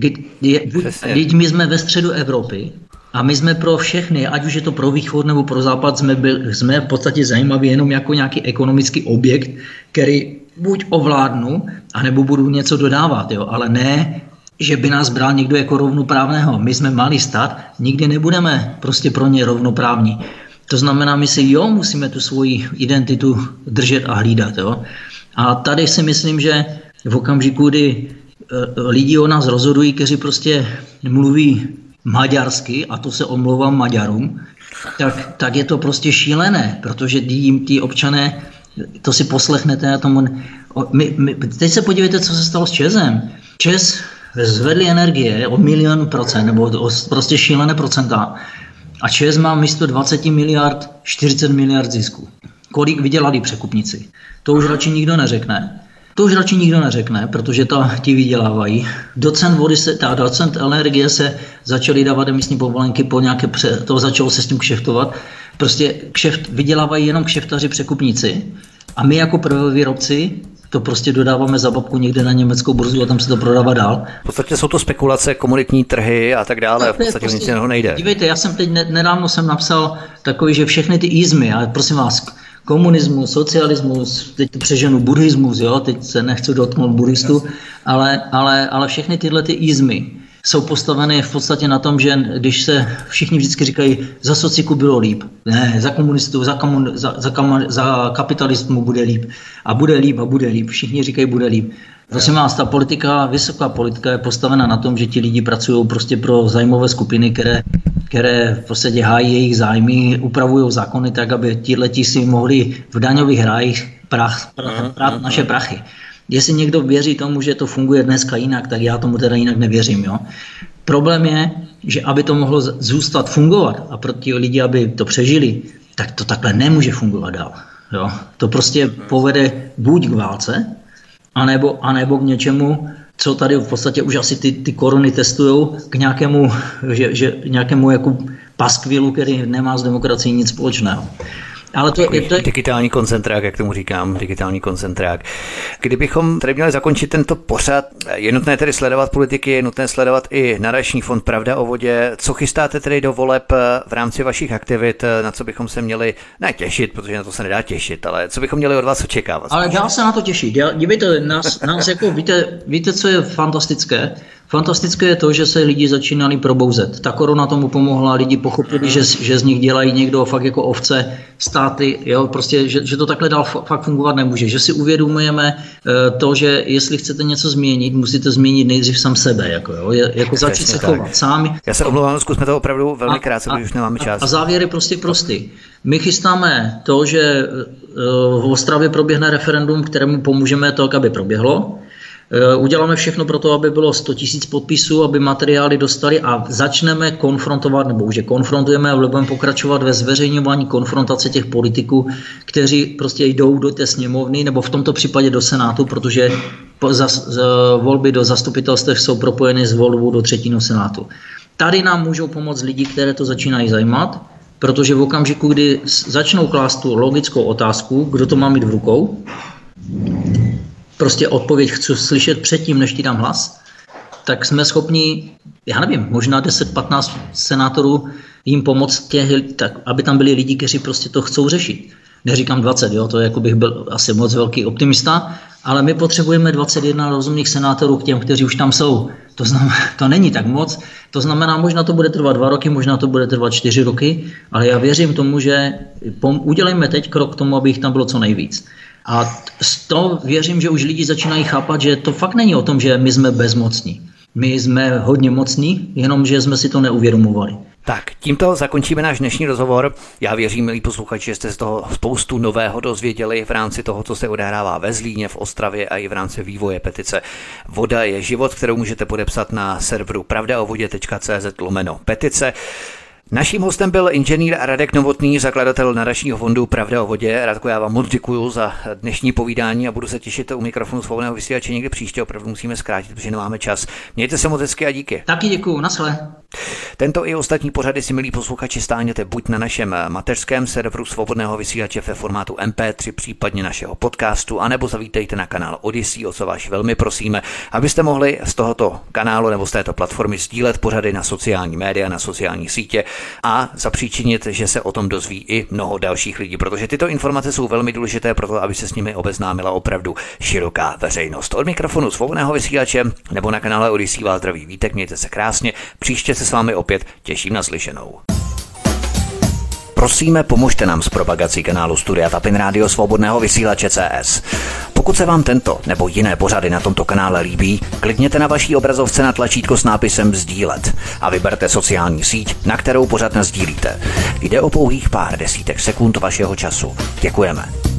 teď my jsme ve středu Evropy a my jsme pro všechny, ať už je to pro východ nebo pro západ, jsme, byl, jsme v podstatě zajímaví jenom jako nějaký ekonomický objekt, který buď ovládnu, anebo budu něco dodávat, jo, ale ne, že by nás bral někdo jako rovnoprávného. My jsme malý stát, nikdy nebudeme prostě pro ně rovnoprávní. To znamená, my si jo, musíme tu svoji identitu držet a hlídat. Jo. A tady si myslím, že v okamžiku, kdy lidi o nás rozhodují, kteří prostě mluví maďarsky, a to se omlouvám Maďarům, tak, tak je to prostě šílené, protože jim ti občané, to si poslechnete, a tomu, my, my, teď se podívejte, co se stalo s ČEZem. ČEZ zvedli energie o milion procent, nebo o prostě šílené procenta. A ČEZ má místo dvacet miliard, čtyřicet miliard zisku. Kolik vydělali překupníci? To už radši nikdo neřekne. To už radši nikdo neřekne, protože to ti vydělávají. Docent vody se, ta docent energie se začali dávat emisní povolenky po nějaké, pře, to začalo se s tím kšeftovat. Prostě kšeft, vydělávají jenom kšeftaři, překupníci a my jako prvovýrobci to prostě dodáváme za babku někde na německou burzu a tam se to prodává dál. V podstatě jsou to spekulace, komunitní trhy a tak dále, a v podstatě prostě, nic jiného nejde. Dívejte, já jsem teď nedávno jsem napsal takový, že všechny ty izmy, ale prosím vás, komunismus, socialismus, teď to přeženu buddhismus, jo, teď se nechci dotknout buddhistů, ale, ale, ale všechny tyhle ty izmy jsou postaveny v podstatě na tom, že když se všichni vždycky říkají, za sociku bylo líp, ne, za komunistů, za, komun, za, za, za kapitalismu bude líp a bude líp a bude líp, všichni říkají bude líp. Prosím vás, ta politika, vysoká politika je postavena na tom, že ti lidi pracují prostě pro zájmové skupiny, které, které v podstatě hájí jejich zájmy, upravují zákony tak, aby tihleti si mohli v daňových rájích prach, prach, prát naše prachy. Jestli někdo věří tomu, že to funguje dneska jinak, tak já tomu teda jinak nevěřím. Jo? Problém je, že aby to mohlo zůstat fungovat a pro ti lidi, aby to přežili, tak to takhle nemůže fungovat dál. Jo? To prostě povede buď k válce, anebo, anebo k něčemu, co tady v podstatě už asi ty, ty korony testujou, k nějakému, že, že, nějakému jako paskvilu, který nemá s demokracií nic společného. Ale to je, to je... Digitální koncentrák, jak tomu říkám, digitální koncentrák. Kdybychom tady měli zakončit tento pořad, je nutné tedy sledovat politiky, je nutné sledovat i nadační fond Pravda o vodě. Co chystáte tedy do voleb v rámci vašich aktivit, na co bychom se měli, ne těšit, protože na to se nedá těšit, ale co bychom měli od vás očekávat? Ale dá se na to těšit. Dívejte, nás, nás jako, víte, víte, co je fantastické? Fantastické je to, že se lidi začínali probouzet. Ta korona tomu pomohla, lidi pochopili, že, že z nich dělají někdo fakt jako ovce, státy, jo, prostě, že, že to takhle dál fakt fungovat nemůže. Že si uvědomujeme uh, to, že jestli chcete něco změnit, musíte změnit nejdřív sám sebe, jako, jo, je, jako začít se chovat sám. Já se omlouvám, zkusme to opravdu velmi krátce, protože už nemáme čas. A závěr je prostě prostý. My chystáme to, že uh, v Ostravě proběhne referendum, kterému pomůžeme to, aby proběhlo. Uděláme všechno pro to, aby bylo sto tisíc podpisů, aby materiály dostali a začneme konfrontovat, nebo už je konfrontujeme a budeme pokračovat ve zveřejňování konfrontace těch politiků, kteří prostě jdou do té sněmovny, nebo v tomto případě do Senátu, protože volby do zastupitelstev jsou propojeny s volbou do třetího Senátu. Tady nám můžou pomoct lidi, které to začínají zajímat, protože v okamžiku, kdy začnou klást tu logickou otázku, kdo to má mít v rukou, prostě odpověď chci slyšet předtím, než ti dám hlas, tak jsme schopni, já nevím, možná deset patnáct senátorů jim pomoct, těch, tak, aby tam byli lidi, kteří prostě to chcou řešit. Neříkám dvacet, jo, to jako bych byl asi moc velký optimista, ale my potřebujeme dvacet jedna rozumných senátorů k těm, kteří už tam jsou. To znamená, to není tak moc, to znamená, možná to bude trvat dva roky, možná to bude trvat čtyři roky, ale já věřím tomu, že pom- udělejme teď krok k tomu, aby jich tam bylo co nejvíc. A z toho věřím, že už lidi začínají chápat, že to fakt není o tom, že my jsme bezmocní. My jsme hodně mocní, jenom že jsme si to neuvědomovali. Tak, tímto zakončíme náš dnešní rozhovor. Já věřím, milí posluchači, že jste z toho spoustu nového dozvěděli v rámci toho, co se odehrává ve Zlíně, v Ostravě a i v rámci vývoje petice Voda je život, kterou můžete podepsat na serveru pravdaovodě tečka cé zet lomeno petice. Naším hostem byl inženýr Radek Novotný, zakladatel nadačního fondu Pravda o vodě. Radko, já vám moc děkuju za dnešní povídání a budu se těšit u mikrofonu Svobodného vysílače někdy příště, opravdu musíme zkrátit, protože nemáme čas. Mějte se moc hezky a díky. Taky děkuju, naschle. Tento i ostatní pořady si, milí posluchači, stáhněte buď na našem mateřském serveru Svobodného vysílače ve formátu em pé tři, případně našeho podcastu, anebo zavítejte na kanál Odyssey, o co vás velmi prosíme, abyste mohli z tohoto kanálu nebo z této platformy sdílet pořady na sociální média, na sociální sítě a zapříčinit, že se o tom dozví i mnoho dalších lidí, protože tyto informace jsou velmi důležité pro to, aby se s nimi obeznámila opravdu široká veřejnost. Od mikrofonu Svobodného vysílače nebo na kanále Odyssey vás zdraví Vítek, mějte se krásně, příště se s vámi opět těším na slyšenou. Prosíme, pomožte nám s propagací kanálu Studia Tapin Rádio Svobodného vysílače C S. Pokud se vám tento nebo jiné pořady na tomto kanále líbí, klikněte na vaší obrazovce na tlačítko s nápisem sdílet a vyberte sociální síť, na kterou pořad nasdílíte. Jde o pouhých pár desítek sekund vašeho času. Děkujeme.